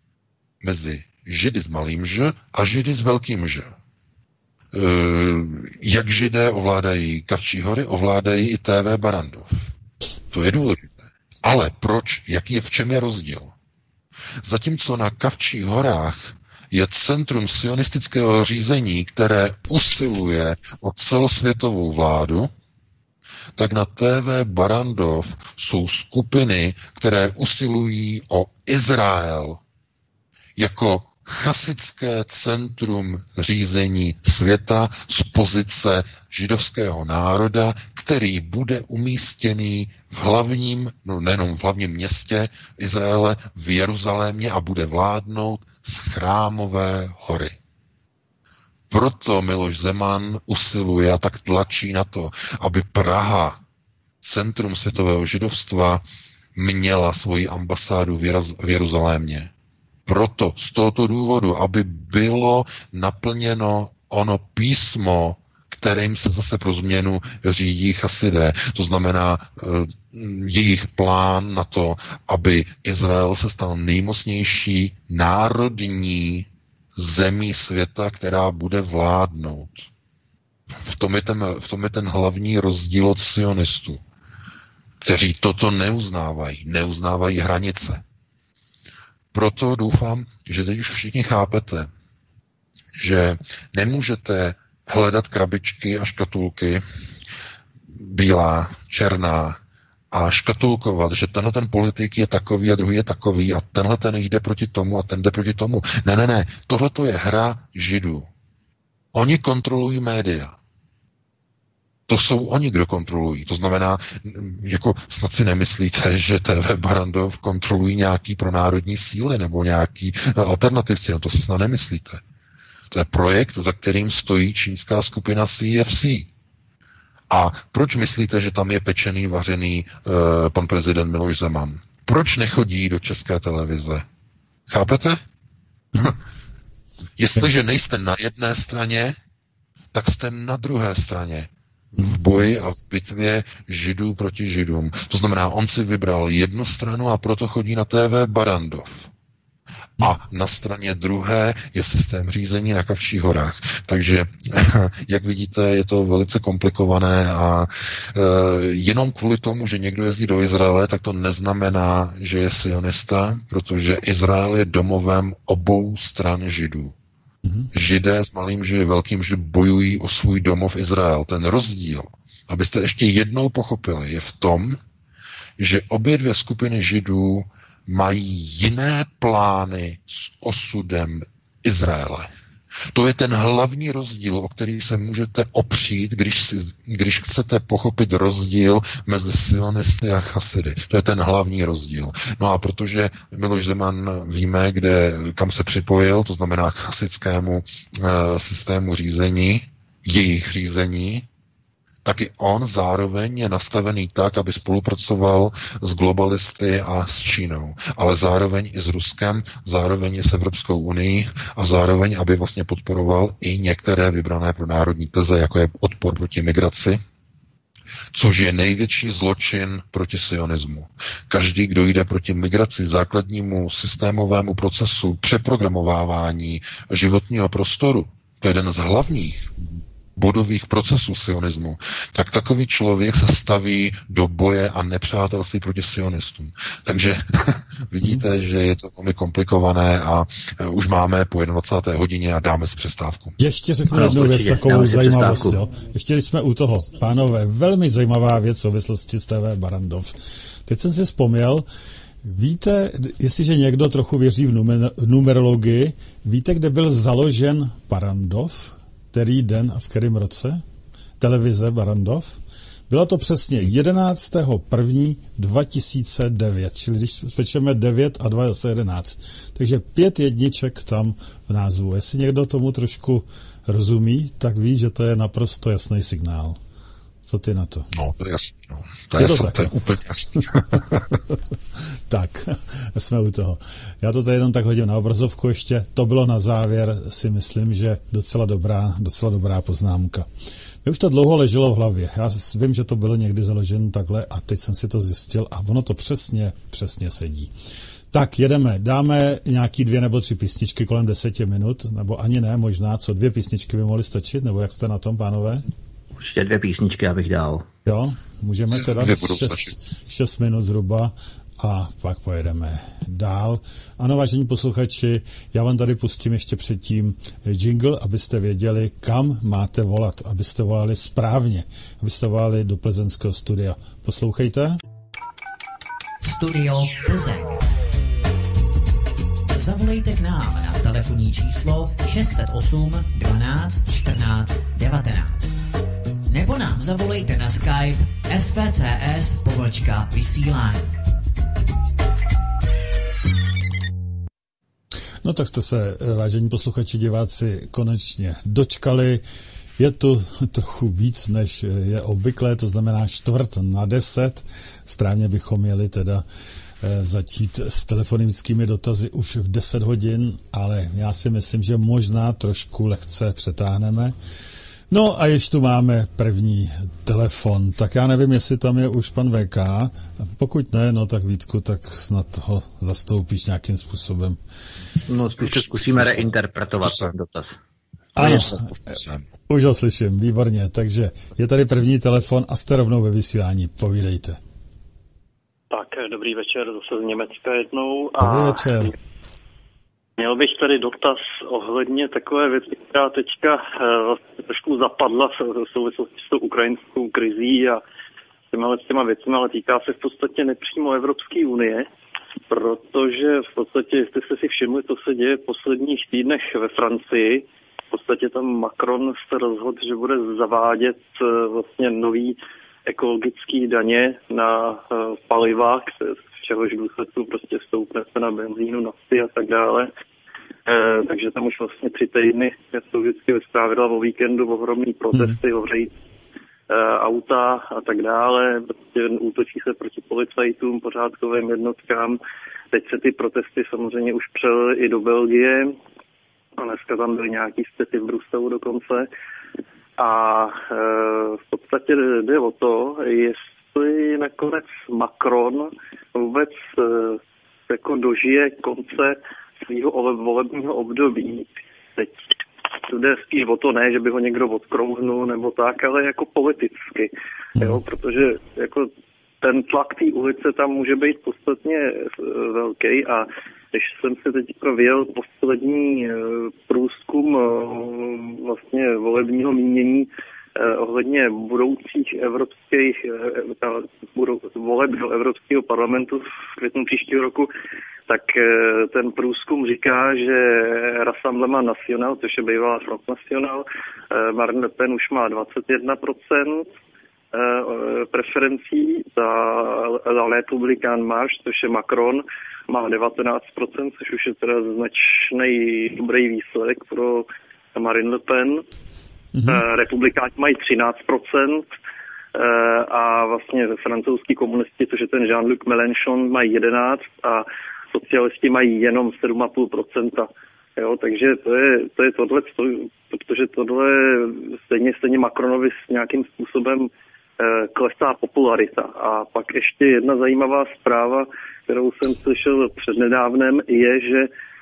mezi Židy s malým ž a Židy s velkým ž. Jak Židé ovládají Kavčí hory, ovládají i TV Barrandov. To je důležité. Ale proč? V čem je rozdíl? Zatímco na Kavčích horách je centrum sionistického řízení, které usiluje o celosvětovou vládu, tak na TV Barrandov jsou skupiny, které usilují o Izrael jako chasické centrum řízení světa z pozice židovského národa, který bude umístěný v hlavním, nejenom v hlavním městě Izraele, v Jeruzalémě a bude vládnout z Chrámové hory. Proto Miloš Zeman usiluje a tak tlačí na to, aby Praha, centrum světového židovstva, měla svoji ambasádu v Jeruzalémě. Proto z tohoto důvodu, aby bylo naplněno ono písmo, kterým se zase pro změnu řídí chasidé. To znamená jejich plán na to, aby Izrael se stal nejmocnější národní zemí světa, která bude vládnout. V tom je ten hlavní rozdíl od sionistů, kteří toto neuznávají hranice. Proto doufám, že teď už všichni chápete, že nemůžete hledat krabičky a škatulky, bílá, černá, a škatulkovat, že tenhle ten politik je takový a druhý je takový a tenhle ten jde proti tomu a ten jde proti tomu. Ne. Tohle to je hra Židů. Oni kontrolují média. To jsou oni, kdo kontrolují. To znamená, jako snad si nemyslíte, že TV Barrandov kontrolují nějaký pronárodní síly nebo nějaký alternativci. No to si snad nemyslíte. To je projekt, za kterým stojí čínská skupina CFC. A proč myslíte, že tam je pečený, vařený pan prezident Miloš Zeman? Proč nechodí do České televize? Chápete? Jestliže nejste na jedné straně, tak jste na druhé straně. V boji a v bitvě Židů proti Židům. To znamená, on si vybral jednu stranu a proto chodí na TV Barrandov. A na straně druhé je systém řízení na Kavčích horách. Takže, jak vidíte, je to velice komplikované a jenom kvůli tomu, že někdo jezdí do Izraele, tak to neznamená, že je sionista, protože Izrael je domovem obou stran Židů. Židé s malým Ž, velkým Ž bojují o svůj domov Izrael. Ten rozdíl, abyste ještě jednou pochopili, je v tom, že obě dvě skupiny Židů mají jiné plány s osudem Izraele. To je ten hlavní rozdíl, o který se můžete opřít, když chcete pochopit rozdíl mezi sionisty a chasidy. To je ten hlavní rozdíl. No a protože Miloš Zeman víme, kam se připojil, to znamená k chasidskému systému řízení, jejich řízení, taky on zároveň je nastavený tak, aby spolupracoval s globalisty a s Čínou, ale zároveň i s Ruskem, zároveň i s Evropskou unii a zároveň, aby vlastně podporoval i některé vybrané pronárodní teze, jako je odpor proti migraci, což je největší zločin proti sionismu. Každý, kdo jde proti migraci, základnímu systémovému procesu přeprogramovávání životního prostoru, to je jeden z hlavních bodových procesů sionismu, tak takový člověk se staví do boje a nepřátelství proti sionistům. Takže vidíte, že je to velmi komplikované a už máme po 21. hodině a dáme si přestávku. Ještě řeknu jednu věc, takovou zajímavost. Jo? Ještě když jsme u toho, pánové, velmi zajímavá věc v souvislosti s TV Barrandov. Teď jsem si vzpomněl, víte, jestliže někdo trochu věří v numerologii, víte, kde byl založen Barrandov? Který den a v kterém roce? Televize Barrandov? Bylo to přesně 11.1.2009, čili když spečeme 9 a 2 zase 11. Takže 5 jedniček tam v názvu. Jestli někdo tomu trošku rozumí, tak ví, že to je naprosto jasný signál. Co ty na to? No, to je jasný. No. To je úplně jasný. Tak, jsme u toho. Já to tady jenom tak hodím na obrazovku ještě. To bylo na závěr, si myslím, že docela dobrá poznámka. Mě už to dlouho leželo v hlavě. Já vím, že to bylo někdy založeno takhle a teď jsem si to zjistil a ono to přesně sedí. Tak, jedeme. Dáme nějaký 2 nebo 3 písničky kolem 10 minut, nebo ani ne, možná, co 2 písničky by mohly stačit, nebo jak jste na tom, pánové? Určitě 2 písničky, abych dal. Jo, můžeme teda 6 minut zhruba a pak pojedeme dál. Ano, vážení posluchači, já vám tady pustím ještě předtím jingle, abyste věděli, kam máte volat, abyste volali správně, abyste volali do plzeňského studia. Poslouchejte. Studio Plzeň. Zavolejte k nám na telefonní číslo 608 12 14 19. Nebo nám zavolejte na Skype svcs_vysílání. No tak jste se, vážení posluchači, diváci, konečně dočkali. Je tu trochu víc, než je obvyklé, to znamená 9:45. Správně bychom měli teda začít s telefonickými dotazy už v 10 hodin, ale já si myslím, že možná trošku lehce přetáhneme. No a ještě tu máme první telefon, tak já nevím, jestli tam je už pan VK, pokud ne, no tak Vítku, tak snad ho zastoupíš nějakým způsobem. No spíš zkusíme reinterpretovat ten dotaz. Ano, už ho slyším, výborně, takže je tady první telefon a jste rovnou ve vysílání, povídejte. Tak, dobrý večer, zase z Německa jednou. Dobrý večer. Měl bych tady dotaz ohledně takové věci, která teďka vlastně trošku zapadla v souvislosti s tou ukrajinskou krizí a těma věcmi, ale týká se v podstatě nepřímo Evropské unie, protože v podstatě, jestli jste si všimli, co se děje v posledních týdnech ve Francii, v podstatě tam Macron se rozhodl, že bude zavádět vlastně nový ekologický daně na paliva, z čehož důsledku prostě stoupne cena benzínu, nafty a tak dále. Takže tam už vlastně 3 týdny jsou vždycky ve zprávě o víkendu ohromný protesty, ohřejí auta a tak dále. Prostě útočí se proti policajtům, pořádkovým jednotkám. Teď se ty protesty samozřejmě už přelily i do Belgie. A dneska tam byly nějaký střety v Bruselu dokonce. A v podstatě jde o to, jestli nakonec Macron vůbec jako dožije konce svého volebního období. Teď jde spíš o to, ne, že by ho někdo odkrouhnul nebo tak, ale jako politicky, jo, protože jako ten tlak té ulice tam může být podstatně velký a když jsem si teď vyjel poslední průzkum vlastně volebního mínění ohledně budoucích evropských voleb do Evropského parlamentu v květnu příštího roku, tak ten průzkum říká, že Rassemblement National, což je bývalá Front National, Marine Le Pen už má 21% preferencí, za Républicain Marche, což je Macron, má 19%, což už je teda značný dobrý výsledek pro Marine Le Pen. Republikáni mají 13% a vlastně francouzský komunisti, což je ten Jean-Luc Mélenchon, mají 11% a socialisti mají jenom 7,5%. Jo, takže to je tohle, protože tohle stejně Macronovi s nějakým způsobem klesá popularita. A pak ještě jedna zajímavá zpráva, kterou jsem slyšel přednedávnem, je, že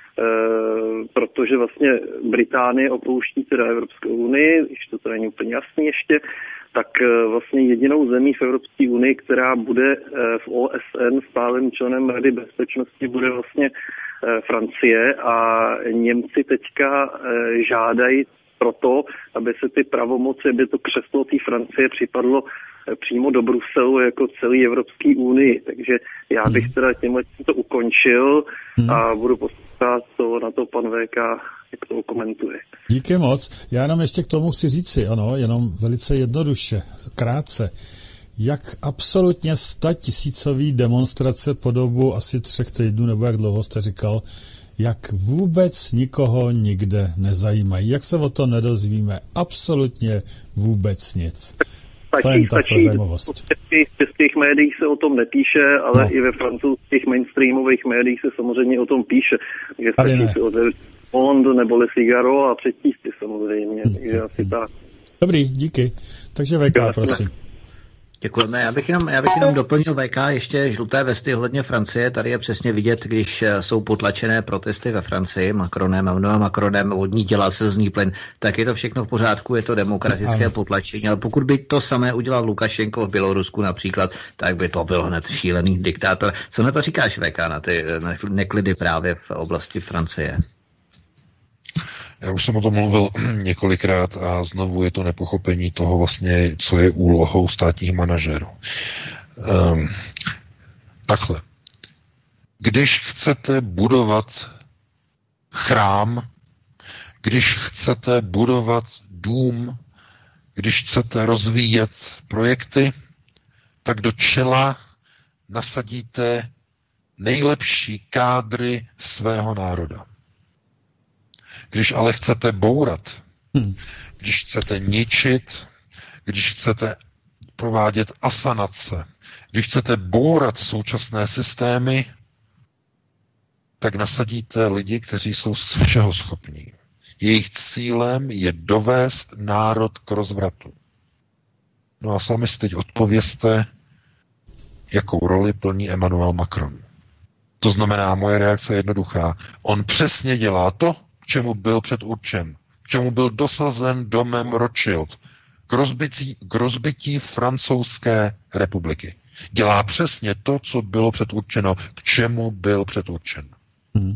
protože vlastně Británie opouští teda Evropskou unii, když to není úplně jasný ještě, tak vlastně jedinou zemí v Evropské unii, která bude v OSN stálým členem Rady bezpečnosti, bude vlastně Francie a Němci teďka žádají proto, aby se ty pravomoci, aby to křeslo té Francie připadlo přímo do Bruselu jako celý Evropské unii. Takže já bych teda tímhle to ukončil a budu poslouchat na to pan VK, jak to komentuje. Díky moc. Já jenom ještě k tomu chci říci, ano, jenom velice jednoduše, krátce. Jak absolutně 100 000 demonstrace po dobu asi 3 týdnů, nebo jak dlouho jste říkal, jak vůbec nikoho nikde nezajímají. Jak se o to nedozvíme? Absolutně vůbec nic. To je tak pro zajímavost. V českých médiích se o tom nepíše, ale i ve francouzských mainstreamových médiích se samozřejmě o tom píše. Takže stačí si otevřít Monde nebo Le Figaro a přečíst si samozřejmě. Takže asi tak. Dobrý, díky. Takže VK, prosím. Děkujeme. Já bych jenom doplnil VK ještě žluté vesty ohledně Francie. Tady je přesně vidět, když jsou potlačené protesty ve Francii Macronem, od ní dělá se z ní plyn, tak je to všechno v pořádku, je to demokratické potlačení. Ale pokud by to samé udělal Lukašenko v Bělorusku například, tak by to byl hned šílený diktátor. Co na to říkáš, VK, na ty neklidy právě v oblasti Francie? Já už jsem o tom mluvil několikrát a znovu je to nepochopení toho vlastně, co je úlohou státních manažerů. Takhle. Když chcete budovat chrám, když chcete budovat dům, když chcete rozvíjet projekty, tak do čela nasadíte nejlepší kádry svého národa. Když ale chcete bourat, když chcete ničit, když chcete provádět asanace, když chcete bourat současné systémy, tak nasadíte lidi, kteří jsou z všeho schopní. Jejich cílem je dovést národ k rozvratu. No a sami si teď odpovězte, jakou roli plní Emmanuel Macron. To znamená, moje reakce je jednoduchá. On přesně dělá to, k čemu byl předurčen, k čemu byl dosazen domem Rothschild, k rozbití Francouzské republiky. Dělá přesně to, co bylo předurčeno, k čemu byl předurčen.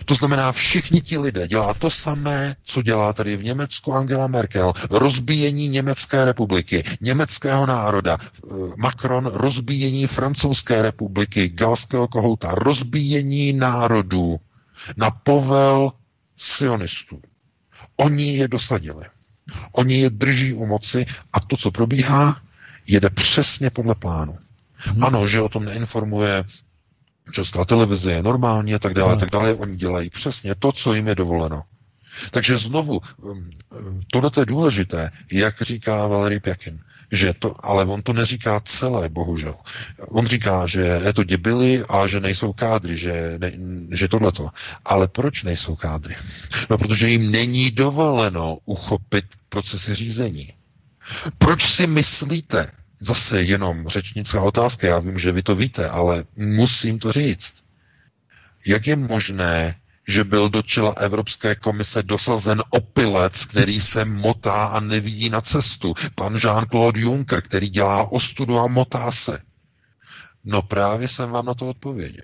To znamená, všichni ti lidé dělá to samé, co dělá tady v Německu Angela Merkel. Rozbíjení Německé republiky, německého národa. Macron rozbíjení Francouzské republiky, galského kohouta. Rozbíjení národů na povel sionistů. Oni je dosadili. Oni je drží u moci a to, co probíhá, jede přesně podle plánu. Ano, že o tom neinformuje Česká televize, je normální a tak dále, oni dělají přesně to, co jim je dovoleno. Takže znovu, tohle je důležité, jak říká Valery Pěkin, že to, ale on to neříká celé, bohužel. On říká, že je to děbili a že nejsou kádry, že tohleto. Ale proč nejsou kádry? No, protože jim není dovoleno uchopit procesy řízení. Proč si myslíte, zase jenom řečnická otázka, já vím, že vy to víte, ale musím to říct. Jak je možné, že byl do čela Evropské komise dosazen opilec, který se motá a nevidí na cestu? Pan Jean-Claude Juncker, který dělá ostudu a motá se. No právě jsem vám na to odpověděl.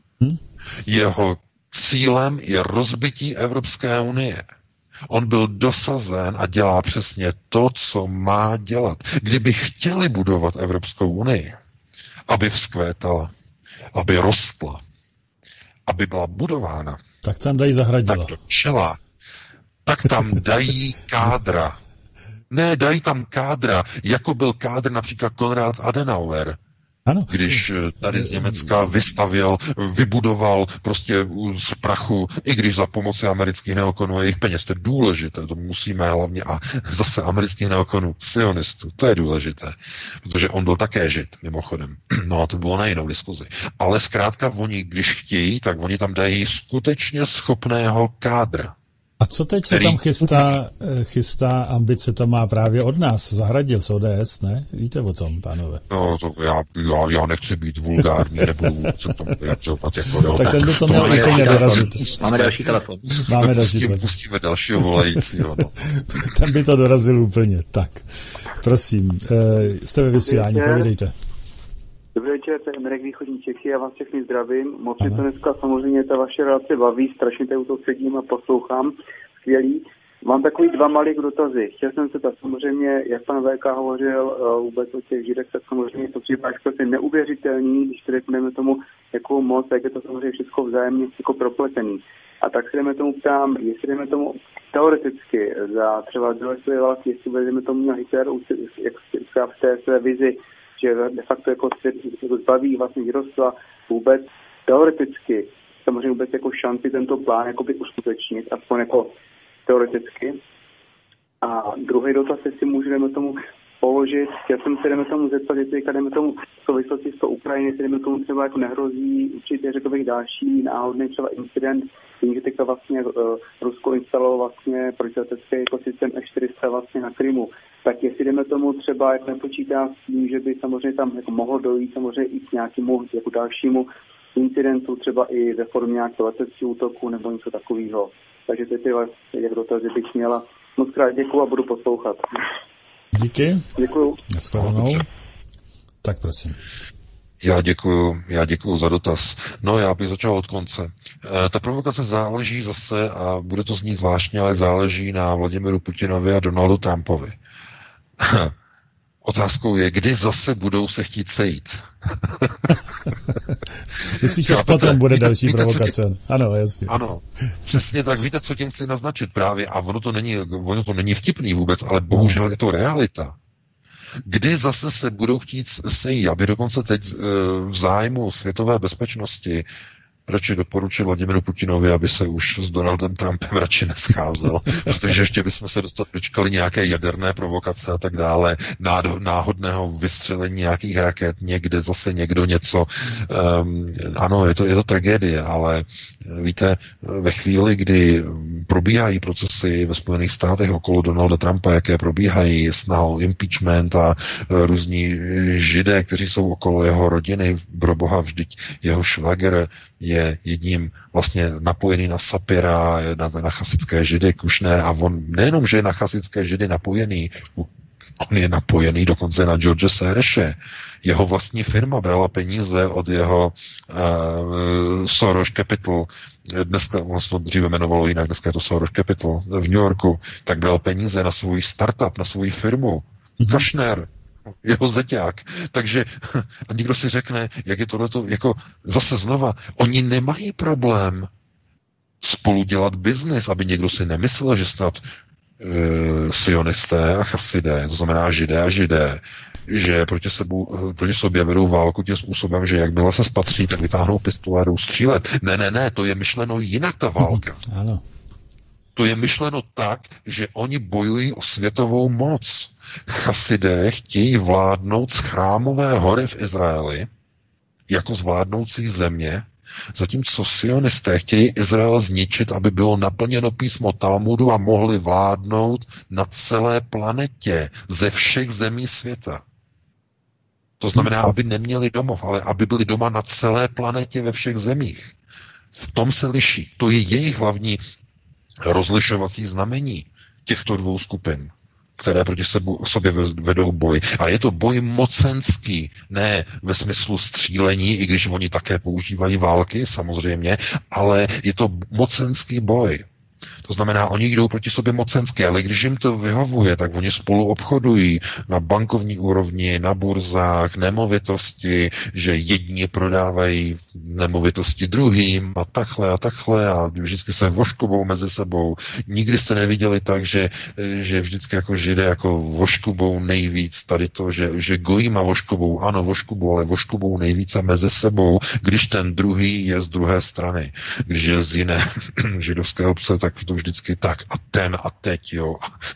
Jeho cílem je rozbití Evropské unie. On byl dosazen a dělá přesně to, co má dělat. Kdyby chtěli budovat Evropskou unii, aby vzkvétala, aby rostla, aby byla budována, tak tam dají Zahradila. Tak do čela, tak tam dají kádra. Ne, dají tam kádra, jako byl kádr například Konrad Adenauer, ano. Když tady z Německa vystavěl, vybudoval prostě z prachu, i když za pomoci amerických neokonů a jejich peněz. To je důležité, to musíme hlavně, a zase amerických neokonů, sionistů, to je důležité, protože on byl také žid, mimochodem. No a to bylo na jinou diskuzi. Ale zkrátka oni, když chtějí, tak oni tam dají skutečně schopného kádra. A co teď se tam chystá ambice, to má právě od nás, Zahradil z ODS, ne? Víte o tom, pánové? No, to já nechci být vulgární, nebudu se tomu vyjadřovat jako... Tak ten by to měl úplně dorazit. Máme další telefon. Pustíme dalšího volajícího. No. Ten by to dorazil úplně. Tak, prosím, jste ve vysílání, povídejte. Dobrý večer, to je Mirek, východní Čechy, já vás všechny zdravím. Moc mě to dneska samozřejmě ta vaše relace baví, strašně tady u toho sedím a poslouchám, skvělý. Mám takový dva malé dotazy. Chtěl jsem se tak samozřejmě, jak pan VK hovořil vůbec o těch židech, tak samozřejmě to připadá neuvěřitelný, když to řekneme tomu jakou moc, jak je to samozřejmě všechno vzájemně jako propletený. A tak se jdeme tomu ptám, jestli jdeme tomu teoreticky za třeba druhé světové války, jestli jdeme tomu měl Hitler, jak v té své vizi, že de facto jako se zbaví vlastně vyrostla vůbec teoreticky, samozřejmě vůbec jako šanci tento plán jakoby uskutečnit, aspoň jako teoreticky. A druhý dotaz, jestli můžeme tomu položit, chtěl jsem se jdeme tomu zeptat, jestli jdeme tomu v souvislosti s tou Ukrajinou, jestli jdeme tomu třeba jako nehrozí určitě řekl bych další náhodný třeba incident, tím, že teďka vlastně Rusko instalovalo vlastně protiletecký jako systém S-400 vlastně na Krymu. Tak jestli jdeme tomu třeba, jak nepočítá s tím, že by samozřejmě tam jako mohlo dojít samozřejmě i k nějakému jako dalšímu incidentu, třeba i ve formě nějakého leteckého útoku nebo něco takového. Takže ty dotazy bych měla. Moc krát děkuju a budu poslouchat. Díky. Děkuju. Naschledanou. Tak prosím. Já děkuju za dotaz. No, já bych začal od konce. Ta provokace záleží zase, a bude to znít zvláštně, ale záleží na Vladimiru Putinovi a Donaldu Trumpovi. Otázkou je, kdy zase budou se chtít sejít. Myslíš, že potom bude další provokace? Ano, jasně. Ano, přesně tak. Víte, co tím chci naznačit právě? A ono to není vtipný vůbec, ale bohužel je to realita. Kdy zase se budou chtít sejít, aby dokonce teď v zájmu světové bezpečnosti radši doporučil Vladimiru Putinovi, aby se už s Donaldem Trumpem radši nescházel, protože ještě bychom se dočkali nějaké jaderné provokace a tak dále, náhodného vystřelení nějakých raket, někde zase někdo něco. Ano, je to tragédie, ale víte, ve chvíli, kdy probíhají procesy ve Spojených státech okolo Donalda Trumpa, jaké probíhají, snaha o impeachment a různí židé, kteří jsou okolo jeho rodiny, pro boha, vždyť jeho švagr je jedním vlastně napojený na Sapira, na chasické židy, Kushner, a on nejenom, že je na chasické židy napojený, on je napojený dokonce na George Soreše. Jeho vlastní firma brala peníze od jeho Soros Capital dneska, ono se to dříve jmenovalo jinak, dneska je to Soros Capital v New Yorku, tak bral peníze na svůj startup, na svou firmu. Kushner, jeho zeťák. Takže a někdo si řekne, jak je tohleto, jako zase znova, oni nemají problém spolu dělat biznis, aby někdo si nemyslel, že snad sionisté a chasidé, to znamená židé, že proti sobě vedou válku tím způsobem, že jakmile se spatří, tak vytáhnou pistole a jdou střílet. Ne, to je myšleno jinak, ta válka. Ano. To je myšleno tak, že oni bojují o světovou moc. Chasidé chtějí vládnout z Chrámové hory v Izraeli jako zvládnoucí země, zatímco sionisté chtějí Izrael zničit, aby bylo naplněno písmo Talmudu a mohli vládnout na celé planetě ze všech zemí světa. To znamená, aby neměli domov, ale aby byli doma na celé planetě ve všech zemích. V tom se liší. To je jejich hlavní rozlišovací znamení těchto dvou skupin, které proti sobě vedou boj. A je to boj mocenský, ne ve smyslu střílení, i když oni také používají války, samozřejmě, ale je to mocenský boj. To znamená, oni jdou proti sobě mocensky, ale když jim to vyhovuje, tak oni spolu obchodují na bankovní úrovni, na burzách, nemovitosti, že jedni prodávají nemovitosti druhým a takhle a vždycky se voškubou mezi sebou. Nikdy jste neviděli tak, že vždycky jako židé jako voškubou nejvíc tady to, že gojima voškubou, ano voškubou, ale voškubou nejvíce mezi sebou, když ten druhý je z druhé strany. Když je z jiné židovské obce, tak to vždycky tak a ten a teď, jo.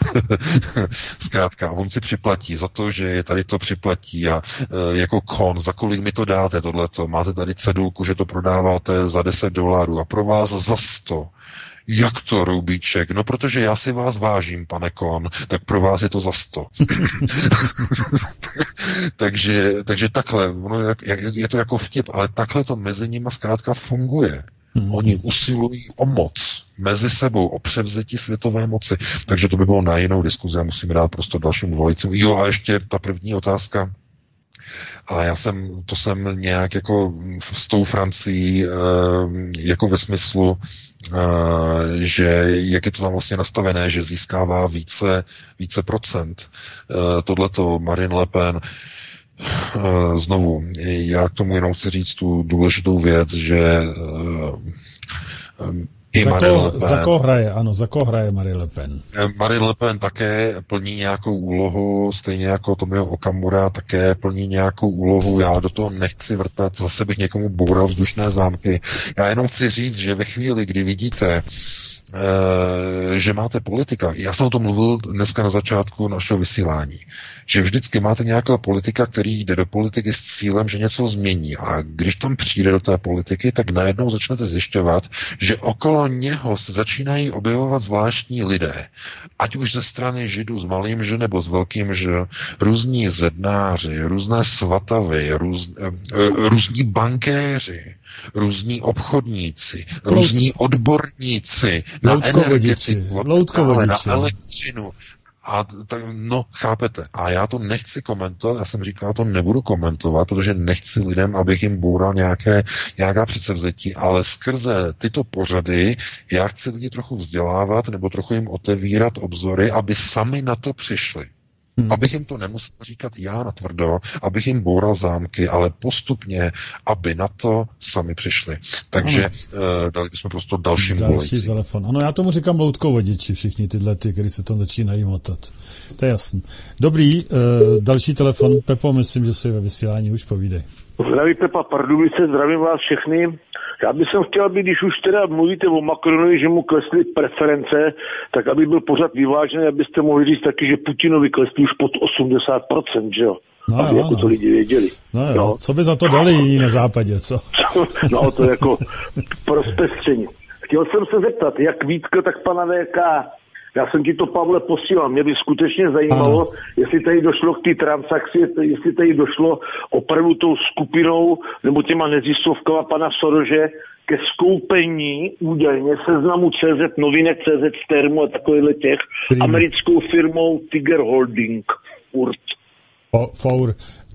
Zkrátka, on si připlatí za to, že je tady to připlatí a jako kon, za kolik mi to dáte tohleto, máte tady cedulku, že to prodáváte za $10 a pro vás za 100. Jak to, Roubíček? No, protože já si vás vážím, pane Kon, tak pro vás je to za 100. takže takhle, je to jako vtip, ale takhle to mezi nimi zkrátka funguje. Oni usilují o moc mezi sebou, o převzetí světové moci. Takže to by bylo na jinou diskuzi a musíme dát prostor dalšímu volajícímu. Jo, a ještě ta první otázka. A to jsem nějak jako s tou Francií jako ve smyslu, že jak je to tam vlastně nastavené, že získává více procent. Tohleto Marine Le Pen. Znovu, já k tomu jenom chci říct tu důležitou věc, že za koho hraje Marine Le Pen? Marine Le Pen také plní nějakou úlohu, stejně jako Tomio Okamura také plní nějakou úlohu, já do toho nechci vrtat, zase bych někomu boural vzdušné zámky. Já jenom chci říct, že ve chvíli, kdy vidíte, že máte politika. Já jsem o tom mluvil dneska na začátku našeho vysílání, že vždycky máte nějakého politika, který jde do politiky s cílem, že něco změní. A když tam přijde do té politiky, tak najednou začnete zjišťovat, že okolo něho se začínají objevovat zvláštní lidé. Ať už ze strany Židů s malým Ž nebo s velkým Ž, různí zednáři, různé svatavy, různí bankéři, různí obchodníci, různí odborníci na energetiku, na elektřinu. A tak, no, chápete. A já to nechci komentovat, já jsem říkal, to nebudu komentovat, protože nechci lidem, abych jim boural nějaká předsevzetí, ale skrze tyto pořady já chci lidi trochu vzdělávat nebo trochu jim otevírat obzory, aby sami na to přišli. Abych jim to nemusel říkat já natvrdo, abych jim boural zámky, ale postupně, aby na to sami přišli. Takže dali bychom prostě další telefon. Ano, já tomu říkám loutkovodiči, všichni tyhle, kteří se tam začínají motat. To je jasný. Dobrý, další telefon. Pepo, myslím, že se ve vysílání už povídej. Zdraví Pepa Pardubice, zdravím vás všechny. Já bych chtěl, aby když už teda mluvíte o Macronovi, že mu klesly preference, tak aby byl pořád vyvážený, abyste mohli říct taky, že Putinovi klesly už pod 80%, že jo? No, aby jako to lidi věděli. No. Co by za to dali jiní na západě, co? No, to jako pro zpestření. Chtěl jsem se zeptat, jak Vítko, tak pana VK. Já jsem ti to, Pavle, posílal. Mě by skutečně zajímalo, jestli tady došlo k té transakci, jestli tady došlo opravdu tou skupinou nebo těma neziskovkama pana Soroše ke skoupení údajně seznamu CZ, novinek CZ, Stermu a takovýhle těch americkou firmou Tiger Holding.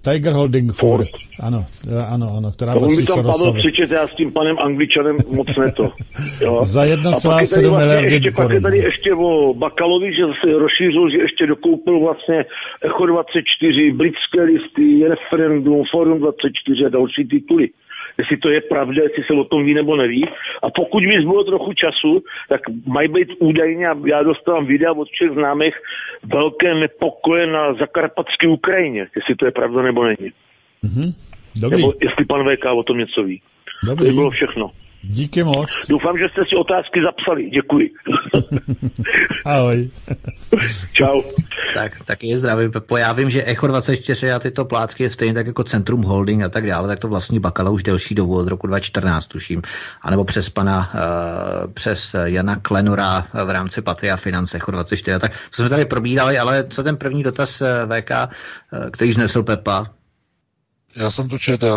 Tiger Holding Ford. Ano, která patří Sorosovi. To Pavel přečet, já s tím panem Angličanem moc neto. Jo. Za 1,7 miliardy korun. Pak je tady ještě o Bakalovi, že se rozšířil, že ještě dokoupil vlastně Echo 24, britské listy, referendum, Forum 24 a další tituly. Jestli to je pravda, jestli se o tom ví nebo neví. A pokud mi zbylo trochu času, tak mají být údajně, a já dostávám videa od všech známých, velké nepokoje na zakarpatské Ukrajině, jestli to je pravda nebo není. Dobrý. Nebo jestli pan VK o tom něco ví. Dobrý. To bylo všechno. Díky moc. Doufám, že jste si otázky zapsali. Děkuji. Ahoj. Čau. Tak je zdravý, Pepo. Já vím, že Echo 24 a tyto plácky je stejně tak jako Centrum Holding a tak dále, tak to vlastní Bakala už delší dobu, od roku 2014 tuším. A nebo přes Jana Klenora v rámci Patria Finance Echo 24. Tak co jsme tady probírali, ale co ten první dotaz VK, který znesl Pepa? Já jsem to četl,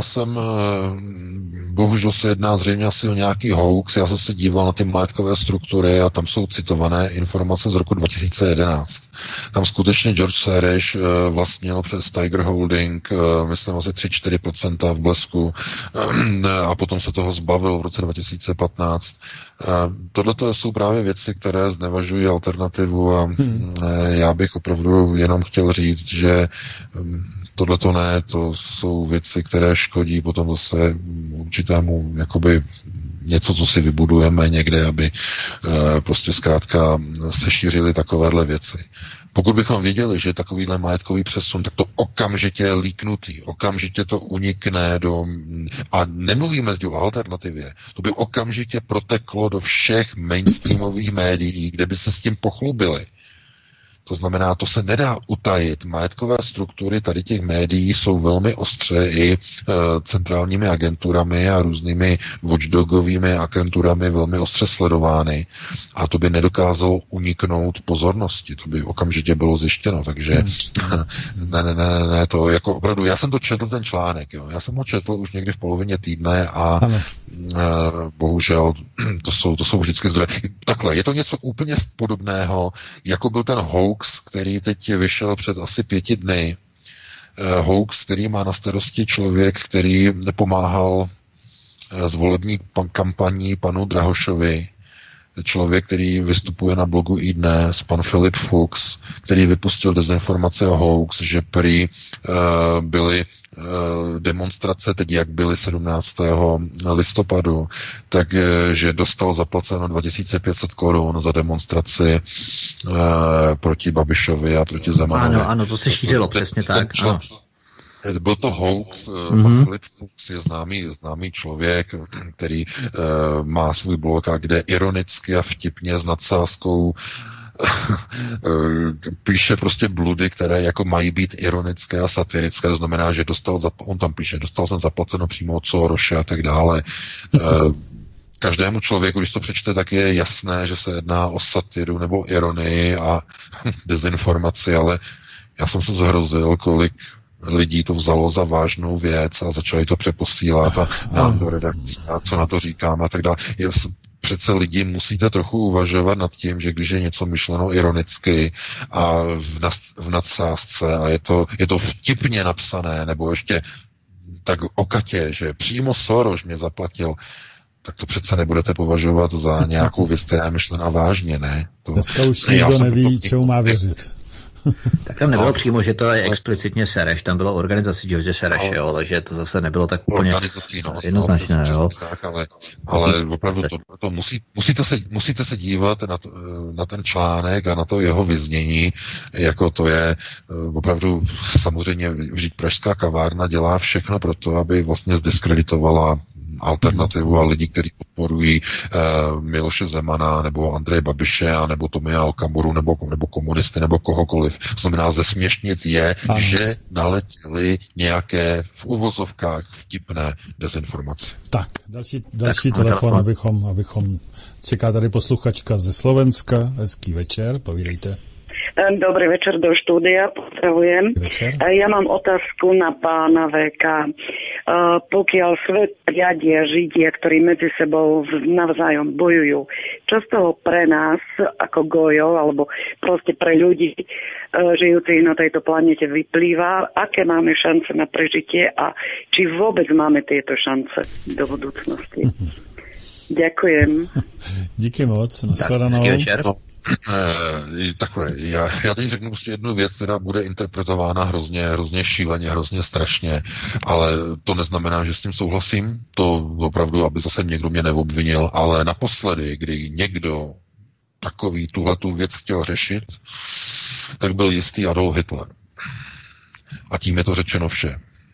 bohužel se jedná zřejmě asi o nějaký hoax, já jsem se díval na ty majetkové struktury a tam jsou citované informace z roku 2011. Tam skutečně George Soros vlastnil přes Tiger Holding, myslím asi 3-4% v Blesku a potom se toho zbavil v roce 2015. Tohle jsou právě věci, které znevažují alternativu a já bych opravdu jenom chtěl říct, že tohle to ne, to jsou věci, které škodí potom zase určitému jakoby něco, co si vybudujeme někde, aby prostě zkrátka se šířily takovéhle věci. Pokud bychom věděli, že je takovýhle majetkový přesun, tak to okamžitě je líknutý, okamžitě to unikne a nemluvíme o alternativě, to by okamžitě proteklo do všech mainstreamových médií, kde by se s tím pochlubili. To znamená, to se nedá utajit. Majetkové struktury tady těch médií jsou velmi ostře i centrálními agenturami a různými watchdogovými agenturami velmi ostře sledovány. A to by nedokázalo uniknout pozornosti. To by okamžitě bylo zjištěno. Takže ne, to jako opravdu, já jsem to četl ten článek, jo. Já jsem ho četl už někdy v polovině týdne a bohužel to jsou vždycky zdroje. Takhle, je to něco úplně podobného, jako byl ten hoax, který teď vyšel před asi 5 dny. Hoax, který má na starosti člověk, který pomáhal s volební kampaní panu Drahošovi. Člověk, který vystupuje na blogu iDnes, pan Filip Fuchs, který vypustil dezinformace o hoax, že prý byly demonstrace, teď jak byly 17. listopadu, takže dostal zaplaceno 2500 korun za demonstraci proti Babišovi a proti Zemanovi. Ano, to se šířilo přesně tak. Byl to hoax. Pan Filip Fuchs je známý člověk, který má svůj blog, a kde ironicky a vtipně s nadsázkou píše prostě bludy, které jako mají být ironické a satirické, to znamená, že on tam píše, dostal jsem zaplaceno přímo od Sorose a tak dále. Každému člověku, když to přečte, tak je jasné, že se jedná o satiru nebo ironii a dezinformaci, ale já jsem se zhrozil, kolik lidí to vzalo za vážnou věc a začali to přeposílat a nám do redakce a co na to říkáme a tak dále. Přece lidi musíte trochu uvažovat nad tím, že když je něco myšleno ironicky a v nadsázce a je to vtipně napsané, nebo ještě tak okatě, že přímo Soros mě zaplatil, tak to přece nebudete považovat za nějakou věc, která je myšlená vážně, ne? Dneska už nikdo neví, čemu má věřit. Tak tam nebylo přímo, že to je explicitně Sereš, tam bylo organizace George Soreše, jo, takže to zase nebylo tak úplně jednoznačné, jo. Tak, ale opravdu to musíte se dívat na ten článek a na to jeho vyznění, jako to je opravdu samozřejmě, vždyť pražská kavárna dělá všechno pro to, aby vlastně zdiskreditovala alternativu a lidi, kteří podporují Miloše Zemana nebo Andreje Babiše a nebo Tomia Okamuru nebo komunisty nebo kohokoliv. To znamená zesměšnit je, že naletěly nějaké v uvozovkách vtipné dezinformace. Tak, další telefon, abychom čeká tady posluchačka ze Slovenska. Hezký večer, povídejte. Dobrý večer do štúdia, pozdravujem. Ja mám otázku na pána VK. Pokiaľ svet riadia Židia, ktorí medzi sebou navzájom bojujú, čo z toho pre nás, ako gojov, alebo proste pre ľudí žijúcich na tejto planete vyplýva, aké máme šance na prežitie a či vôbec máme tieto šance do budúcnosti. Ďakujem. Díky moc. Nashledanou. Takhle, já teď řeknu prostě jednu věc, která bude interpretována hrozně šíleně, hrozně strašně, ale to neznamená, že s tím souhlasím, to opravdu, aby zase někdo mě neobvinil, ale naposledy, kdy někdo takový tuhletu věc chtěl řešit, tak byl jistý Adolf Hitler. A tím je to řečeno vše.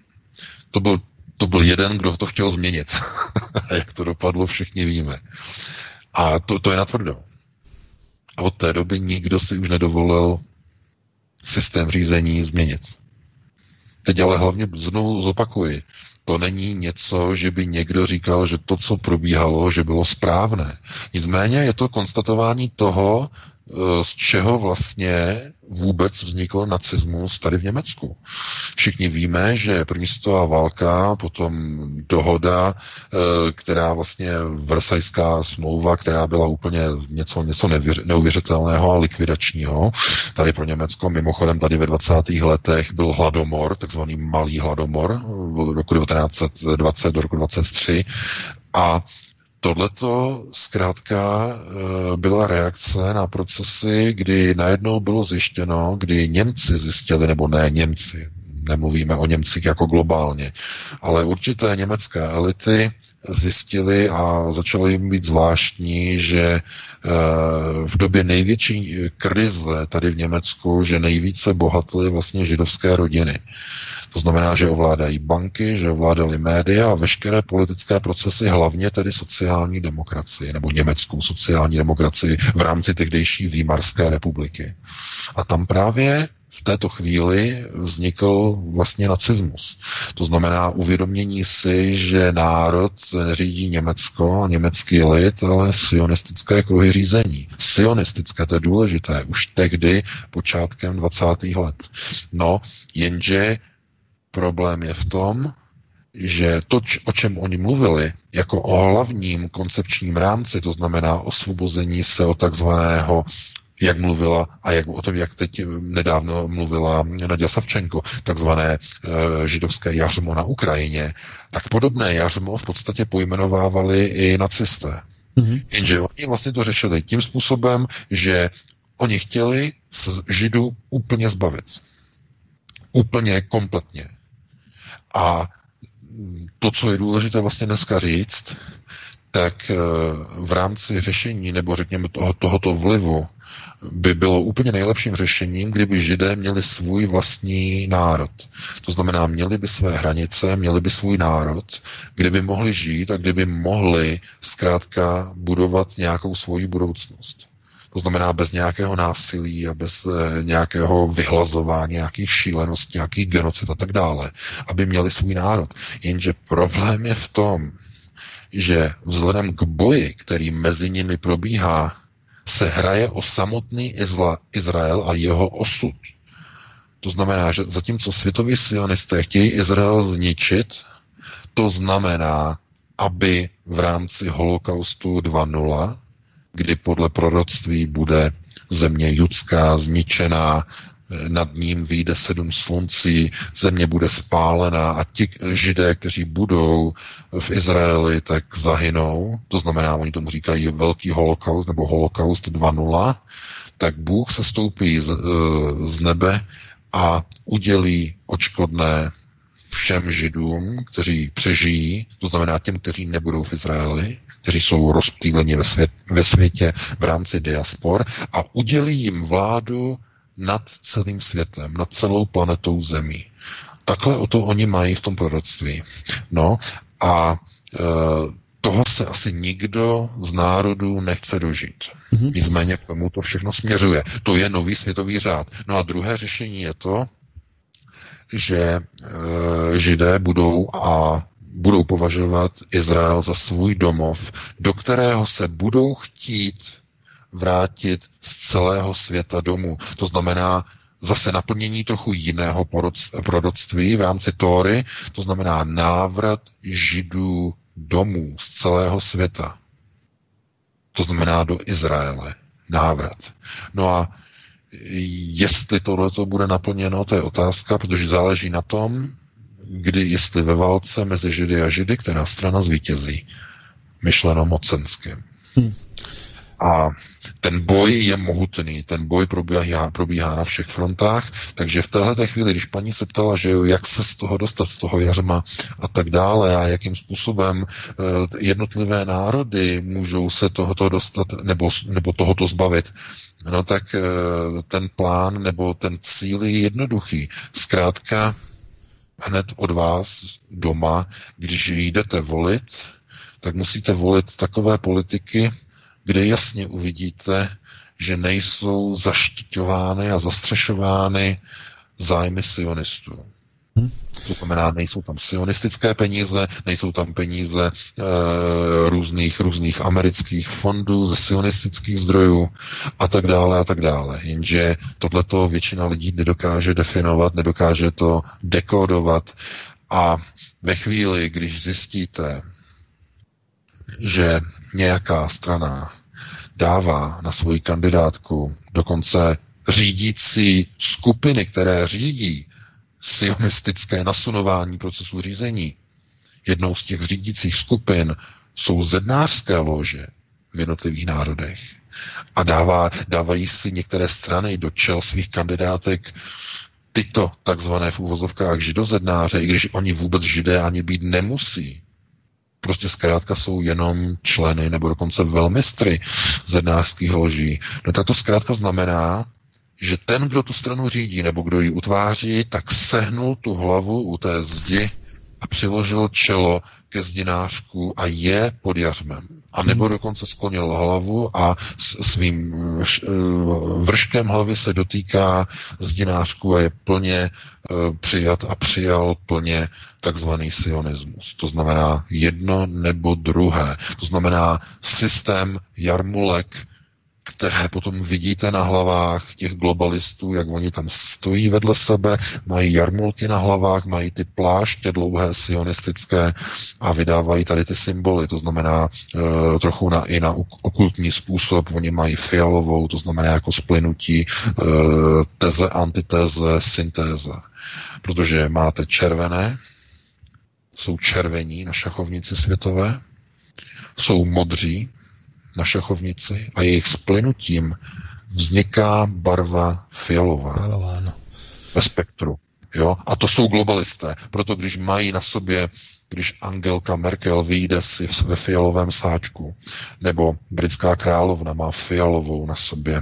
To byl jeden, kdo to chtěl změnit. A jak to dopadlo, všichni víme. A to je natvrdo. A od té doby nikdo si už nedovolil systém řízení změnit. Teď ale hlavně znovu zopakuji, to není něco, že by někdo říkal, že to, co probíhalo, že bylo správné. Nicméně je to konstatování toho, z čeho vlastně vůbec vznikl nacismus tady v Německu. Všichni víme, že první světová válka, potom dohoda, která vlastně Versajská smlouva, která byla úplně něco neuvěřitelného a likvidačního. Tady pro Německo, mimochodem tady ve 20. letech byl hladomor, takzvaný malý hladomor, od roku 1920 do roku 1923 a tohleto zkrátka byla reakce na procesy, kdy najednou bylo zjištěno, kdy Němci zjistili, nebo ne Němci, nemluvíme o Němcích jako globálně, ale určité německé elity zjistili a začalo jim být zvláštní, že v době největší krize tady v Německu, že nejvíce bohatly vlastně židovské rodiny. To znamená, že ovládají banky, že ovládali média a veškeré politické procesy, hlavně tedy sociální demokracii, nebo německou sociální demokracii v rámci tehdejší Výmarské republiky. A tam právě v této chvíli vznikl vlastně nacismus. To znamená uvědomění si, že národ řídí Německo a německý lid, ale sionistické kruhy řízení. Sionistické, to je důležité, už tehdy počátkem 20. let. No, jenže problém je v tom, že to, o čem oni mluvili, jako o hlavním koncepčním rámci, to znamená osvobození se od takzvaného, jak mluvila a o tom, jak teď nedávno mluvila Naďa Savčenko, takzvané židovské jařmo na Ukrajině, tak podobné jařmo v podstatě pojmenovávali i nacisté. Jenže oni vlastně to řešili tím způsobem, že oni chtěli se židů úplně zbavit. Úplně kompletně. A to, co je důležité vlastně dneska říct, tak v rámci řešení, nebo řekněme tohoto vlivu, by bylo úplně nejlepším řešením, kdyby Židé měli svůj vlastní národ. To znamená, měli by své hranice, měli by svůj národ, kde by mohli žít a kde by mohli zkrátka budovat nějakou svoji budoucnost. To znamená bez nějakého násilí a bez nějakého vyhlazování, nějakých šíleností, nějakých genocid a tak dále, aby měli svůj národ. Jenže problém je v tom, že vzhledem k boji, který mezi nimi probíhá, se hraje o samotný Izrael a jeho osud. To znamená, že zatímco světoví sionisté chtějí Izrael zničit, to znamená, aby v rámci holokaustu 2.0, kdy podle proroctví bude země judská zničená, nad ním vyjde 7 sluncí, země bude spálená a ti Židé, kteří budou v Izraeli, tak zahynou, to znamená, oni tomu říkají velký holokaust nebo holokaust 2.0, tak Bůh se stoupí z nebe a udělí odškodné všem Židům, kteří přežijí, to znamená těm, kteří nebudou v Izraeli, kteří jsou rozptýleni ve světě v rámci diaspor a udělí jim vládu nad celým světem, nad celou planetou Zemí. Takhle o to oni mají v tom proroctví. No a toho se asi nikdo z národů nechce dožít. Nicméně k tomu to všechno směřuje. To je nový světový řád. No a druhé řešení je to, že Židé budou považovat Izrael za svůj domov, do kterého se budou chtít vrátit z celého světa domů. To znamená zase naplnění trochu jiného proroctví v rámci Tóry, to znamená návrat Židů domů z celého světa. To znamená do Izraele. Návrat. No a jestli tohleto bude naplněno, to je otázka, protože záleží na tom, jestli ve válce mezi Židy a Židy, která strana zvítězí. Myšleno mocensky. A ten boj je mohutný, ten boj probíhá na všech frontách, takže v téhle chvíli, když paní se ptala, že jo, jak se z toho dostat, z toho jařma a tak dále a jakým způsobem jednotlivé národy můžou se tohoto dostat nebo tohoto zbavit, no tak ten plán nebo ten cíl je jednoduchý. Zkrátka hned od vás doma, když jdete volit, tak musíte volit takové politiky, kde jasně uvidíte, že nejsou zaštiťovány a zastřešovány zájmy sionistů. To znamená, nejsou tam sionistické peníze, nejsou tam peníze různých amerických fondů ze sionistických zdrojů a tak dále a tak dále. Jenže tohleto většina lidí nedokáže definovat, nedokáže to dekodovat a ve chvíli, když zjistíte, že nějaká strana dává na svoji kandidátku dokonce řídící skupiny, které řídí sionistické nasunování procesu řízení. Jednou z těch řídících skupin jsou zednářské lože v jednotlivých národech. A dávají si některé strany do čel svých kandidátek tyto takzvané v uvozovkách židozednáře, i když oni vůbec židé ani být nemusí. Prostě zkrátka jsou jenom členy nebo dokonce velmistry zednářských loží. No tak to zkrátka znamená, že ten, kdo tu stranu řídí nebo kdo ji utváří, tak sehnul tu hlavu u té zdi a přiložil čelo ke zdinářku a je pod jařmem. A nebo dokonce sklonil hlavu a svým vrškem hlavy se dotýká zdinářku a je plně přijat a přijal plně takzvaný sionismus. To znamená jedno nebo druhé. To znamená systém jarmulek, které potom vidíte na hlavách těch globalistů, jak oni tam stojí vedle sebe, mají jarmulky na hlavách, mají ty pláště dlouhé sionistické a vydávají tady ty symboly, to znamená trochu i na okultní způsob, oni mají fialovou, to znamená jako splynutí teze, antitéze, syntéze. Protože máte červené, jsou červení na šachovnici světové, jsou modří na šachovnici a jejich splynutím vzniká barva fialová ve spektru. Jo? A to jsou globalisté. Proto když mají na sobě, když Angelka Merkel vyjde si ve fialovém sáčku, nebo britská královna má fialovou na sobě,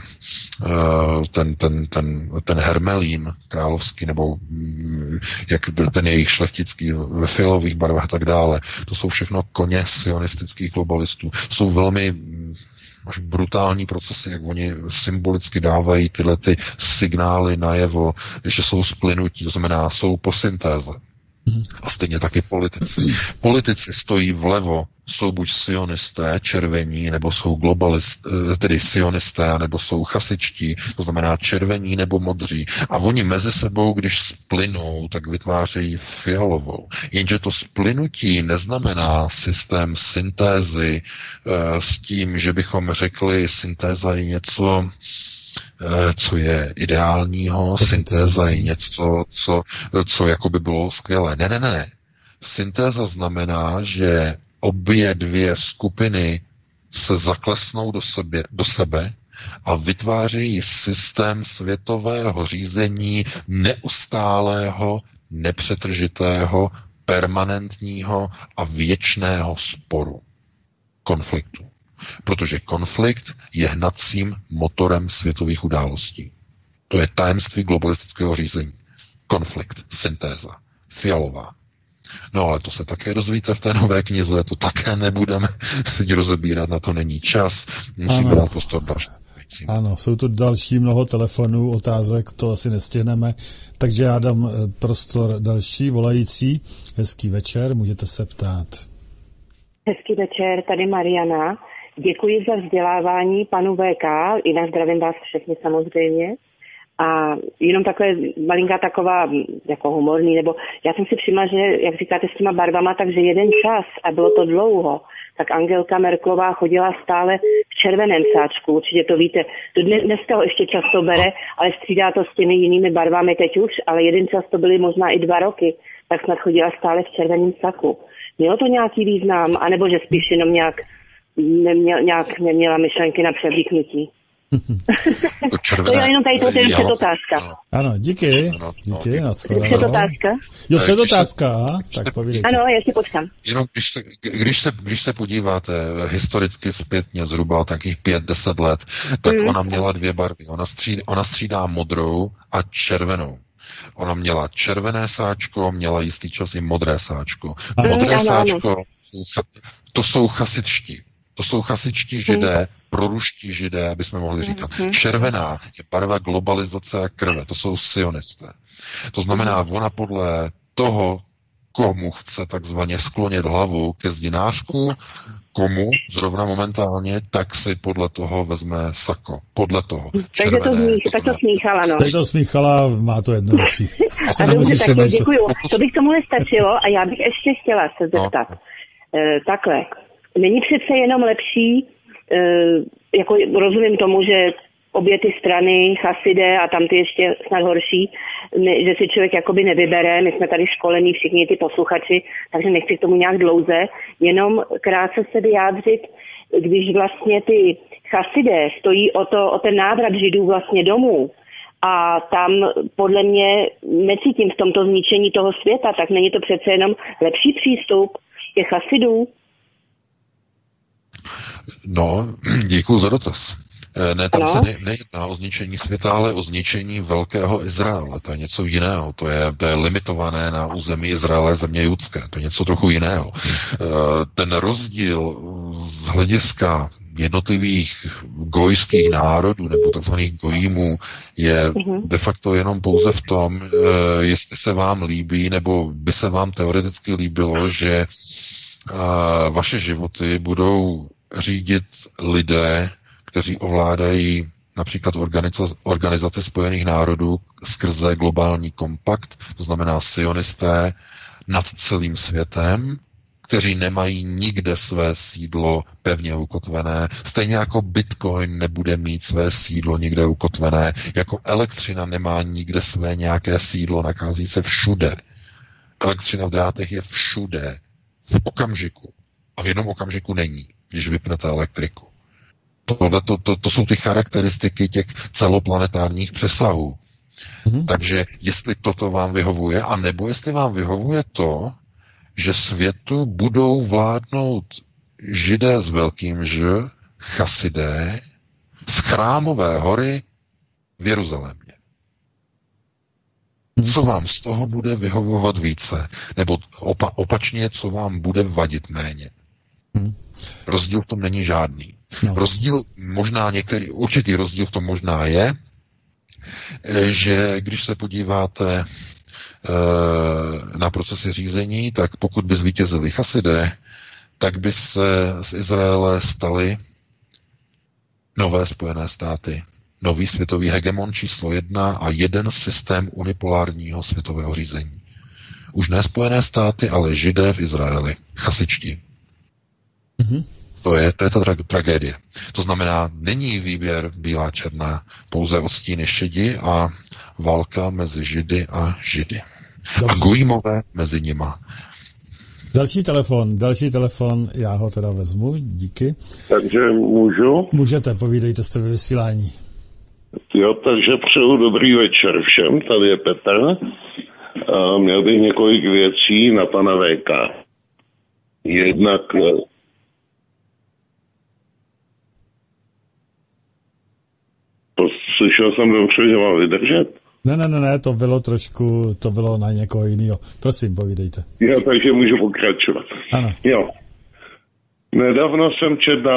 ten hermelín královský, nebo jak ten jejich šlechtický ve fialových barvách a tak dále, to jsou všechno koně sionistických globalistů. Jsou velmi až brutální procesy, jak oni symbolicky dávají tyhle ty signály najevo, že jsou splynutí, to znamená, jsou po syntéze. A stejně taky politici. Politici stojí vlevo, jsou buď sionisté, červení, nebo jsou globalisté, tedy sionisté, nebo jsou chasičtí, to znamená červení nebo modří. A oni mezi sebou, když splynou, tak vytvářejí fialovou. Jenže to splynutí neznamená systém syntézy s tím, že bychom řekli, syntéza je něco, co je ideálního, syntéza je něco, co jako by bylo skvělé. Ne. Syntéza znamená, že obě dvě skupiny se zaklesnou do sebe a vytvářejí systém světového řízení neustálého, nepřetržitého, permanentního a věčného sporu, konfliktu. Protože konflikt je hnacím motorem světových událostí. To je tajemství globalistického řízení. Konflikt, syntéza, fialová. No ale to se také dozvíte v té nové knize, to také nebudeme teď rozebírat, na to není čas, musíme dát prostor další. Ano, jsou tu další mnoho telefonů, otázek, to asi nestihneme, takže já dám prostor další volající. Hezký večer, můžete se ptát. Hezký večer, tady Mariana. Děkuji za vzdělávání panu VK, i na zdravím vás všechny samozřejmě. A jenom takové malinká taková jako humorní, nebo já jsem si všimla, že jak říkáte s těma barvama, takže jeden čas, a bylo to dlouho, tak Angelka Merkelová chodila stále v červeném sáčku, určitě to víte. Dneska ho ještě často bere, ale střídá to s těmi jinými barvami teď už, ale jeden čas to byly možná i 2 roky, tak snad chodila stále v červeném saku. Mělo to nějaký význam, anebo že spíš jenom nějak neměla myšlenky na převlíknutí? To je jenom tady to je předotázka. Ano, díky. Díky, nashledanou. Předotázka? Jo, předotázka, tak povídejte. Ano, já si počkám. Jenom když se podíváte historicky zpětně zhruba takých 5-10 let, tak ona měla 2 barvy. Ona střídá modrou a červenou. Ona měla červené sáčko, měla jistý čas i modré sáčko. Modré sáčko, to jsou chasidští. To jsou chasičtí židé, proruští židé, aby jsme mohli říkat. Červená je barva globalizace a krve, to jsou sionisté. To znamená, ona podle toho, komu chce takzvaně sklonit hlavu ke zdinářku, komu zrovna momentálně, tak si podle toho vezme sako. Podle toho. Takže tak to smíchala, no. Teď to smíchala, má to jednodušší. A dobře, tak děkuju. To bych tomu nestačilo a já bych ještě chtěla se zeptat. Takhle. Není přece jenom lepší, jako rozumím tomu, že obě ty strany, chasidé a tam ty ještě snad horší, že si člověk jakoby nevybere, my jsme tady školení všichni ty posluchači, takže nechci k tomu nějak dlouze, jenom krátce se vyjádřit, když vlastně ty chasidé stojí o ten návrat židů vlastně domů a tam podle mě necítím v tomto zničení toho světa, tak není to přece jenom lepší přístup těch chasidů? No, děkuji za dotaz. Ne, tam se nejedná o zničení světa, ale o zničení velkého Izraele. To je něco jiného. To je limitované na území Izraele, země judské. To je něco trochu jiného. Ten rozdíl z hlediska jednotlivých gojských národů nebo takzvaných gojímů je de facto jenom pouze v tom, jestli se vám líbí, nebo by se vám teoreticky líbilo, že vaše životy budou řídit lidé, kteří ovládají například Organizaci spojených národů skrze globální kompakt, to znamená sionisté nad celým světem, kteří nemají nikde své sídlo pevně ukotvené. Stejně jako Bitcoin nebude mít své sídlo nikde ukotvené, jako elektřina nemá nikde své nějaké sídlo, nachází se všude. Elektřina v drátech je všude, v okamžiku. A v jednom okamžiku není, když vypnete elektriku. To jsou ty charakteristiky těch celoplanetárních přesahů. Takže jestli toto vám vyhovuje, anebo jestli vám vyhovuje to, že světu budou vládnout židé s velkým Ž, chasidé, z Chrámové hory v Jeruzalémě. Co vám z toho bude vyhovovat více? Nebo opačně, co vám bude vadit méně? Rozdíl v tom není žádný. Rozdíl možná určitý rozdíl v tom možná je, že když se podíváte na procesy řízení, tak pokud by zvítězili chasidé, tak by se z Izraele staly nové Spojené státy. Nový světový hegemon číslo 1 a jeden systém unipolárního světového řízení. Už ne Spojené státy, ale židé v Izraeli. Chasičtí. To je ta tragédie. To znamená, není výběr bílá černá, pouze odstíny šedi a válka mezi židy a židy. A gojímové mezi nima. Další telefon, já ho teda vezmu, díky. Takže můžu? Můžete, povídejte, jste ve vysílání. Jo, takže přeju dobrý večer všem, tady je Petr. Měl bych několik věcí na pana VK. Jednak slyšel jsem dobře, že mám vydržet? Ne, to bylo na někoho jiného. Prosím, povídejte. Jo, takže můžu pokračovat. Ano. Jo. Nedávno jsem četl na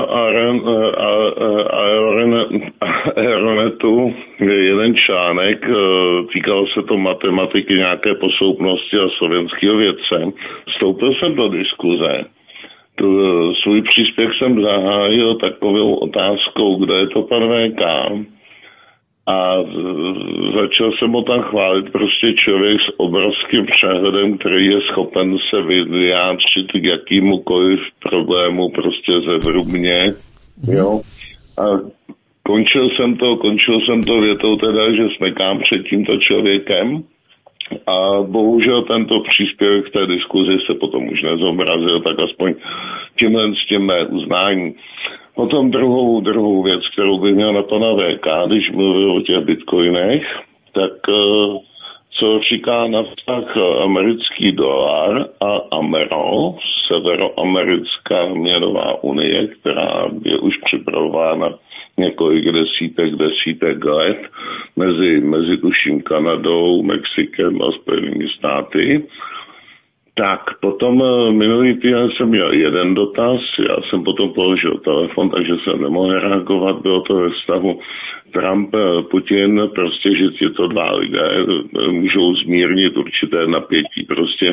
Aeronetu jeden článek, týkalo se to matematiky, nějaké posloupnosti a slovenského vědce. Vstoupil jsem do diskuze. Svůj příspěvek jsem zahájil takovou otázkou, kde je to pan VK. A začal jsem ho tam chválit, prostě člověk s obrovským přehledem, který je schopen se vyjádřit k jakýmukoliv problému prostě zevrubně, jo. A končil jsem to větou teda, že smekám před tímto člověkem a bohužel tento příspěvek v té diskuzi se potom už nezobrazil, tak aspoň tímhle s tím mé uznání. Potom druhou věc, kterou bych měl na pana VK, když mluvil o těch bitcoinech, tak co říká na vztah americký dolar a Amero, Severoamerická měnová unie, která je už připravována několik desítek let mezi tuším Kanadou, Mexikem a Spojenými státy. Tak, potom minulý týden jsem měl jeden dotaz, já jsem potom položil telefon, takže jsem nemohl reagovat, bylo to ve vztahu Trump, Putin, prostě, že tyto dva lidé můžou zmírnit určité napětí prostě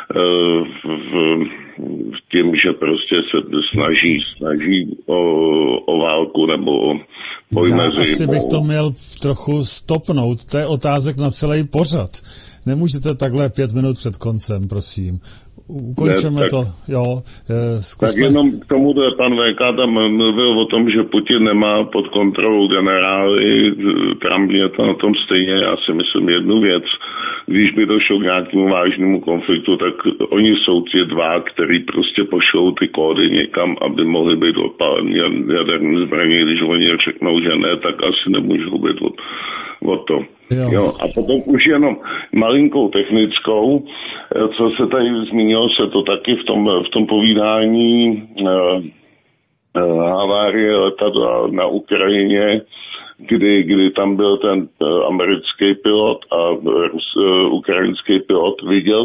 v tím, že prostě se snaží o válku nebo o boj mezi. Já asi bych to měl trochu stopnout, to je otázek na celý pořad. Nemůžete takhle 5 minut před koncem, prosím. Ukončeme to, jo. Zkusme. Tak jenom k tomu, pan VK tam mluvil o tom, že Putin nemá pod kontrolou generály, Trump je to na tom stejně, já si myslím jednu věc, když by došlo k nějakému vážnému konfliktu, tak oni jsou ti dva, který prostě pošlou ty kódy někam, aby mohli být odpáleni jaderní zbraně, když oni řeknou, že ne, tak asi nemůžou být o to. Jo. A potom už jenom malinkou technickou, co se tady zmínilo, se to taky v tom povídání havárie letadla na Ukrajině, kdy tam byl ten americký pilot a ukrajinský pilot. Viděl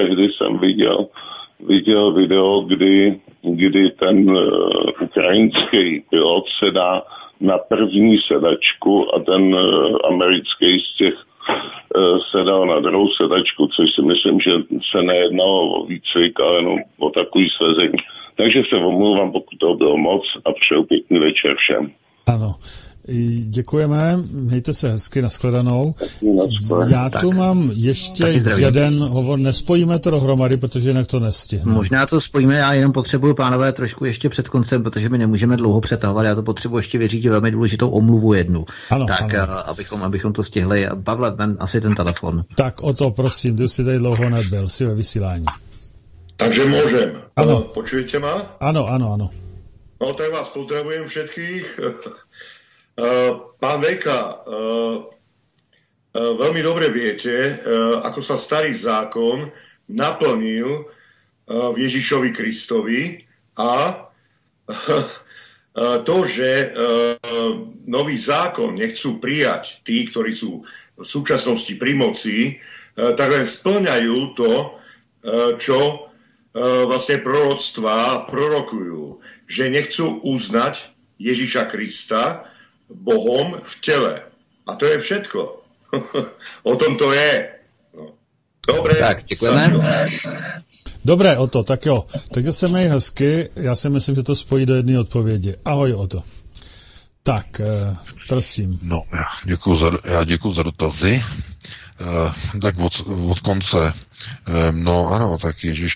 video, kdy ten ukrajinský pilot se dá na první sedačku a ten americký z těch se dal na druhou sedačku, což si myslím, že se nejednalo o výcvik, ale jenom o takový svezení. Takže se omlouvám, pokud to bylo moc a přeju pěkný večer všem. Ano. Děkujeme, mějte se hezky, nashledanou. Já tu mám ještě jeden hovor, nespojíme to dohromady, protože jinak to nestihne. Možná to spojíme, já jenom potřebuji, pánové, trošku ještě před koncem, protože my nemůžeme dlouho přetahovat, já to potřebuji ještě vyřídit velmi důležitou omluvu jednu. Ano, tak, ano. Abychom to stihli. Pavle, asi ten telefon. Tak o to, prosím, ty už si tady dlouho nebyl, si ve vysílání. Takže môžem. Ano. Počujete ma? Ano. No tak vás pozdravujem všetkých. Pán Veka, veľmi dobre viete, ako sa starý zákon naplnil v Ježišovi Kristovi a to, že nový zákon nechcú prijať tí, ktorí sú v súčasnosti pri moci, tak len spĺňajú to, čo vlastne proroctvá prorokujú, že nechcú uznať Ježiša Krista Bohom v tele. A to je všetko. O tom to je. No. Dobre. Tak, děkujeme. Dobré, Oto, tak jo. Takže se měj hezky, já si myslím, že to spojí do jedné odpovědi. Ahoj, Oto. Tak, prosím. No, já děkuju za dotazy. Tak od konce. No ano, tak Ježíš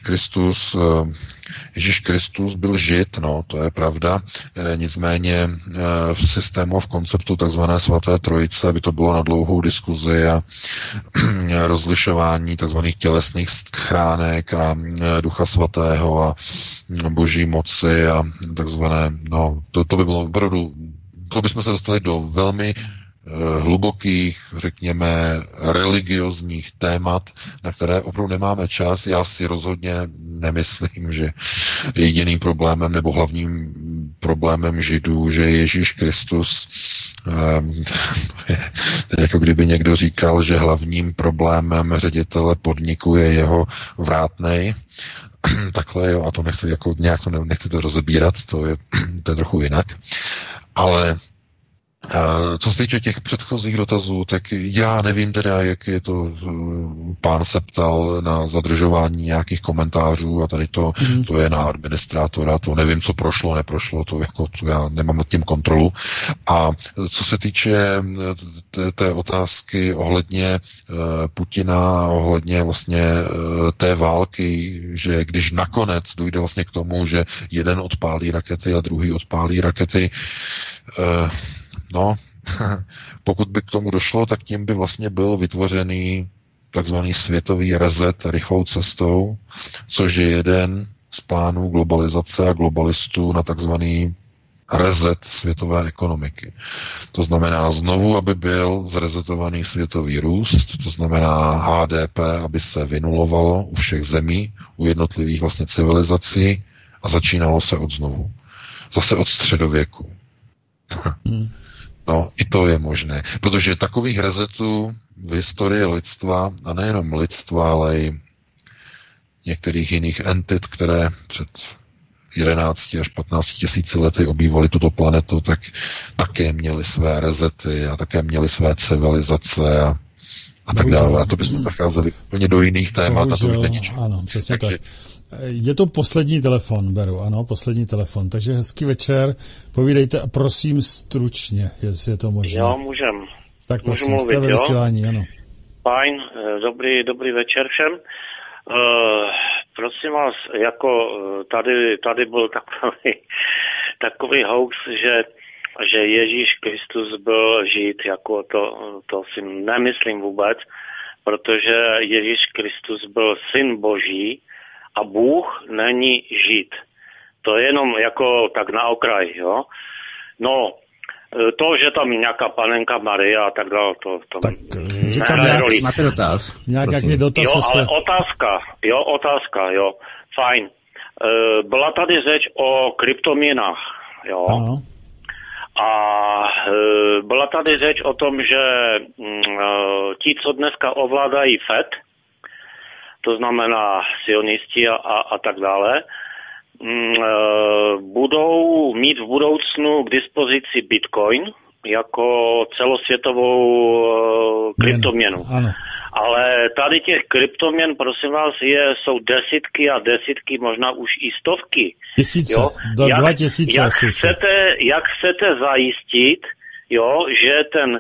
Kristus byl žid, no, to je pravda. Nicméně v systému a v konceptu takzvané svaté trojice by to bylo na dlouhou diskuzi a rozlišování takzvaných tělesných schránek a ducha svatého a boží moci a takzvané, no, to by bylo opravdu, to bychom se dostali do velmi hlubokých, řekněme, religiozních témat, na které opravdu nemáme čas. Já si rozhodně nemyslím, že jediným problémem nebo hlavním problémem Židů, že Ježíš Kristus, jako kdyby někdo říkal, že hlavním problémem ředitele podniku je jeho vrátnej. Takhle, jo, a to nechci, jako nějak to nechci to rozebírat, to je trochu jinak. Ale Co se týče těch předchozích dotazů, tak já nevím teda, jak je to, pán se ptal na zadržování nějakých komentářů a tady to je na administrátora, to nevím, co prošlo, neprošlo, to já nemám nad tím kontrolu. A co se týče té otázky ohledně Putina, ohledně vlastně té války, že když nakonec dojde vlastně k tomu, že jeden odpálí rakety a druhý odpálí rakety, no, pokud by k tomu došlo, tak tím by vlastně byl vytvořený takzvaný světový reset rychlou cestou, což je jeden z plánů globalizace a globalistů na takzvaný reset světové ekonomiky. To znamená znovu, aby byl zresetovaný světový růst, to znamená HDP, aby se vynulovalo u všech zemí, u jednotlivých vlastně civilizací a začínalo se od znovu. Zase od středověku. No, i to je možné, protože takových resetů v historii lidstva, a nejenom lidstva, ale i některých jiných entit, které před 11 až 15 tisíci lety obývali tuto planetu, tak také měli své resety a také měli své civilizace a tak dále. A to bychom zacházeli úplně do jiných témat a to už není. Ano, přesně tak. Je to poslední telefon, beru, ano, poslední telefon. Takže hezký večer, povídejte a prosím stručně, jestli je to možné. Jo, můžem. Tak prosím, jste ve vysílání, ano. Fajn, dobrý večer všem. Prosím vás, jako tady byl takový hoax, že Ježíš Kristus byl žid, jako to si nemyslím vůbec, protože Ježíš Kristus byl syn Boží a Bůh není žid. To je jenom jako tak na okraj, jo. No, to, že tam nějaká panenka Maria a tak dále, to tak říkám, máte dotaz. Nějaký dotaz. Jo, ale otázka, fajn. Byla tady řeč o kryptoměnách, jo. Ano. A byla tady řeč o tom, že ti, co dneska ovládají FED, to znamená sionisti a tak dále, budou mít v budoucnu k dispozici Bitcoin jako celosvětovou kryptoměnu. Ano. Ale tady těch kryptoměn, prosím vás, jsou desítky a desítky, možná už i stovky. Tisíce, jo? 2000 asi. Jak chcete zajistit, jo, že ten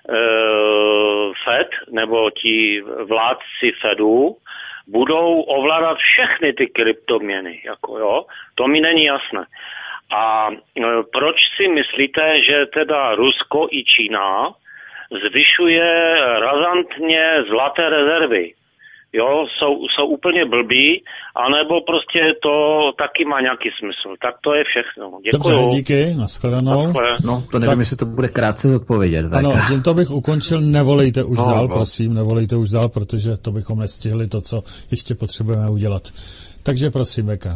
Fed nebo ti vládci Fedu budou ovládat všechny ty kryptoměny, jako jo, to mi není jasné. A proč si myslíte, že teda Rusko i Čína zvyšuje razantně zlaté rezervy? Jo, jsou úplně blbí, anebo prostě to taky má nějaký smysl. Tak to je všechno. Děkuju. Dobře, díky, nashledanou. No, to nevím, jestli to bude krátce zodpovědět. Ano, tímto bych ukončil, nevolejte už dál, prosím, nevolejte už dál, protože to bychom nestihli to, co ještě potřebujeme udělat. Takže prosím, Veka.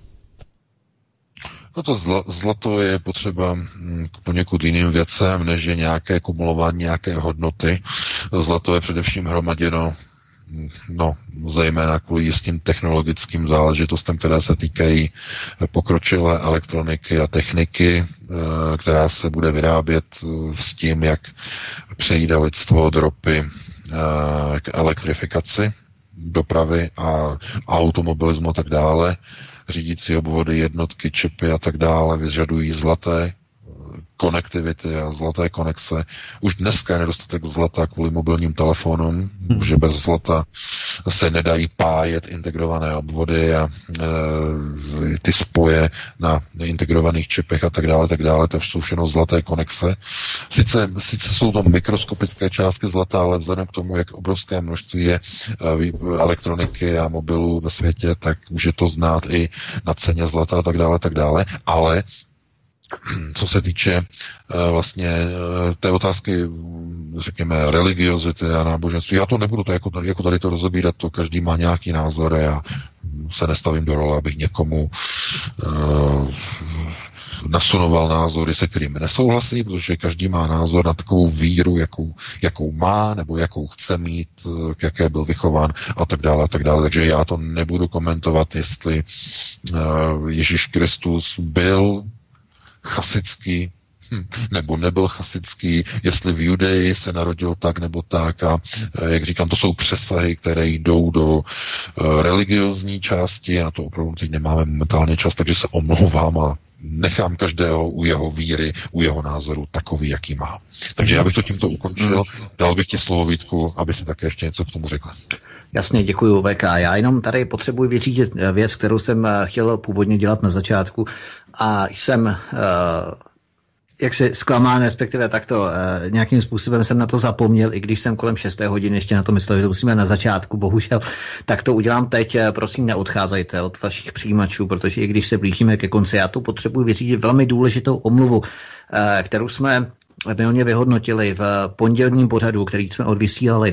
No to zlato je potřeba k poněkud jiným věcem, než je nějaké kumulování nějaké hodnoty. Zlato je především hromaděno zejména kvůli jistým technologickým záležitostem, které se týkají pokročilé elektroniky a techniky, která se bude vyrábět s tím, jak přejde lidstvo od ropy k elektrifikaci dopravy a automobilismu a tak dále. Řídící obvody, jednotky, čipy a tak dále vyžadují zlaté konektivity a zlaté konexe. Už dneska je nedostatek zlata kvůli mobilním telefonům, že bez zlata se nedají pájet integrované obvody a ty spoje na integrovaných čipech a tak dále, to jsou všechno zlaté konexe. Sice jsou to mikroskopické částky zlata, ale vzhledem k tomu, jak obrovské množství je elektroniky a mobilů ve světě, tak může to znát i na ceně zlata a tak dále, ale co se týče vlastně té otázky, řekněme, religiozity a náboženství, já to nebudu to jako tady to rozebírat, to každý má nějaký názor a já se nestavím do role, abych někomu nasunoval názory, se kterými nesouhlasí, protože každý má názor na takovou víru, jakou má, nebo jakou chce mít, k jaké byl vychován a tak dále. Takže já to nebudu komentovat, jestli Ježíš Kristus byl chasický nebo nebyl chasický, jestli v Judeji se narodil tak nebo tak a jak říkám, to jsou přesahy, které jdou do religiozní části a na to opravdu teď nemáme momentálně čas, takže se omlouvám a nechám každého u jeho víry, u jeho názoru takový, jaký má. Takže já bych to tímto ukončil, dal bych ti slovo, Vítku, aby si také ještě něco k tomu řekl. Jasně, děkuju, VK. Já jenom tady potřebuji vyřídit věc, kterou jsem chtěl původně dělat na začátku a jsem jaksi zklamán, respektive takto nějakým způsobem jsem na to zapomněl, i když jsem kolem 6. hodiny ještě na to myslel, že to musíme na začátku, bohužel, tak to udělám teď. Prosím, neodcházejte od vašich přijímačů, protože i když se blížíme ke konci, já tu potřebuji vyřídit velmi důležitou omluvu, kterou jsme milně vyhodnotili v pondělním pořadu, který jsme odvysílali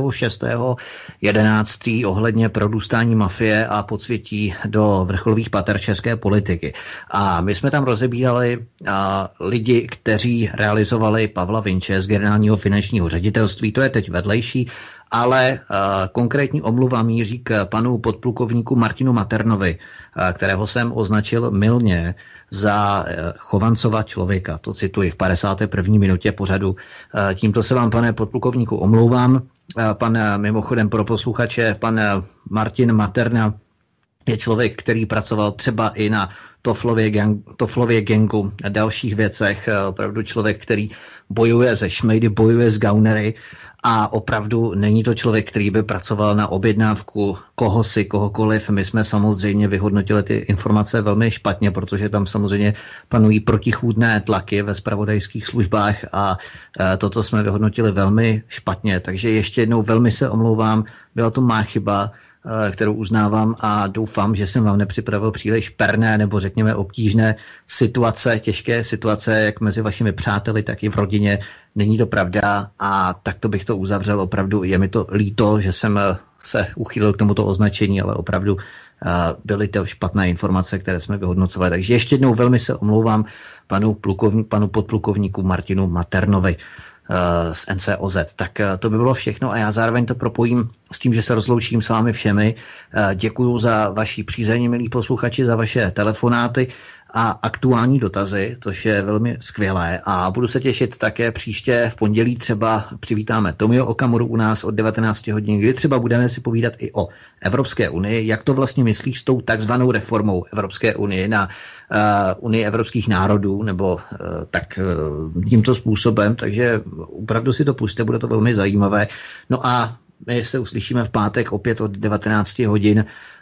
26.11. ohledně prodůstání mafie a podsvětí do vrcholových pater české politiky. A my jsme tam rozebírali lidi, kteří realizovali Pavla Vinče z generálního finančního ředitelství, to je teď vedlejší, ale konkrétní omluva míří k panu podplukovníku Martinu Maternovi, kterého jsem označil mylně za Chovancova člověka. To cituji v 51. minutě pořadu. Tímto se vám, pane podplukovníku, omlouvám. Pan, mimochodem pro posluchače, pan Martin Materna je člověk, který pracoval třeba i na Toflově gangu a dalších věcech. Opravdu člověk, který bojuje se šmejdy, bojuje s gaunery a opravdu není to člověk, který by pracoval na objednávku kohokoliv. My jsme samozřejmě vyhodnotili ty informace velmi špatně, protože tam samozřejmě panují protichůdné tlaky ve zpravodajských službách a toto jsme vyhodnotili velmi špatně. Takže ještě jednou velmi se omlouvám, byla to má chyba, kterou uznávám a doufám, že jsem vám nepřipravil příliš perné nebo řekněme obtížné situace, těžké situace, jak mezi vašimi přáteli, tak i v rodině. Není to pravda a takto bych to uzavřel. Opravdu je mi to líto, že jsem se uchýlil k tomuto označení, ale opravdu byly to špatné informace, které jsme vyhodnocovali. Takže ještě jednou velmi se omlouvám panu podplukovníku Martinu Maternovi z NCOZ. Tak to by bylo všechno a já zároveň to propojím s tím, že se rozloučím s vámi všemi. Děkuju za vaši přízeň, milí posluchači, za vaše telefonáty a aktuální dotazy, což je velmi skvělé a budu se těšit také příště v pondělí třeba přivítáme Tomio Okamuru u nás od 19 hodin, kdy třeba budeme si povídat i o Evropské unii, jak to vlastně myslíš s tou takzvanou reformou Evropské unie na Unii evropských národů, nebo tak tímto způsobem, takže opravdu si to pusťte, bude to velmi zajímavé. No a my se uslyšíme v pátek opět od 19 hodin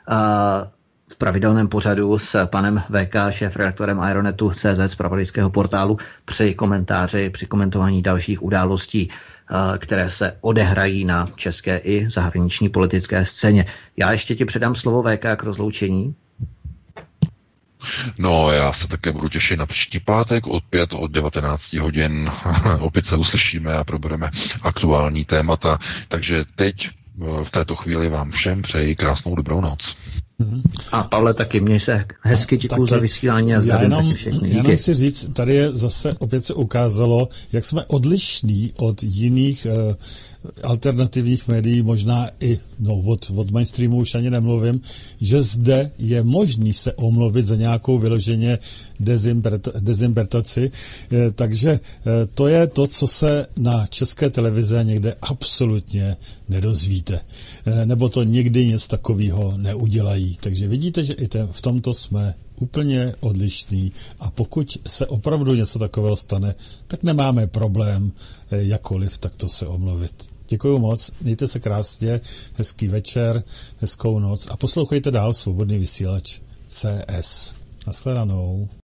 v pravidelném pořadu s panem VK, šéfredaktorem Aeronetu.cz z pravodejského portálu při komentáři, při komentování dalších událostí, které se odehrají na české i zahraniční politické scéně. Já ještě ti předám slovo VK k rozloučení. No, já se také budu těšit na příští pátek, opět od 19 hodin. Opět se uslyšíme a probereme aktuální témata. Takže teď v této chvíli vám všem přeji krásnou dobrou noc. A Pavle, taky měj se hezky, děkuju za vysílání a zdravím taky všechny. Já jenom chci říct, tady je zase opět se ukázalo, jak jsme odlišní od jiných alternativních médií, možná i od mainstreamu už ani nemluvím, že zde je možný se omluvit za nějakou vyloženě dezinterpretaci, takže to je to, co se na české televize někde absolutně nedozvíte. Nebo to nikdy nic takového neudělají. Takže vidíte, že i v tomto jsme úplně odlišný a pokud se opravdu něco takového stane, tak nemáme problém jakkoliv takto se omluvit. Děkuju moc, mějte se krásně, hezký večer, hezkou noc a poslouchejte dál Svobodný vysílač CS. Nashledanou.